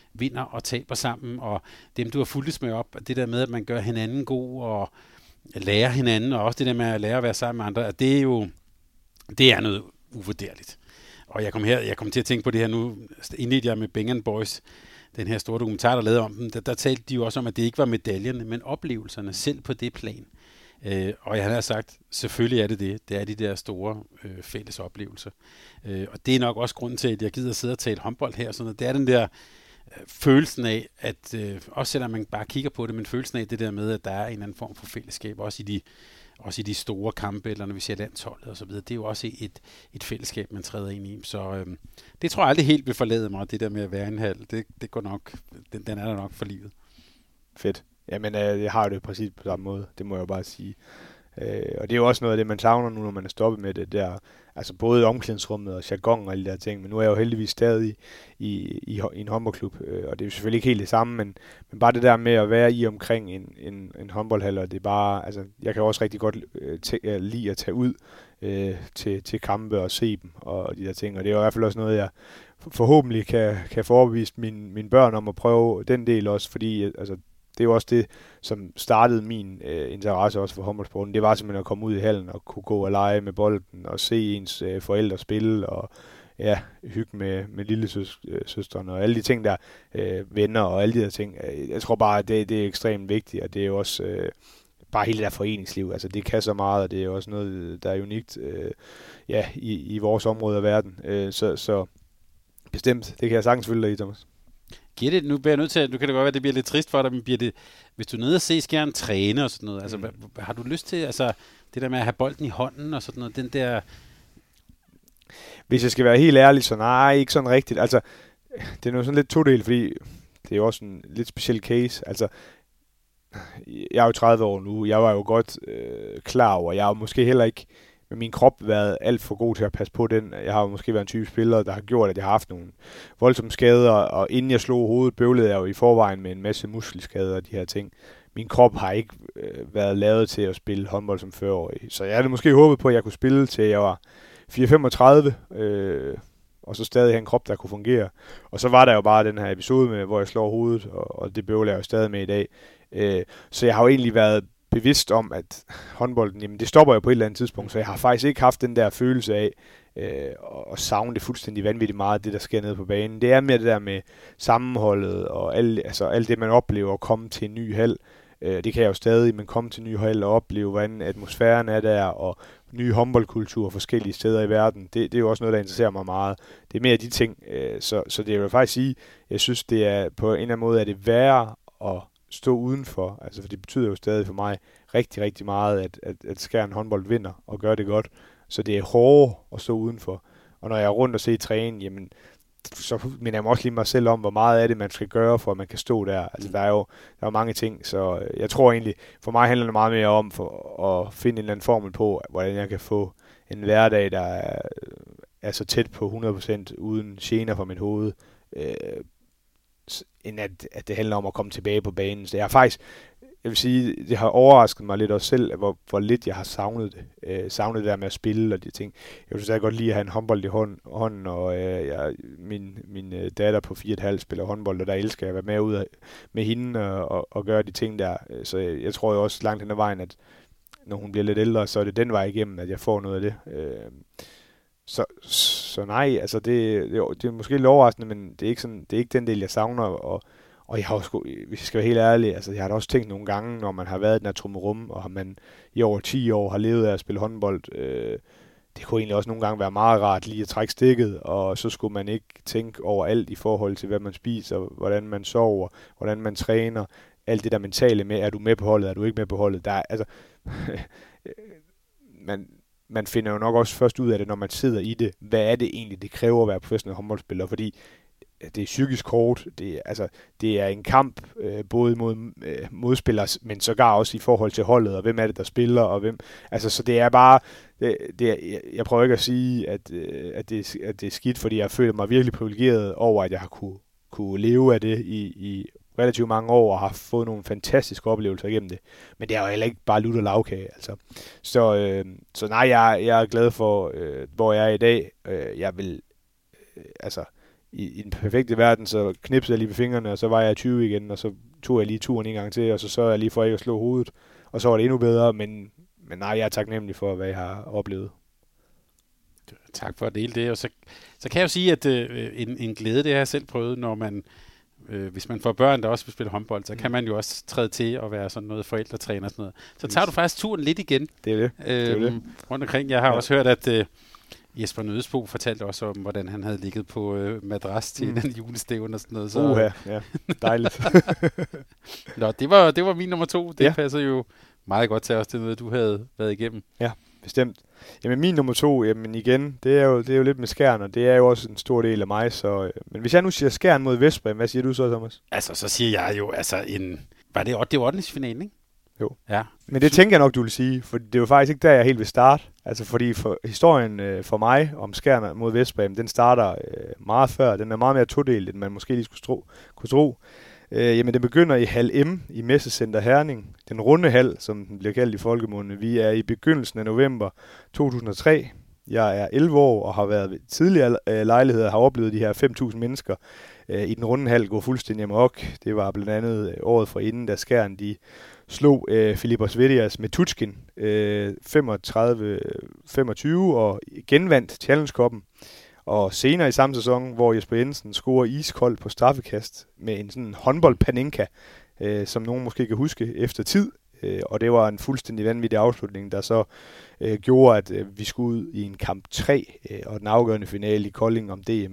vinder og taber sammen, og dem, du har fulgtes med op, det der med, at man gør hinanden god, og lærer hinanden, og også det der med at lære at være sammen med andre, at det er jo, det er noget uvurderligt. Og jeg kom, her, jeg kom til at tænke på det her nu, indledte jeg med Bang and Boys, den her store dokumentar, der lavede om dem, der, der talte de jo også om, at det ikke var medaljerne, men oplevelserne selv på det plan. Øh, og jeg har sagt, selvfølgelig er det det. Det er de der store øh, fælles oplevelser. Øh, og det er nok også grunden til, at jeg gider sidde og tale håndbold her. Sådan noget. Det er den der øh, følelsen af, at øh, også selvom man bare kigger på det, men følelsen af det der med, at der er en eller anden form for fællesskab, også i de, også i de store kampe, eller når vi ser landsholdet og så videre. Det er jo også et, et fællesskab, man træder ind i. Så øh, det tror jeg aldrig helt vil forlade mig, det der med at være en halv. Det, det går nok, den, den er der nok for livet. Fedt. Jamen, øh, jeg har det præcis på samme måde, det må jeg jo bare sige. Øh, og det er jo også noget af det, man savner nu, når man er stoppet med det der, altså både omklædningsrummet og jargon og alle de der ting, men nu er jeg jo heldigvis stadig i, i, i en håndboldklub, øh, og det er jo selvfølgelig ikke helt det samme, men, men bare det der med at være i omkring en, en, en håndboldhal, og det er bare, altså, jeg kan også rigtig godt øh, tæ- lide at tage ud øh, til, til kampe og se dem, og, og de der ting, og det er jo i hvert fald også noget, jeg forhåbentlig kan, kan få overbevist mine, mine børn om at prøve den del også, fordi, altså, det er jo også det, som startede min øh, interesse også for håndboldsporten. Det var simpelthen at komme ud i hallen og kunne gå og lege med bolden og se ens øh, forældre spille og ja, hygge med, med lillesøsterne og alle de ting der, øh, venner og alle de der ting. Jeg tror bare, at det, det er ekstremt vigtigt, og det er jo også øh, bare hele det der foreningsliv. Altså det kan så meget, og det er jo også noget, der er unikt øh, ja, i, i vores område af verden. Øh, så, så bestemt, det kan jeg sagtens følge dig i, Thomas. Giver det, nu bliver jeg nødt til, nu kan det godt være, at det bliver lidt trist for dig, men bliver det, hvis du er nede og se skjern træne og sådan noget, altså, mm. hvad, har du lyst til, altså, det der med at have bolden i hånden og sådan noget, den der... Hvis jeg skal være helt ærlig, så nej, ikke sådan rigtigt. Altså, det er noget sådan lidt todelt, fordi det er jo også en lidt speciel case. Altså, jeg er jo tredive år nu, jeg var jo godt øh, klar over, jeg har måske heller ikke med min krop været alt for god til at passe på den. Jeg har jo måske været en type spiller, der har gjort, at jeg har haft nogle voldsomme skader, og inden jeg slog hovedet, bøvlede jeg jo i forvejen med en masse muskelskader og de her ting. Min krop har ikke øh, været lavet til at spille håndbold som fyrre-årig, så jeg havde måske håbet på, at jeg kunne spille til jeg var fire femogtredive, øh, og så stadig have en krop, der kunne fungere. Og så var der jo bare den her episode med, hvor jeg slår hovedet, og, og det bøvler jeg jo stadig med i dag. Øh, så jeg har jo egentlig været bevidst om, at håndbolden, jamen det stopper jo på et eller andet tidspunkt, så jeg har faktisk ikke haft den der følelse af øh, at savne det fuldstændig vanvittigt meget, det der sker nede på banen. Det er mere det der med sammenholdet og alt, altså alt det, man oplever at komme til en ny hal. Øh, det kan jeg jo stadig, men komme til en ny hal og opleve, hvordan atmosfæren er der, og ny håndboldkultur forskellige steder i verden. Det, det er jo også noget, der interesserer mig meget. Det er mere de ting, øh, så, så det vil jeg faktisk sige, jeg synes, det er på en eller anden måde, at det værre at stå udenfor, altså for det betyder jo stadig for mig rigtig, rigtig meget, at, at, at Skjern håndbold vinder og gør det godt. Så det er hårdere at stå udenfor. Og når jeg er rundt og se træne, jamen, så minder jeg mig også lige mig selv om, hvor meget af det, man skal gøre, for at man kan stå der. Altså der er jo der er mange ting, så jeg tror egentlig, for mig handler det meget mere om for at finde en eller anden formel på, hvordan jeg kan få en hverdag, der er, er så tæt på hundrede procent uden gener for mit hoved, øh, end at, at det handler om at komme tilbage på banen. Så jeg har faktisk, jeg vil sige, det har overrasket mig lidt også selv, hvor, hvor lidt jeg har savnet det. Øh, savnet det der med at spille og de ting. Jeg vil så godt lide at have en håndbold i hånd, hånden, og øh, jeg, min, min datter på fire komma fem spiller håndbold, og der elsker jeg at være med ud af, med hende og, og, og gøre de ting der. Så jeg, jeg tror jo også langt hen ad vejen, at når hun bliver lidt ældre, så er det den vej igennem, at jeg får noget af det. Øh, Så, så nej, altså det, det, det er måske lidt overraskende, men det er ikke sådan, det er ikke den del, jeg savner, og, og jeg har også, hvis jeg skal være helt ærlig, altså jeg har da også tænkt nogle gange, når man har været i den her trummerum, og man i over ti år har levet af at spille håndbold, øh, det kunne egentlig også nogle gange være meget rart lige at trække stikket, og så skulle man ikke tænke over alt i forhold til, hvad man spiser, hvordan man sover, hvordan man træner, alt det der mentale med, er du med på holdet, er du ikke med på holdet, der er, altså, man man finder jo nok også først ud af det, når man sidder i det. Hvad er det egentlig, det kræver at være professionel håndboldspiller? Fordi det er psykisk hårdt. Det er, altså, det er en kamp øh, både mod øh, modspillere, men sågar også i forhold til holdet, og hvem er det, der spiller, og hvem... Altså, så det er bare... Det, det er, jeg prøver ikke at sige, at, øh, at, det, at det er skidt, fordi jeg føler mig virkelig privilegeret over, at jeg har kunne, kunne leve af det i, i relativt mange år, og har fået nogle fantastiske oplevelser igennem det. Men det er jo heller ikke bare lutter lavkage, altså. Så, øh, så nej, jeg, jeg er glad for, øh, hvor jeg er i dag. Øh, jeg vil, øh, altså, i, i den perfekte verden, så knipsede jeg lige ved fingrene, og så var jeg tyve igen, og så tog jeg lige turen en gang til, og så sørgede jeg lige for ikke at slå hovedet, og så var det endnu bedre, men, men nej, jeg er taknemmelig for, hvad jeg har oplevet. Tak for at dele det, og så, så kan jeg jo sige, at øh, en, en glæde, det har jeg selv prøvet, når man, øh, hvis man får børn, der også vil spille håndbold, så kan man jo også træde til og være sådan noget forældretræner og sådan noget. Så tager du faktisk turen lidt igen. Det er det. Øh, det, er det. Rundt omkring. Jeg har ja. også hørt, at øh, Jesper Nødesbo fortalte også om, hvordan han havde ligget på øh, madras til mm. den julestævn og sådan noget. Så, Uha, ja. Dejligt. Nå, det var, det var min nummer to. Det ja. passer jo meget godt til os, det noget, du havde været igennem. Ja, bestemt. Jamen min nummer to, jamen igen, det er jo, det er jo lidt med Skjern, og det er jo også en stor del af mig. Så, øh, men hvis jeg nu siger Skjern mod Vestbrem, hvad siger du så, Thomas? Altså, så siger jeg jo, altså en... Var det, det var ottende-finalen, ikke? Jo. Ja. Men det tænker jeg nok, du vil sige, for det er jo faktisk ikke der, jeg helt vil starte. Altså fordi for, historien øh, for mig om Skjern mod Vestbrem, den starter øh, meget før. Den er meget mere todelt, end man måske lige skulle tro. Kunne tro. Øh, jamen, det begynder i hal M i Messecenter Herning. Den runde hal, som den bliver kaldt i folkemunde. Vi er i begyndelsen af november to tusind og tre. Jeg er elleve år og har været ved tidligere øh, lejligheder, har oplevet de her fem tusind mennesker øh, i den runde hal gå fuldstændig amok. Det var blandt andet øh, året for inden, da Skjern de slog øh, Filipos Vedias med Tutskin øh, femogtredive femogtyve og genvandt Challenge Cup'en. Og senere i samme sæson, hvor Jesper Jensen scorer iskoldt på straffekast med en sådan håndboldpaninka, øh, som nogen måske kan huske efter tid. Øh, og det var en fuldstændig vanvittig afslutning, der så øh, gjorde, at øh, vi skulle ud i en kamp tre øh, og den afgørende finale i Kolding om D M.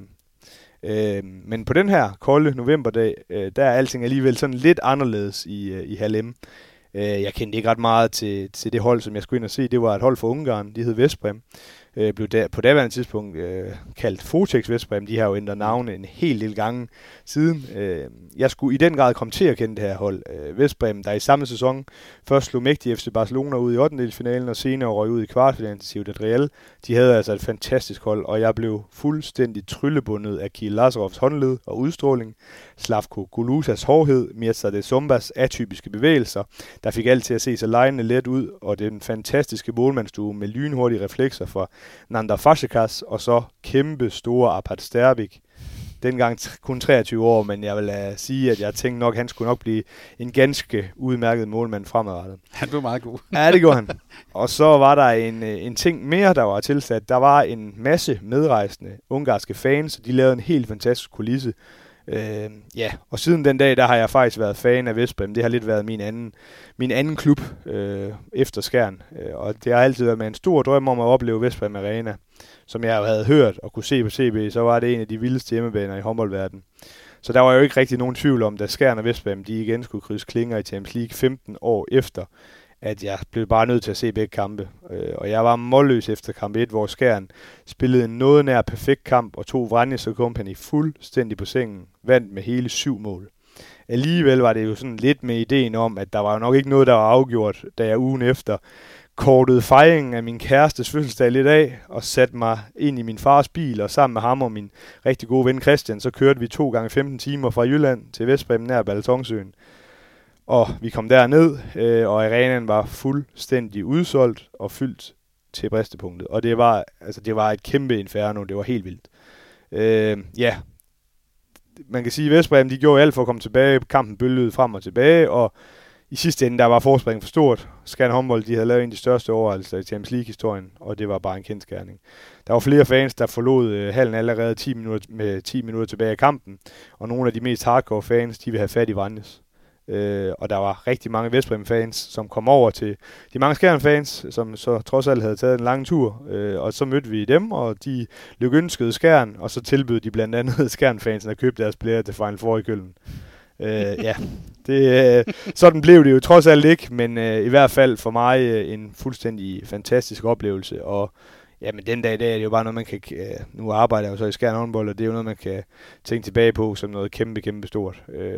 Øh, men på den her kolde novemberdag, øh, der er alting alligevel sådan lidt anderledes i, øh, i hal M. Øh, jeg kendte ikke ret meget til, til det hold, som jeg skulle ind og se. Det var et hold fra Ungarn, de hed Vestbrem. Øh, blev der, på daværende tidspunkt øh, kaldt Fotex Vestbrem. De har jo ændret navne en hel del gange siden. Øh, jeg skulle i den grad komme til at kende det her hold. Øh, Vestbrem, der i samme sæson først slog mægtig F C Barcelona ud i ottendedelsfinalen, og senere røg ud i kvartfinalen til Ciudad Real. De havde altså et fantastisk hold, og jeg blev fuldstændig tryllebundet af Kiel Lazarovs håndled og udstråling, Slavko Gulusas hårdhed, Mirza de Zombas atypiske bevægelser, der fik alt til at se så lejende let ud, og den fantastiske målmandsstue med lynhurtige reflekser fra Nandar Fazekas, og så kæmpe store Arpad Sterbik. Dengang t- kun treogtyve år, men jeg vil uh, sige, at jeg tænkte nok, at han skulle nok blive en ganske udmærket målmand fremadrettet. Han blev meget god. Ja, det gjorde han. Og så var der en, en ting mere, der var tilsat. Der var en masse medrejsende ungarske fans, og de lavede en helt fantastisk kulisse. Øh, ja, og siden den dag, der har jeg faktisk været fan af Vestbrem. Det har lidt været min anden, min anden klub øh, efter Skjern. Øh, og det har altid været med en stor drøm om at opleve Vestbrem Arena. Som jeg havde hørt og kunne se på C B, så var det en af de vildeste hjemmebaner i håndboldverdenen. Så der var jo ikke rigtig nogen tvivl om, da Skjern og Vestbrem de igen skulle krydse klinger i Champions League femten år efter, at jeg blev bare nødt til at se begge kampe. Og jeg var målløs efter kamp et, hvor Skjern spillede en noget nær perfekt kamp og tog Vranjes og Company fuldstændig på sengen, vandt med hele syv mål. Alligevel var det jo sådan lidt med ideen om, at der var jo nok ikke noget, der var afgjort, da jeg ugen efter kortede fejringen af min kærestes fødselsdag lidt af, og satte mig ind i min fars bil, og sammen med ham og min rigtig gode ven Christian, så kørte vi to gange femten timer fra Jylland til Vestbrem nær Balatonsøen. Og vi kom derned, øh, og arenaen var fuldstændig udsolgt og fyldt til bristepunktet. Og det var, altså, det var et kæmpe inferno, det var helt vildt. Øh, ja, man kan sige, at Vestbrem de gjorde alt for at komme tilbage, kampen bølgede frem og tilbage, og i sidste ende, der var forspringen for stort. Skjern håndbold, de havde lavet en af de største overraskelser i Champions League-historien, og det var bare en kendsgerning. Der var flere fans, der forlod øh, hallen allerede ti minutter, med ti minutter tilbage i kampen, og nogle af de mest hardcore fans, de ville have fat i Vranjes. Øh, og der var rigtig mange Vestbrem-fans, som kom over til de mange Skjern-fans, som så trods alt havde taget en lang tur, øh, og så mødte vi dem, og de lykønskede Skjern, og så tilbød de blandt andet Skjern-fansen at købe deres billetter til Final Four i Køln. øh, ja, det, øh, sådan blev det jo trods alt ikke, men øh, i hvert fald for mig øh, en fuldstændig fantastisk oplevelse, og ja, men den dag i dag er det jo bare noget, man kan, øh, nu arbejder jeg jo så i Skjern håndbold, og det er jo noget, man kan tænke tilbage på som noget kæmpe, kæmpe stort. Øh,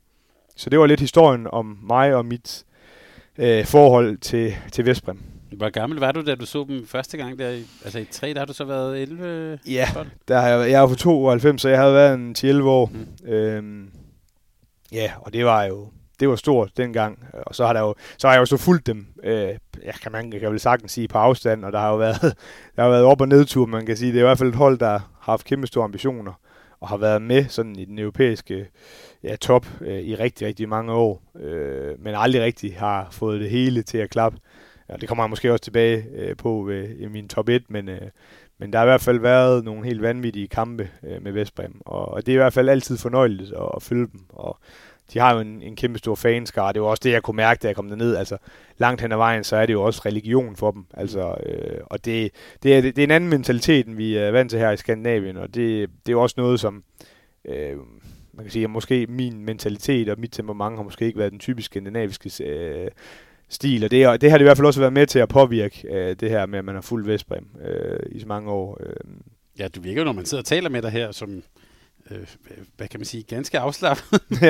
så det var lidt historien om mig og mit øh, forhold til, til Vestbrem. Hvor gammel var du, da du så dem første gang der? Altså i tre, der har du så været elleve? Ja, der har jeg, jeg er fra tooghalvfems, så jeg havde været en ti elleve år. Mm. Øhm, ja, og det var jo det var stort dengang. Og så har, der jo, så har jeg jo så fulgt dem, øh, jeg kan man kan vel sagtens sige på afstand, og der har jo været, der har været op- og nedtur, man kan sige. Det er i hvert fald et hold, der har haft kæmpe store ambitioner. og har været med sådan i den europæiske ja, top øh, i rigtig, rigtig mange år, øh, men aldrig rigtig har fået det hele til at klappe. Ja, det kommer jeg måske også tilbage øh, på øh, i min top et, men, øh, men der har i hvert fald været nogle helt vanvittige kampe øh, med Vestbrem, og, og det er i hvert fald altid fornøjeligt at, at følge dem, og de har jo en, en kæmpe stor fanskare. Det var også det, jeg kunne mærke, da jeg kom derned. Altså, langt hen ad vejen, så er det jo også religion for dem. Altså, øh, og det, det, er, det er en anden mentalitet, end vi er vant til her i Skandinavien, og det, det er jo også noget, som øh, man kan sige, at måske min mentalitet og mit temperament har måske ikke været den typiske skandinaviske øh, stil, og det, og det har det i hvert fald også været med til at påvirke øh, det her med, at man har fulgt Vestbrem øh, i så mange år. Øh. Ja, du virker jo, når man sidder og taler med dig her, som Øh, hvad kan man sige, ganske afslappet.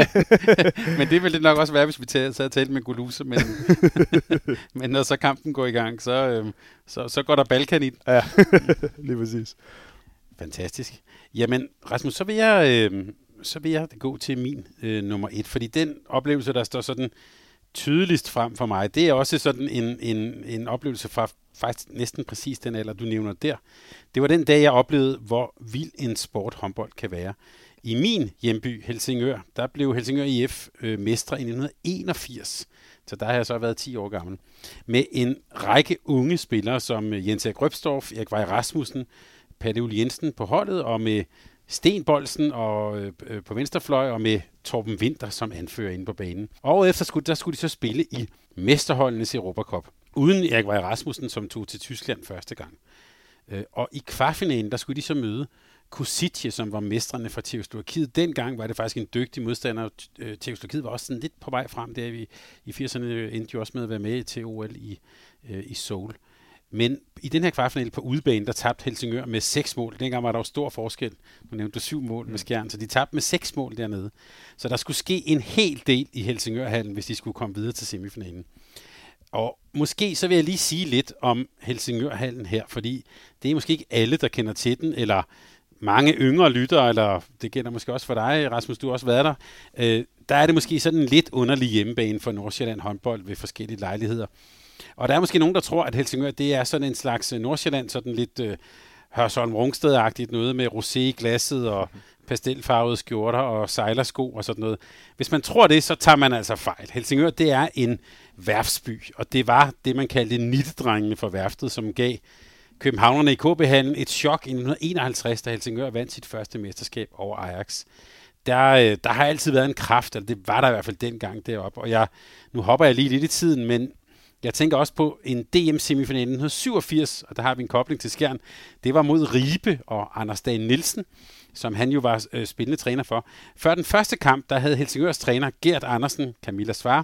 Men det ville det nok også være, hvis vi sad og talte med Guluse, men, men når så kampen går i gang, så, øh, så, så går der Balkan i den. Ja, lige præcis. Fantastisk. Jamen, Rasmus, så vil jeg, øh, så vil jeg gå til min øh, nummer et, fordi den oplevelse, der står sådan tydeligst frem for mig, det er også sådan en, en, en oplevelse fra faktisk næsten præcis den alder, du nævner der. Det var den dag, jeg oplevede, hvor vild en sport håndbold kan være. I min hjemby, Helsingør, der blev Helsingør I F øh, mestre i nitten enogfirs. Så der har jeg så været ti år gammel. Med en række unge spillere, som Jens Erik Røbstorff, Erik Vej Rasmussen, Palle Uli Jensen på holdet, og med Sten Bolsen og, øh, på venstrefløj, og med Torben Winter som anfører inde på banen. Og efter skulle, der skulle de så spille i mesterholdenes Europa Cup, uden Erik Vej Rasmussen, som tog til Tyskland første gang. Øh, og i kvartfinalen, der skulle de så møde Kosice, som var mestrene fra Tjekkoslovakiet. Dengang var det faktisk en dygtig modstander. Tjekkoslovakiet var også sådan lidt på vej frem. Der i, i firserne endte jo også med at være med til O L i, øh, i Seoul. Men i den her kvartfinale på udebane, der tabte Helsingør med seks mål. Dengang var der jo stor forskel. Nu nævnte du syv mål med Skjern, så de tabte med seks mål dernede. Så der skulle ske en hel del i Helsingørhallen, hvis de skulle komme videre til semifinalen. Og måske så vil jeg lige sige lidt om Helsingørhallen her, fordi det er måske ikke alle, der kender til den, eller mange yngre lyttere, eller det gælder måske også for dig, Rasmus, du har også været der. Øh, der er det måske sådan en lidt underlig hjemmebane for Nordsjælland håndbold ved forskellige lejligheder. Og der er måske nogen, der tror, at Helsingør, det er sådan en slags Nordsjælland, sådan lidt øh, Hørsholm-Rungsted-agtigt, noget med rosé i glasset og pastelfarvede skjorter og sejlersko og sådan noget. Hvis man tror det, så tager man altså fejl. Helsingør, det er en værftsby, og det var det, man kaldte nittedrengene for værftet, som gav københavnerne i K B-hallen et chok i nitten enoghalvtreds, da Helsingør vandt sit første mesterskab over Ajax. Der, der har altid været en kraft, eller det var der i hvert fald dengang deroppe, og jeg, nu hopper jeg lige lidt i tiden, men jeg tænker også på en D M-semifinal i nitten syvogfirs, og der har vi en kobling til Skjern. Det var mod Ribe og Anders Dage Nielsen, som han jo var øh, spillende træner for. Før den første kamp, der havde Helsingørs træner Gert Andersen, Camilla Svar,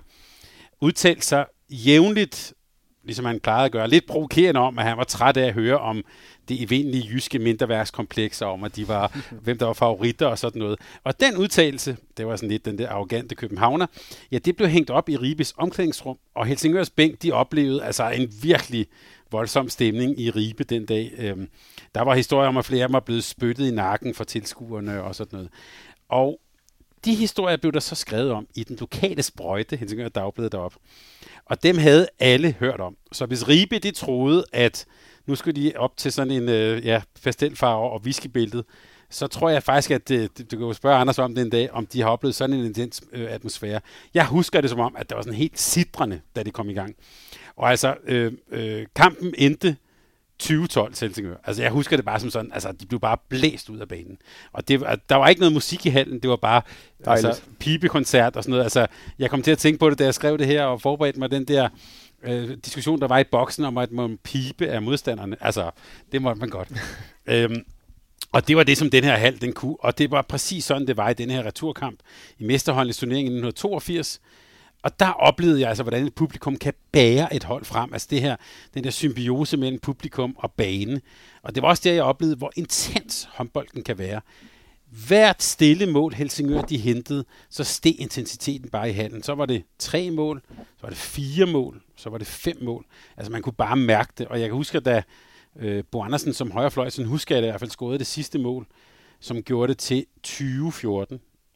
udtalt sig jævnligt, ligesom han plejede at gøre, lidt provokerende om, at han var træt af at høre om det evindelige jyske mindreværkskomplekser, om at de var, hvem der var favoritter og sådan noget. Og den udtalelse, det var sådan lidt den der arrogante københavner, ja, det blev hængt op i Ribes omklædningsrum, og Helsingørs bænk, de oplevede altså en virkelig voldsom stemning i Ribe den dag. Øhm, der var historier om, at flere af dem var blevet spyttet i nakken for tilskuerne og sådan noget. Og de historier blev der så skrevet om i den lokale sprøjte, Helsingør Dagblad deroppe. Og dem havde alle hørt om. Så hvis Ribe, de troede, at nu skulle de op til sådan en øh, ja, pastelfarve og whiskybæltet, så tror jeg faktisk, at øh, du kan jo spørge Anders om den dag, om de har oplevet sådan en intens øh, atmosfære. Jeg husker det som om, at det var sådan helt sidrende, da det kom i gang. Og altså, øh, øh, kampen endte tyve tolv til Helsingør. Altså, jeg husker det bare som sådan, altså, de blev bare blæst ud af banen. Og det, der var ikke noget musik i hallen, det var bare altså, pibekoncert og sådan noget. Altså, jeg kom til at tænke på det, da jeg skrev det her, og forberedte mig den der øh, diskussion, der var i boksen om, at man pibe af modstanderne. Altså, det måtte man godt. øhm, og det var det, som den her hal, den kunne. Og det var præcis sådan, det var i den her returkamp i Mesterholdenes turnering i nitten toogfirs. Og der oplevede jeg altså, hvordan et publikum kan bære et hold frem. Altså det her, den der symbiose mellem publikum og bane. Og det var også der, jeg oplevede, hvor intens håndbolden kan være. Hvert stille mål Helsingør, de hentede, så steg intensiteten bare i hallen. Så var det tre mål, så var det fire mål, så var det fem mål. Altså man kunne bare mærke det. Og jeg kan huske, at da øh, Bo Andersen som højrefløj, så husker jeg, at jeg i hvert fald scorede det sidste mål, som gjorde det til tyve fjorten.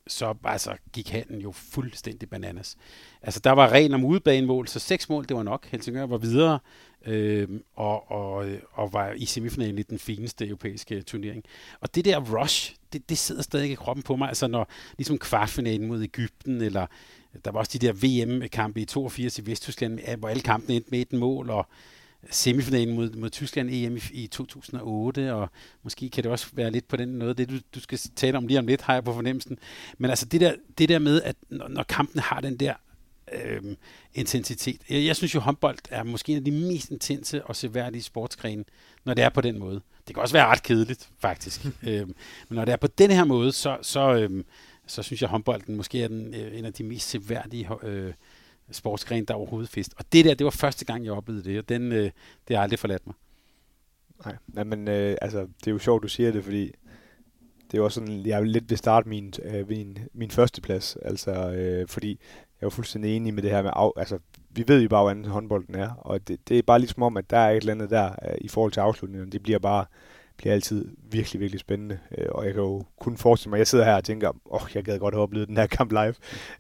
så altså, gik handlen jo fuldstændig bananas. Altså, der var reglen om udebanemål, så seks mål, det var nok. Helsingør var videre, øh, og, og, og var i semifinalen i den fineste europæiske turnering. Og det der rush, det, det sidder stadig i kroppen på mig. Altså, når ligesom kvartfinalen mod Egypten, eller der var også de der V M-kampe i toogfirs i Vesttyskland, hvor alle kampene endte med et mål, og semifinalen mod, mod Tyskland E M i, i to tusind og otte, og måske kan det også være lidt på den noget, det du, du skal tale om lige om lidt, har jeg på fornemmelsen. Men altså det der, det der med, at når, når kampen har den der øh, intensitet. Jeg, jeg synes jo, håndbold er måske en af de mest intense og seværdige sportsgrene, når det er på den måde. Det kan også være ret kedeligt, faktisk. øh, men når det er på den her måde, så, så, øh, så synes jeg, at håndbolden måske er den, øh, en af de mest seværdige øh, sportsgren, der overhovedet findes. Og det der, det var første gang, jeg oplevede det, og den, øh, det har aldrig forladt mig. Nej, nej men øh, altså, det er jo sjovt, du siger det, fordi det var sådan, jeg vil lidt vil starte min, øh, min, min første plads, altså, øh, fordi jeg var fuldstændig enig med det her med, af, altså, vi ved jo bare, hvordan håndbolden er, og det, det er bare ligesom om, at der er et eller andet der, øh, i forhold til afslutningen, det bliver bare, bliver altid virkelig, virkelig spændende, øh, og jeg kan jo kun forestille mig, jeg sidder her og tænker, åh, oh, jeg gad godt have oplevet den her kamp live,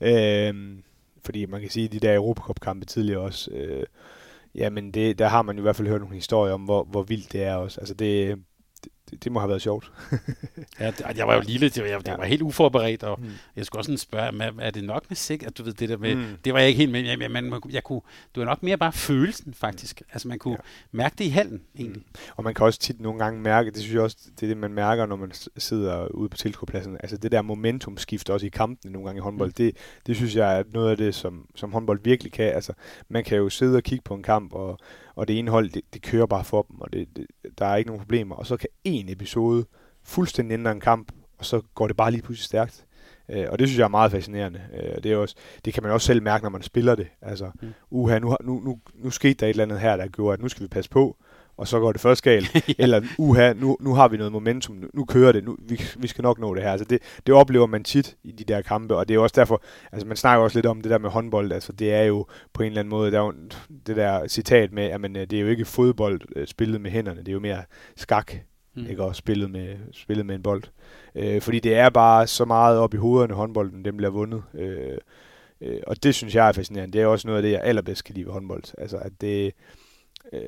øh, fordi man kan sige, de der Europacup-kampe tidligere også, øh, jamen det, der har man jo i hvert fald hørt nogle historier om, hvor, hvor vildt det er også. Altså det, det, det må have været sjovt. Ja, det, jeg var jo lille, det var, jeg, det var helt uforberedt, og mm. jeg skulle også sådan spørge, er det nok med sikkert, du ved det der med, mm. det var jeg ikke helt med, jeg, man, man, jeg kunne, det var nok mere bare følelsen faktisk, altså man kunne ja. mærke det i hallen egentlig. Mm. Og man kan også tit nogle gange mærke, det synes jeg også, det er det man mærker, når man sidder ude på tilskuerpladsen, altså det der momentumskift også i kampene nogle gange i håndbold, mm. det, det synes jeg er noget af det, som, som håndbold virkelig kan, altså man kan jo sidde og kigge på en kamp, og og det ene hold, det, det kører bare for dem, og det, det, der er ikke nogen problemer. Og så kan en episode fuldstændig ændre en kamp, og så går det bare lige pludselig stærkt. Øh, og det synes jeg er meget fascinerende. Øh, det, er også, det kan man også selv mærke, når man spiller det. Altså, mm. uha, nu, nu, nu, nu skete der et eller andet her, der gjorde, at nu skal vi passe på, og så går det først galt. ja. Eller uha, nu, nu har vi noget momentum, nu, nu kører det, nu, vi, vi skal nok nå det her. Altså det, det oplever man tit i de der kampe, og det er også derfor, altså man snakker også lidt om det der med håndbold, altså det er jo på en eller anden måde, der er jo det der citat med, at det er jo ikke fodbold spillet med hænderne, det er jo mere skak, mm. ikke også spillet med, spillet med en bold. Øh, fordi det er bare så meget op i hovederne, håndbolden, den bliver vundet. Øh, øh, og det synes jeg er fascinerende. Det er også noget af det, jeg allerbedst kan lide ved håndbold. Altså at det... Øh,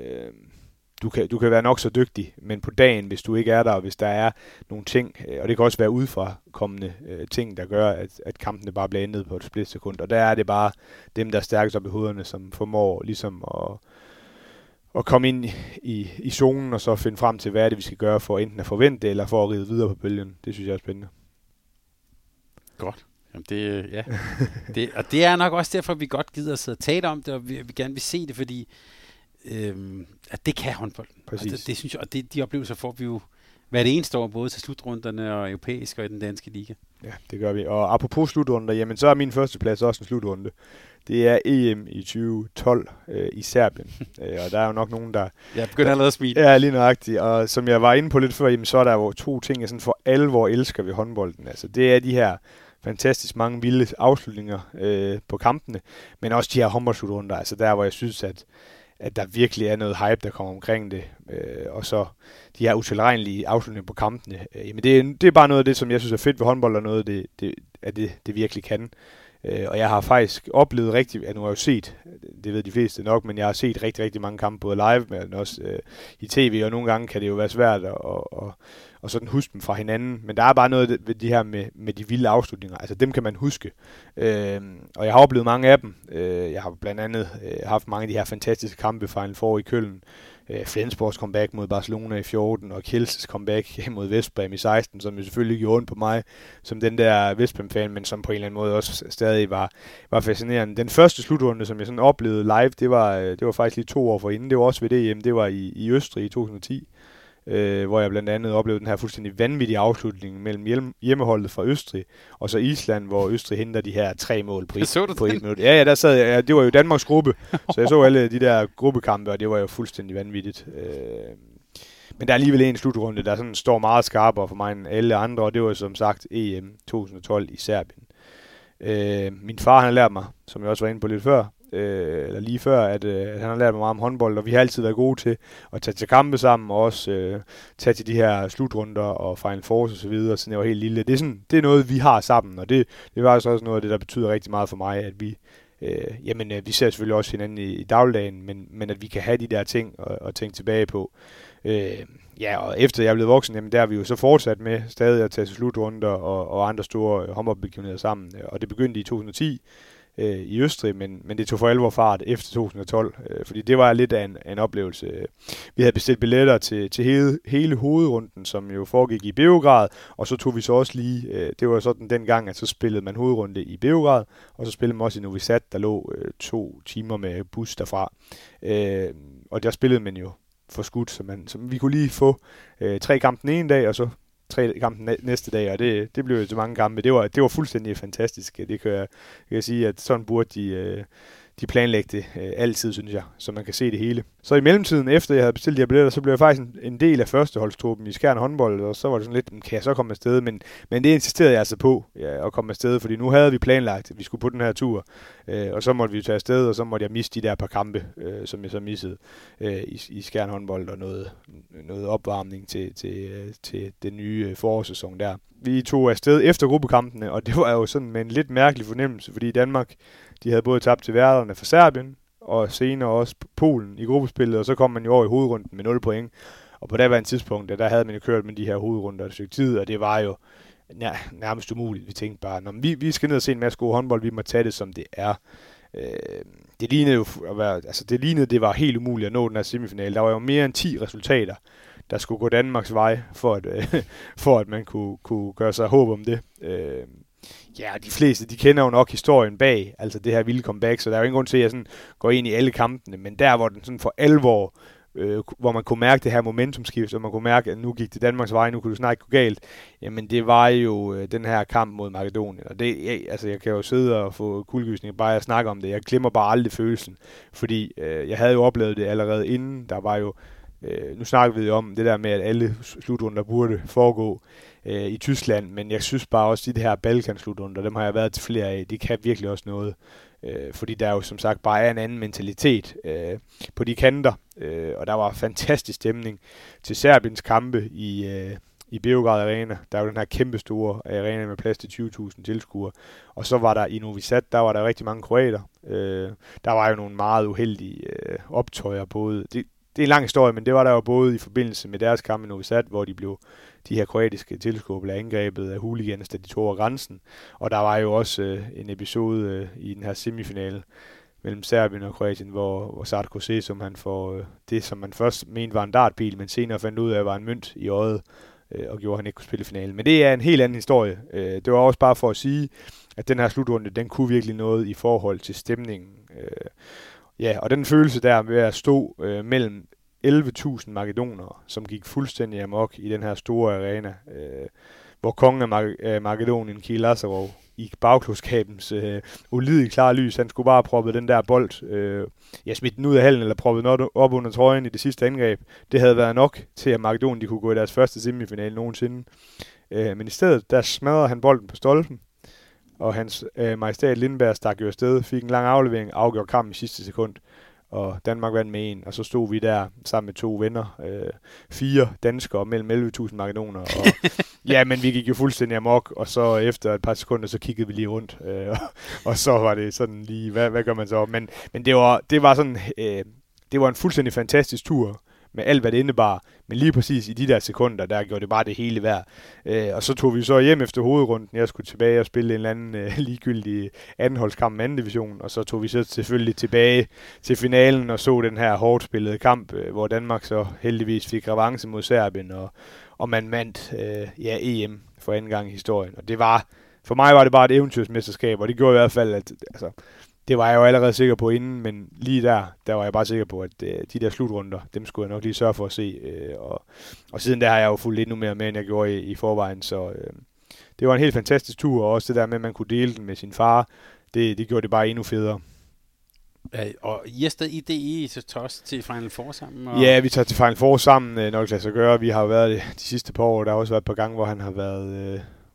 Du kan, du kan være nok så dygtig, men på dagen, hvis du ikke er der, og hvis der er nogle ting, og det kan også være udefra kommende øh, ting, der gør, at, at kampene bare bliver endet på et splitsekund. Og der er det bare dem, der er stærkest op i hovederne, som formår ligesom at, at komme ind i, i zonen, og så finde frem til, hvad er det, vi skal gøre for enten at forvente, eller for at ride videre på bølgen. Det synes jeg er spændende. Godt. Jamen det, ja. det, og det er nok også derfor, vi godt gider at sidde og tale om det, og vi, vi gerne vil se det, fordi Øhm, at det kan håndbolden. Præcis. Det, det synes jeg, og det, de oplevelser får vi jo hvert eneste år, både til slutrunderne og europæisk og i den danske liga. Ja, det gør vi. Og apropos slutrunder, jamen så er min første plads også en slutrunde. Det er E M i tyve tolv øh, i Serbien. øh, og der er jo nok nogen, der... Jeg begynder allerede at smile. Ja, lige nøjagtigt. Og som jeg var inde på lidt før, jamen, så er der jo to ting, jeg sådan for alvor elsker ved håndbolden. Altså, det er de her fantastisk mange vilde afslutninger øh, på kampene, men også de her håndboldslutrunder. Altså der, hvor jeg synes, at at der virkelig er noget hype, der kommer omkring det, øh, og så de her utilregnelige afslutninger på kampene. Øh, jamen det, er, det er bare noget af det, som jeg synes er fedt ved håndbold, og noget af det, det, at det, det virkelig kan. Øh, og jeg har faktisk oplevet rigtig, at nu har jeg jo set, det ved de fleste nok, men jeg har set rigtig, rigtig mange kampe, både live, men også øh, i tv, og nogle gange kan det jo være svært at, at, at, at sådan huske dem fra hinanden. Men der er bare noget ved de her med, med de vilde afslutninger, altså dem kan man huske. Øh, og jeg har oplevet mange af dem. Øh, jeg har blandt andet øh, haft mange af de her fantastiske kampe, Final Four i Køln, øh, Flensborgs comeback mod Barcelona i fjorten, og Kielces comeback mod Vestbrem i seksten, som jo selvfølgelig gjorde ondt på mig, som den der Vestbrem-fan, men som på en eller anden måde også stadig var, var fascinerende. Den første slutrunde, som jeg sådan oplevede live, det var, det var faktisk lige to år forinden, det var også ved D M, det var i, i Østrig i to tusind og ti, øh, hvor jeg blandt andet oplevede den her fuldstændig vanvittige afslutning mellem hjemmeholdet fra Østrig og så Island, hvor Østrig henter de her tre mål på et, på et minut. Ja, ja, der sad jeg, ja, det var jo Danmarks gruppe, så jeg så alle de der gruppekampe, og det var jo fuldstændig vanvittigt. Øh, men der er alligevel en slutrunde, der sådan står meget skarpere for mig end alle andre, og det var som sagt E M to tusind og tolv i Serbien. Øh, min far, han har lært mig, som jeg også var inde på lidt før, øh, eller lige før, at, øh, at han har lært mig meget om håndbold, og vi har altid været gode til at tage til kampe sammen, og også øh, tage til de her slutrunder og Final Fours og så videre, så jeg var helt lille. Det er, sådan, det er noget, vi har sammen, og det, det var også noget af det, der betyder rigtig meget for mig, at vi Øh, jamen, øh, vi ser selvfølgelig også hinanden i, i dagligdagen, men, men at vi kan have de der ting og, og tænke tilbage på. Øh, ja, og efter jeg er blevet voksen, jamen, der har vi jo så fortsat med stadig at tage til slutrunder og, og andre store øh, håndboldbegivenheder sammen. Og det begyndte i to tusind og ti øh, i Østrig, men, men det tog for alvor fart efter to tusind og tolv, øh, fordi det var lidt af en, en oplevelse. Vi havde bestilt billetter til, til hele, hele hovedrunden, som jo foregik i Beograd, og så tog vi så også lige, øh, det var sådan dengang, at så spillede man hovedrunde i Beograd, og så spillede man også i Novi Sad, der lå øh, to timer med bus derfra. Øh, og der spillede man jo for skudt, så, man, så vi kunne lige få øh, tre kampe den ene dag, og så tre kampe næste dag, og det, det blev jo til mange kampe. Det var, det var fuldstændig fantastisk. Det kan jeg, kan jeg sige, at sådan burde de, øh, de planlægge det øh, altid, synes jeg, så man kan se det hele. Så i mellemtiden, efter jeg havde bestilt de her billetter, så blev jeg faktisk en, en del af førsteholdstruppen i Skjern håndbold, og så var det sådan lidt, kan jeg så komme afsted? Men, men det insisterede jeg altså på, ja, at komme afsted, fordi nu havde vi planlagt, at vi skulle på den her tur, øh, og så måtte vi tage afsted, og så måtte jeg miste de der par kampe, øh, som jeg så missede øh, i, i Skjern håndbold, og noget, noget opvarmning til, til, øh, til den nye øh, forårssæson der. Vi tog afsted efter gruppekampene, og det var jo sådan med en lidt mærkelig fornemmelse, fordi Danmark, de havde både tabt til værterne for Serbien, og senere også Polen i gruppespillet, og så kom man jo over i hovedrunden med nul point. Og på det var en tidspunkt, der havde man jo kørt med de her hovedrunder et stykke tid, og det var jo ja, nærmest umuligt. Vi tænkte bare, når vi, vi skal ned og se en masse gode håndbold, vi må tage det, som det er. Øh, det lignede jo at være, altså det lignede, det var helt umuligt at nå den her semifinale. Der var jo mere end ti resultater, der skulle gå Danmarks vej, for at, øh, for at man kunne, kunne gøre sig håb om det. Øh, Ja, de fleste, de kender jo nok historien bag, altså det her vilde comeback, så der er jo ingen grund til, at jeg sådan går ind i alle kampene, men der, hvor den sådan for alvor, øh, hvor man kunne mærke det her momentumskift, og man kunne mærke, at nu gik det Danmarks vej, nu kunne det snart ikke gå galt, jamen det var jo øh, den her kamp mod Makedonien, og det, jeg, altså jeg kan jo sidde og få kuldegysninger bare at snakke om det, jeg glemmer bare aldrig følelsen, fordi øh, jeg havde jo oplevet det allerede inden, der var jo, øh, nu snakker vi jo om det der med, at alle slutrunder burde foregå øh, i Tyskland, men jeg synes bare også, at de her Balkan-slutrunder, dem har jeg været til flere af, de kan virkelig også noget, øh, fordi der jo som sagt bare er en anden mentalitet øh, på de kanter, øh, og der var fantastisk stemning til Serbiens kampe i, øh, i Beograd Arena. Der er jo den her kæmpe store arena med plads til tyve tusind tilskuere, og så var der i Novi Sad, der var der rigtig mange kroater. Øh, der var jo nogle meget uheldige øh, optøjer, både det, det er en lang historie, men det var der jo både i forbindelse med deres kamp i Novi Sad, hvor de blev de her kroatiske tilskuere blev angrebet af hooligans, da de tog over grænsen. Og der var jo også øh, en episode øh, i den her semifinale mellem Serbien og Kroatien, hvor, hvor Sarko C, som han får øh, det, som man først mente var en dartbil, men senere fandt ud af, at var en mønt i øjet, øh, og gjorde, at han ikke kunne spille finalen. Men det er en helt anden historie. Øh, det var også bare for at sige, at den her slutrunde, den kunne virkelig noget i forhold til stemningen. Øh, ja, og den følelse der ved at stå øh, mellem elleve tusind makedonere, som gik fuldstændig amok i den her store arena, øh, hvor kongen af Mag- øh, Makedonien, Kirill Lazarov, i bagklodskabens øh, ulideligt klare lys, han skulle bare proppe den der bold, øh, ja, smidt den ud af hallen, eller proppet den op under trøjen i det sidste angreb. Det havde været nok til, at Makedonien de kunne gå i deres første semifinale nogensinde. Øh, men i stedet, der smadrede han bolden på stolpen, og hans øh, majestæt Lindberg stak jo afsted, fik en lang aflevering, afgjorde kampen i sidste sekund, og Danmark vandt med en, og så stod vi der sammen med to venner, øh, fire danskere mellem elleve tusind makedoner, og ja, men vi gik jo fuldstændig amok, og så efter et par sekunder, så kiggede vi lige rundt, øh, og, og så var det sådan lige, hvad, hvad gør man så? Men, men det var, det var sådan, øh, det var en fuldstændig fantastisk tur, med alt, hvad det indebar. Men lige præcis i de der sekunder, der gjorde det bare det hele værd. Øh, og så tog vi så hjem efter hovedrunden. Jeg skulle tilbage og spille en eller anden øh, ligegyldig andenholdskamp med anden division. Og så tog vi så selvfølgelig tilbage til finalen og så den her hårdt spillede kamp, øh, hvor Danmark så heldigvis fik revanche mod Serbien. Og, og man vandt øh, ja, E M for anden gang i historien. Og det var, for mig var det bare et eventyrsmesterskab, og det gjorde i hvert fald, at altså, det var jeg jo allerede sikker på inden, men lige der, der var jeg bare sikker på, at øh, de der slutrunder, dem skulle jeg nok lige sørge for at se. Øh, og, og siden der har jeg jo fulgt endnu mere med, end jeg gjorde i, i forvejen. Så øh, det var en helt fantastisk tur, og også det der med, at man kunne dele den med sin far, det, det gjorde det bare endnu federe. Ja, og I er stadig i D E, så tager også til Final Four sammen? Og... Ja, vi tager til Final Four sammen, når det kan lade sig gøre. Vi har jo været det de sidste par år, der har også været et par gange, hvor han har været... Øh,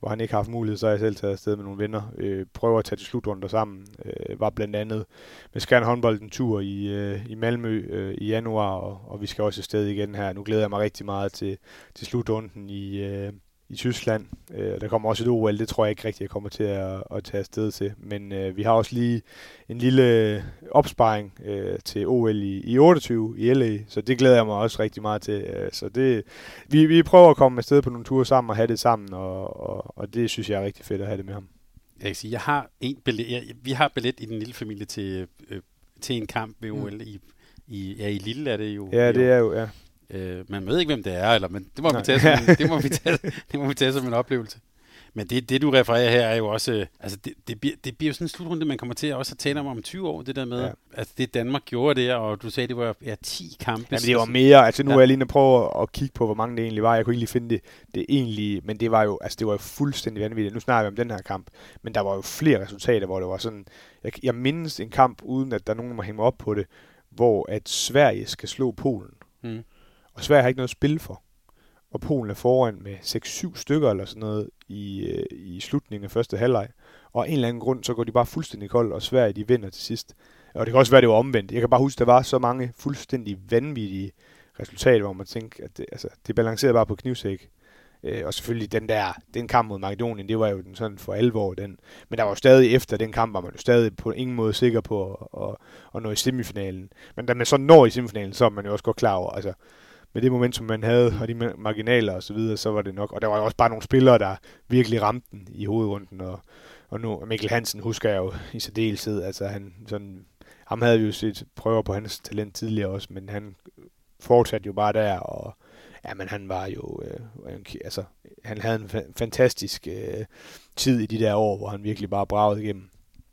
hvor han ikke har haft mulighed, så har jeg selv taget afsted med nogle venner. Øh, prøver at tage til slutrunder sammen. Øh, var blandt andet med Skjern håndbold en tur i, øh, i Malmø øh, i januar, og, og vi skal også afsted igen her. Nu glæder jeg mig rigtig meget til, til slutrunden i, øh, i Tyskland. Øh, der kommer også et O L, det tror jeg ikke rigtig, jeg kommer til at, at tage afsted til. Men øh, vi har også lige en lille opsparing øh, til O L i, i otteogtyve i L A, så det glæder jeg mig også rigtig meget til. Øh, så det, vi, vi prøver at komme afsted på nogle ture sammen og have det sammen, og, og, og det synes jeg er rigtig fedt at have det med ham. Jeg kan sige, jeg har en billet, jeg, vi har billet i den lille familie til, øh, til en kamp ved O L. Mm. I, i, ja, i Lille er det jo. Ja, det er jo, ja. Øh, man ved ikke, hvem det er, eller, men det må, vi tage, som, det, må vi tage, det må vi tage som en oplevelse. Men det, det du refererer her, er jo også, øh, altså det, det, bliver, det bliver jo sådan en slutrunde, man kommer til at også at tale om om tyve år, det der med, ja. Altså det Danmark gjorde det, og du sagde, det var ja, ti kampe. Ja, men det var mere, altså nu ja. er jeg lige prøve at kigge på, hvor mange det egentlig var. Jeg kunne ikke lige finde det, det egentlige, men det var jo, altså det var jo fuldstændig vanvittigt. Nu snakker vi om den her kamp, men der var jo flere resultater, hvor det var sådan, jeg, jeg mindes en kamp, uden at der er nogen, der må hænge mig op på det, hvor at Sverige skal slå Polen. Mm. Og Sverige har ikke noget at spille for. Og Polen er foran med seks syv stykker eller sådan noget i, øh, i slutningen af første halvleg. Og af en eller anden grund, så går de bare fuldstændig kold, og Sverige de vinder til sidst. Og det kan også være, det var omvendt. Jeg kan bare huske, der var så mange fuldstændig vanvittige resultater, hvor man tænker, at det, altså, det balancerede bare på knivsæk. Øh, og selvfølgelig den der, den kamp mod Makedonien, det var jo den sådan for alvor. Den. Men der var jo stadig efter den kamp, var man jo stadig på ingen måde sikker på at, at, at nå i semifinalen. Men da man så når i semifinalen, så er man jo også godt klar over, altså med det momentum, man havde, og de marginaler og så videre, så var det nok. Og der var jo også bare nogle spillere, der virkelig ramte den i hovedrunden. Og, og nu, Mikkel Hansen husker jeg jo i særdeleshed. Altså han, sådan, ham havde vi jo set prøver på hans talent tidligere også, men han fortsatte jo bare der, og ja, men han var jo, øh, altså, han havde en fa- fantastisk øh, tid i de der år, hvor han virkelig bare bragede igennem.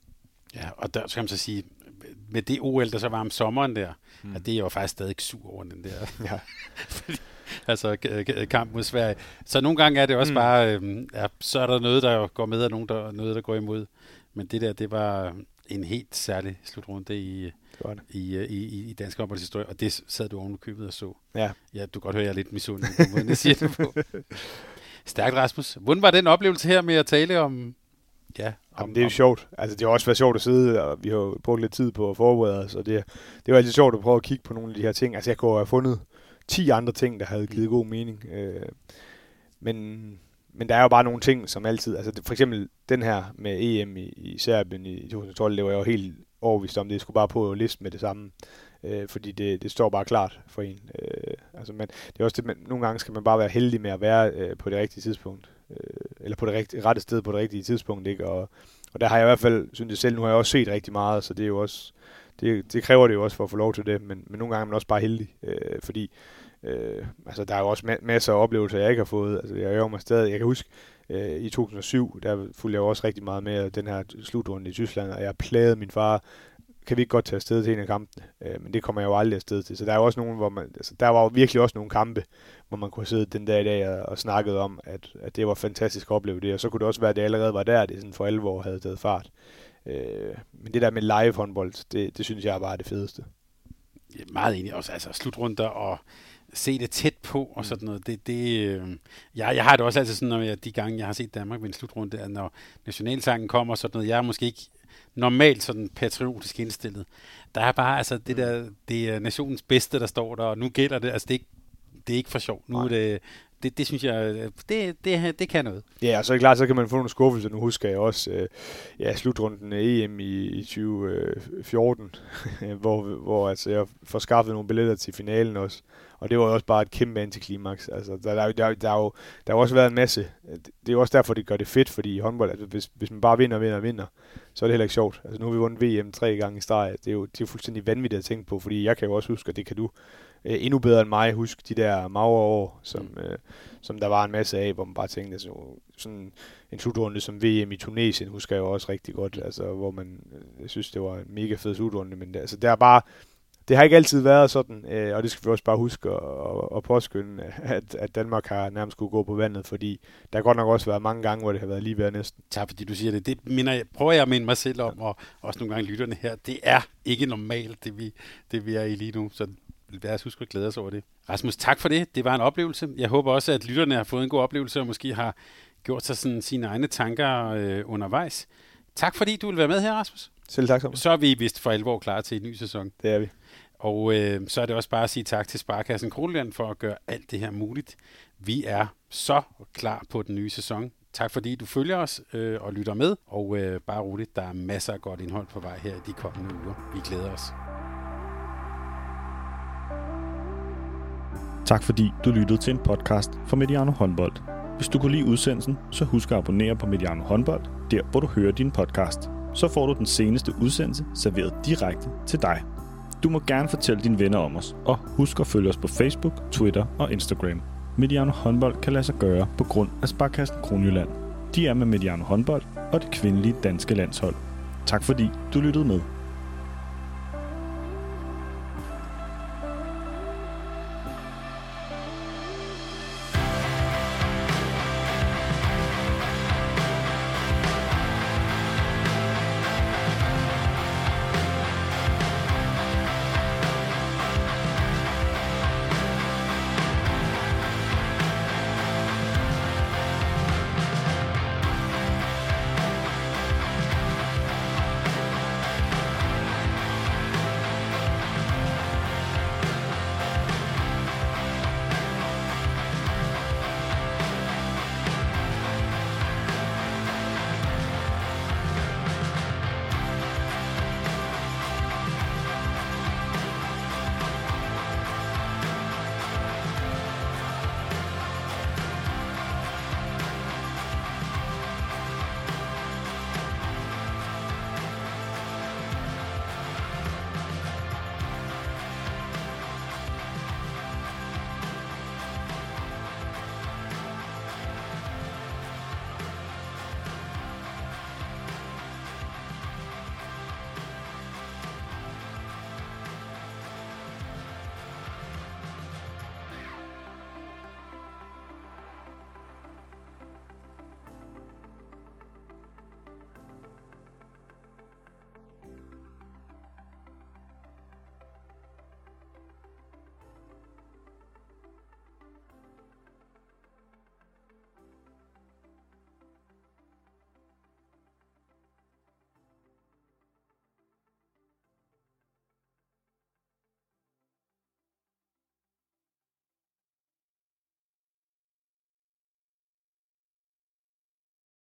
Ja, og der skal man så sige, med det O L, der så var om sommeren der, mm. at det er jo faktisk stadig sur over den der. Ja. Fordi, altså kamp mod Sverige. Så nogle gange er det også mm. bare, øh, ja, så er der noget, der går med, og nogen, der, noget, der går imod. Men det der, det var en helt særlig slutrunde i, i, i, i dansk håndboldshistorie, og det sad du oven i købet og så. Ja. Ja, du kan godt høre, jeg er lidt misundelig på måden, jeg siger det på. Stærkt, Rasmus. Hvordan var den oplevelse her med at tale om... Ja, om, Jamen, det er jo om, sjovt. Altså, det har også været sjovt at sidde, og vi har brugt lidt tid på at forberede os, og det, det var altid sjovt at prøve at kigge på nogle af de her ting. Altså, jeg kunne have fundet ti andre ting, der havde givet god mening. Øh, men, men der er jo bare nogle ting, som altid... Altså, for eksempel den her med E M i, i Serbien i to tusind og tolv, det var jeg jo helt overbevist om. Det skulle bare på listen med det samme. Øh, fordi det, det står bare klart for en. Øh, altså, men det er også det, man, nogle gange skal man bare være heldig med at være øh, på det rigtige tidspunkt. Øh, eller på det rigtige, rette sted på det rigtige tidspunkt, ikke? Og, og der har jeg i hvert fald, synes jeg selv, nu har jeg også set rigtig meget, så det er jo også, det, det kræver det jo også for at få lov til det, men, men nogle gange er man også bare heldig, øh, fordi øh, altså, der er jo også ma- masser af oplevelser, jeg ikke har fået. Altså, jeg øver mig stadig. Jeg kan huske, øh, i to tusind og syv, der fulgte jeg også rigtig meget med den her slutrunde i Tyskland, og jeg plagede min far, kan vi ikke godt tage afsted til en af kampene, øh, men det kommer jeg jo aldrig afsted til. Så der er jo også nogen, hvor man, altså, der var jo virkelig også nogle kampe, hvor man kunne sidde den dag i dag og, og snakket om, at, at det var fantastisk at opleve det, og så kunne det også være, at det allerede var der, det sådan for alvor havde taget fart. Øh, men det der med live håndbold, det, det synes jeg bare er det fedeste. Jeg er meget enig også, altså slutrunder og se det tæt på og sådan noget. Det, det, øh, jeg, jeg har det også altid sådan, når jeg, de gange, jeg har set Danmark ved en slutrunde, at når nationalsangen kommer og sådan noget, jeg er måske ikke normalt sådan patriotisk indstillet. Der er bare, altså det der, det er nationens bedste, der står der, og nu gælder det, altså det er ikke, det er ikke for sjov. Nu er det, det, det synes jeg, det, det, det kan noget. Ja, og så er det klart, så kan man få nogle skuffelser. Nu husker jeg også, øh, ja, slutrunden af E M i, i tyve fjorten, hvor, hvor altså, jeg får skaffet nogle billetter til finalen også. Og det var også bare et kæmpe antiklimaks. Altså, der, der, der, der, er jo, der har også været en masse. Det er jo også derfor, det gør det fedt, fordi i håndbold, altså, hvis, hvis man bare vinder, vinder, vinder, så er det heller ikke sjovt. Altså, nu har vi vundet V M tre gange i streg. Det er jo, det er jo fuldstændig vanvittigt at tænke på, fordi jeg kan jo også huske, og det kan du øh, endnu bedre end mig, huske de der magre år, som, mm. øh, som der var en masse af, hvor man bare tænkte, altså, sådan en slutrunde som V M i Tunesien, husker jeg jo også rigtig godt, altså, hvor man, jeg synes, det var en mega fed slutrunde, men det, altså, der er bare, det har ikke altid været sådan, øh, og det skal vi også bare huske at, at, at påskynde, at, at Danmark har nærmest skulle gå på vandet, fordi der har godt nok også været mange gange, hvor det har været lige ved næsten. Tak fordi du siger det. Det minder jeg, prøver jeg at minde mig selv om, og også nogle gange lytterne her. Det er ikke normalt, det vi, det vi er i lige nu, så lad os huske at glæde os over det. Rasmus, tak for det. Det var en oplevelse. Jeg håber også, at lytterne har fået en god oplevelse, og måske har gjort sig sådan sine egne tanker øh, undervejs. Tak fordi du vil være med her, Rasmus. Selv tak, Thomas. Så er vi vist for alvor klar til en ny sæson. Det er vi. Og øh, så er det også bare at sige tak til Sparekassen Kronjylland for at gøre alt det her muligt. Vi er så klar på den nye sæson. Tak fordi du følger os øh, og lytter med. Og øh, bare roligt, der er masser af godt indhold på vej her i de kommende uger. Vi glæder os. Tak fordi du lyttede til en podcast fra Mediano Håndbold. Hvis du kunne lide udsendelsen, så husk at abonnere på Mediano Håndbold, der hvor du hører din podcast. Så får du den seneste udsendelse serveret direkte til dig. Du må gerne fortælle dine venner om os, og husk at følge os på Facebook, Twitter og Instagram. Mediano Håndbold kan lade sig gøre på grund af Sparkassen Kronjylland. De er med Mediano Håndbold og det kvindelige danske landshold. Tak fordi du lyttede med.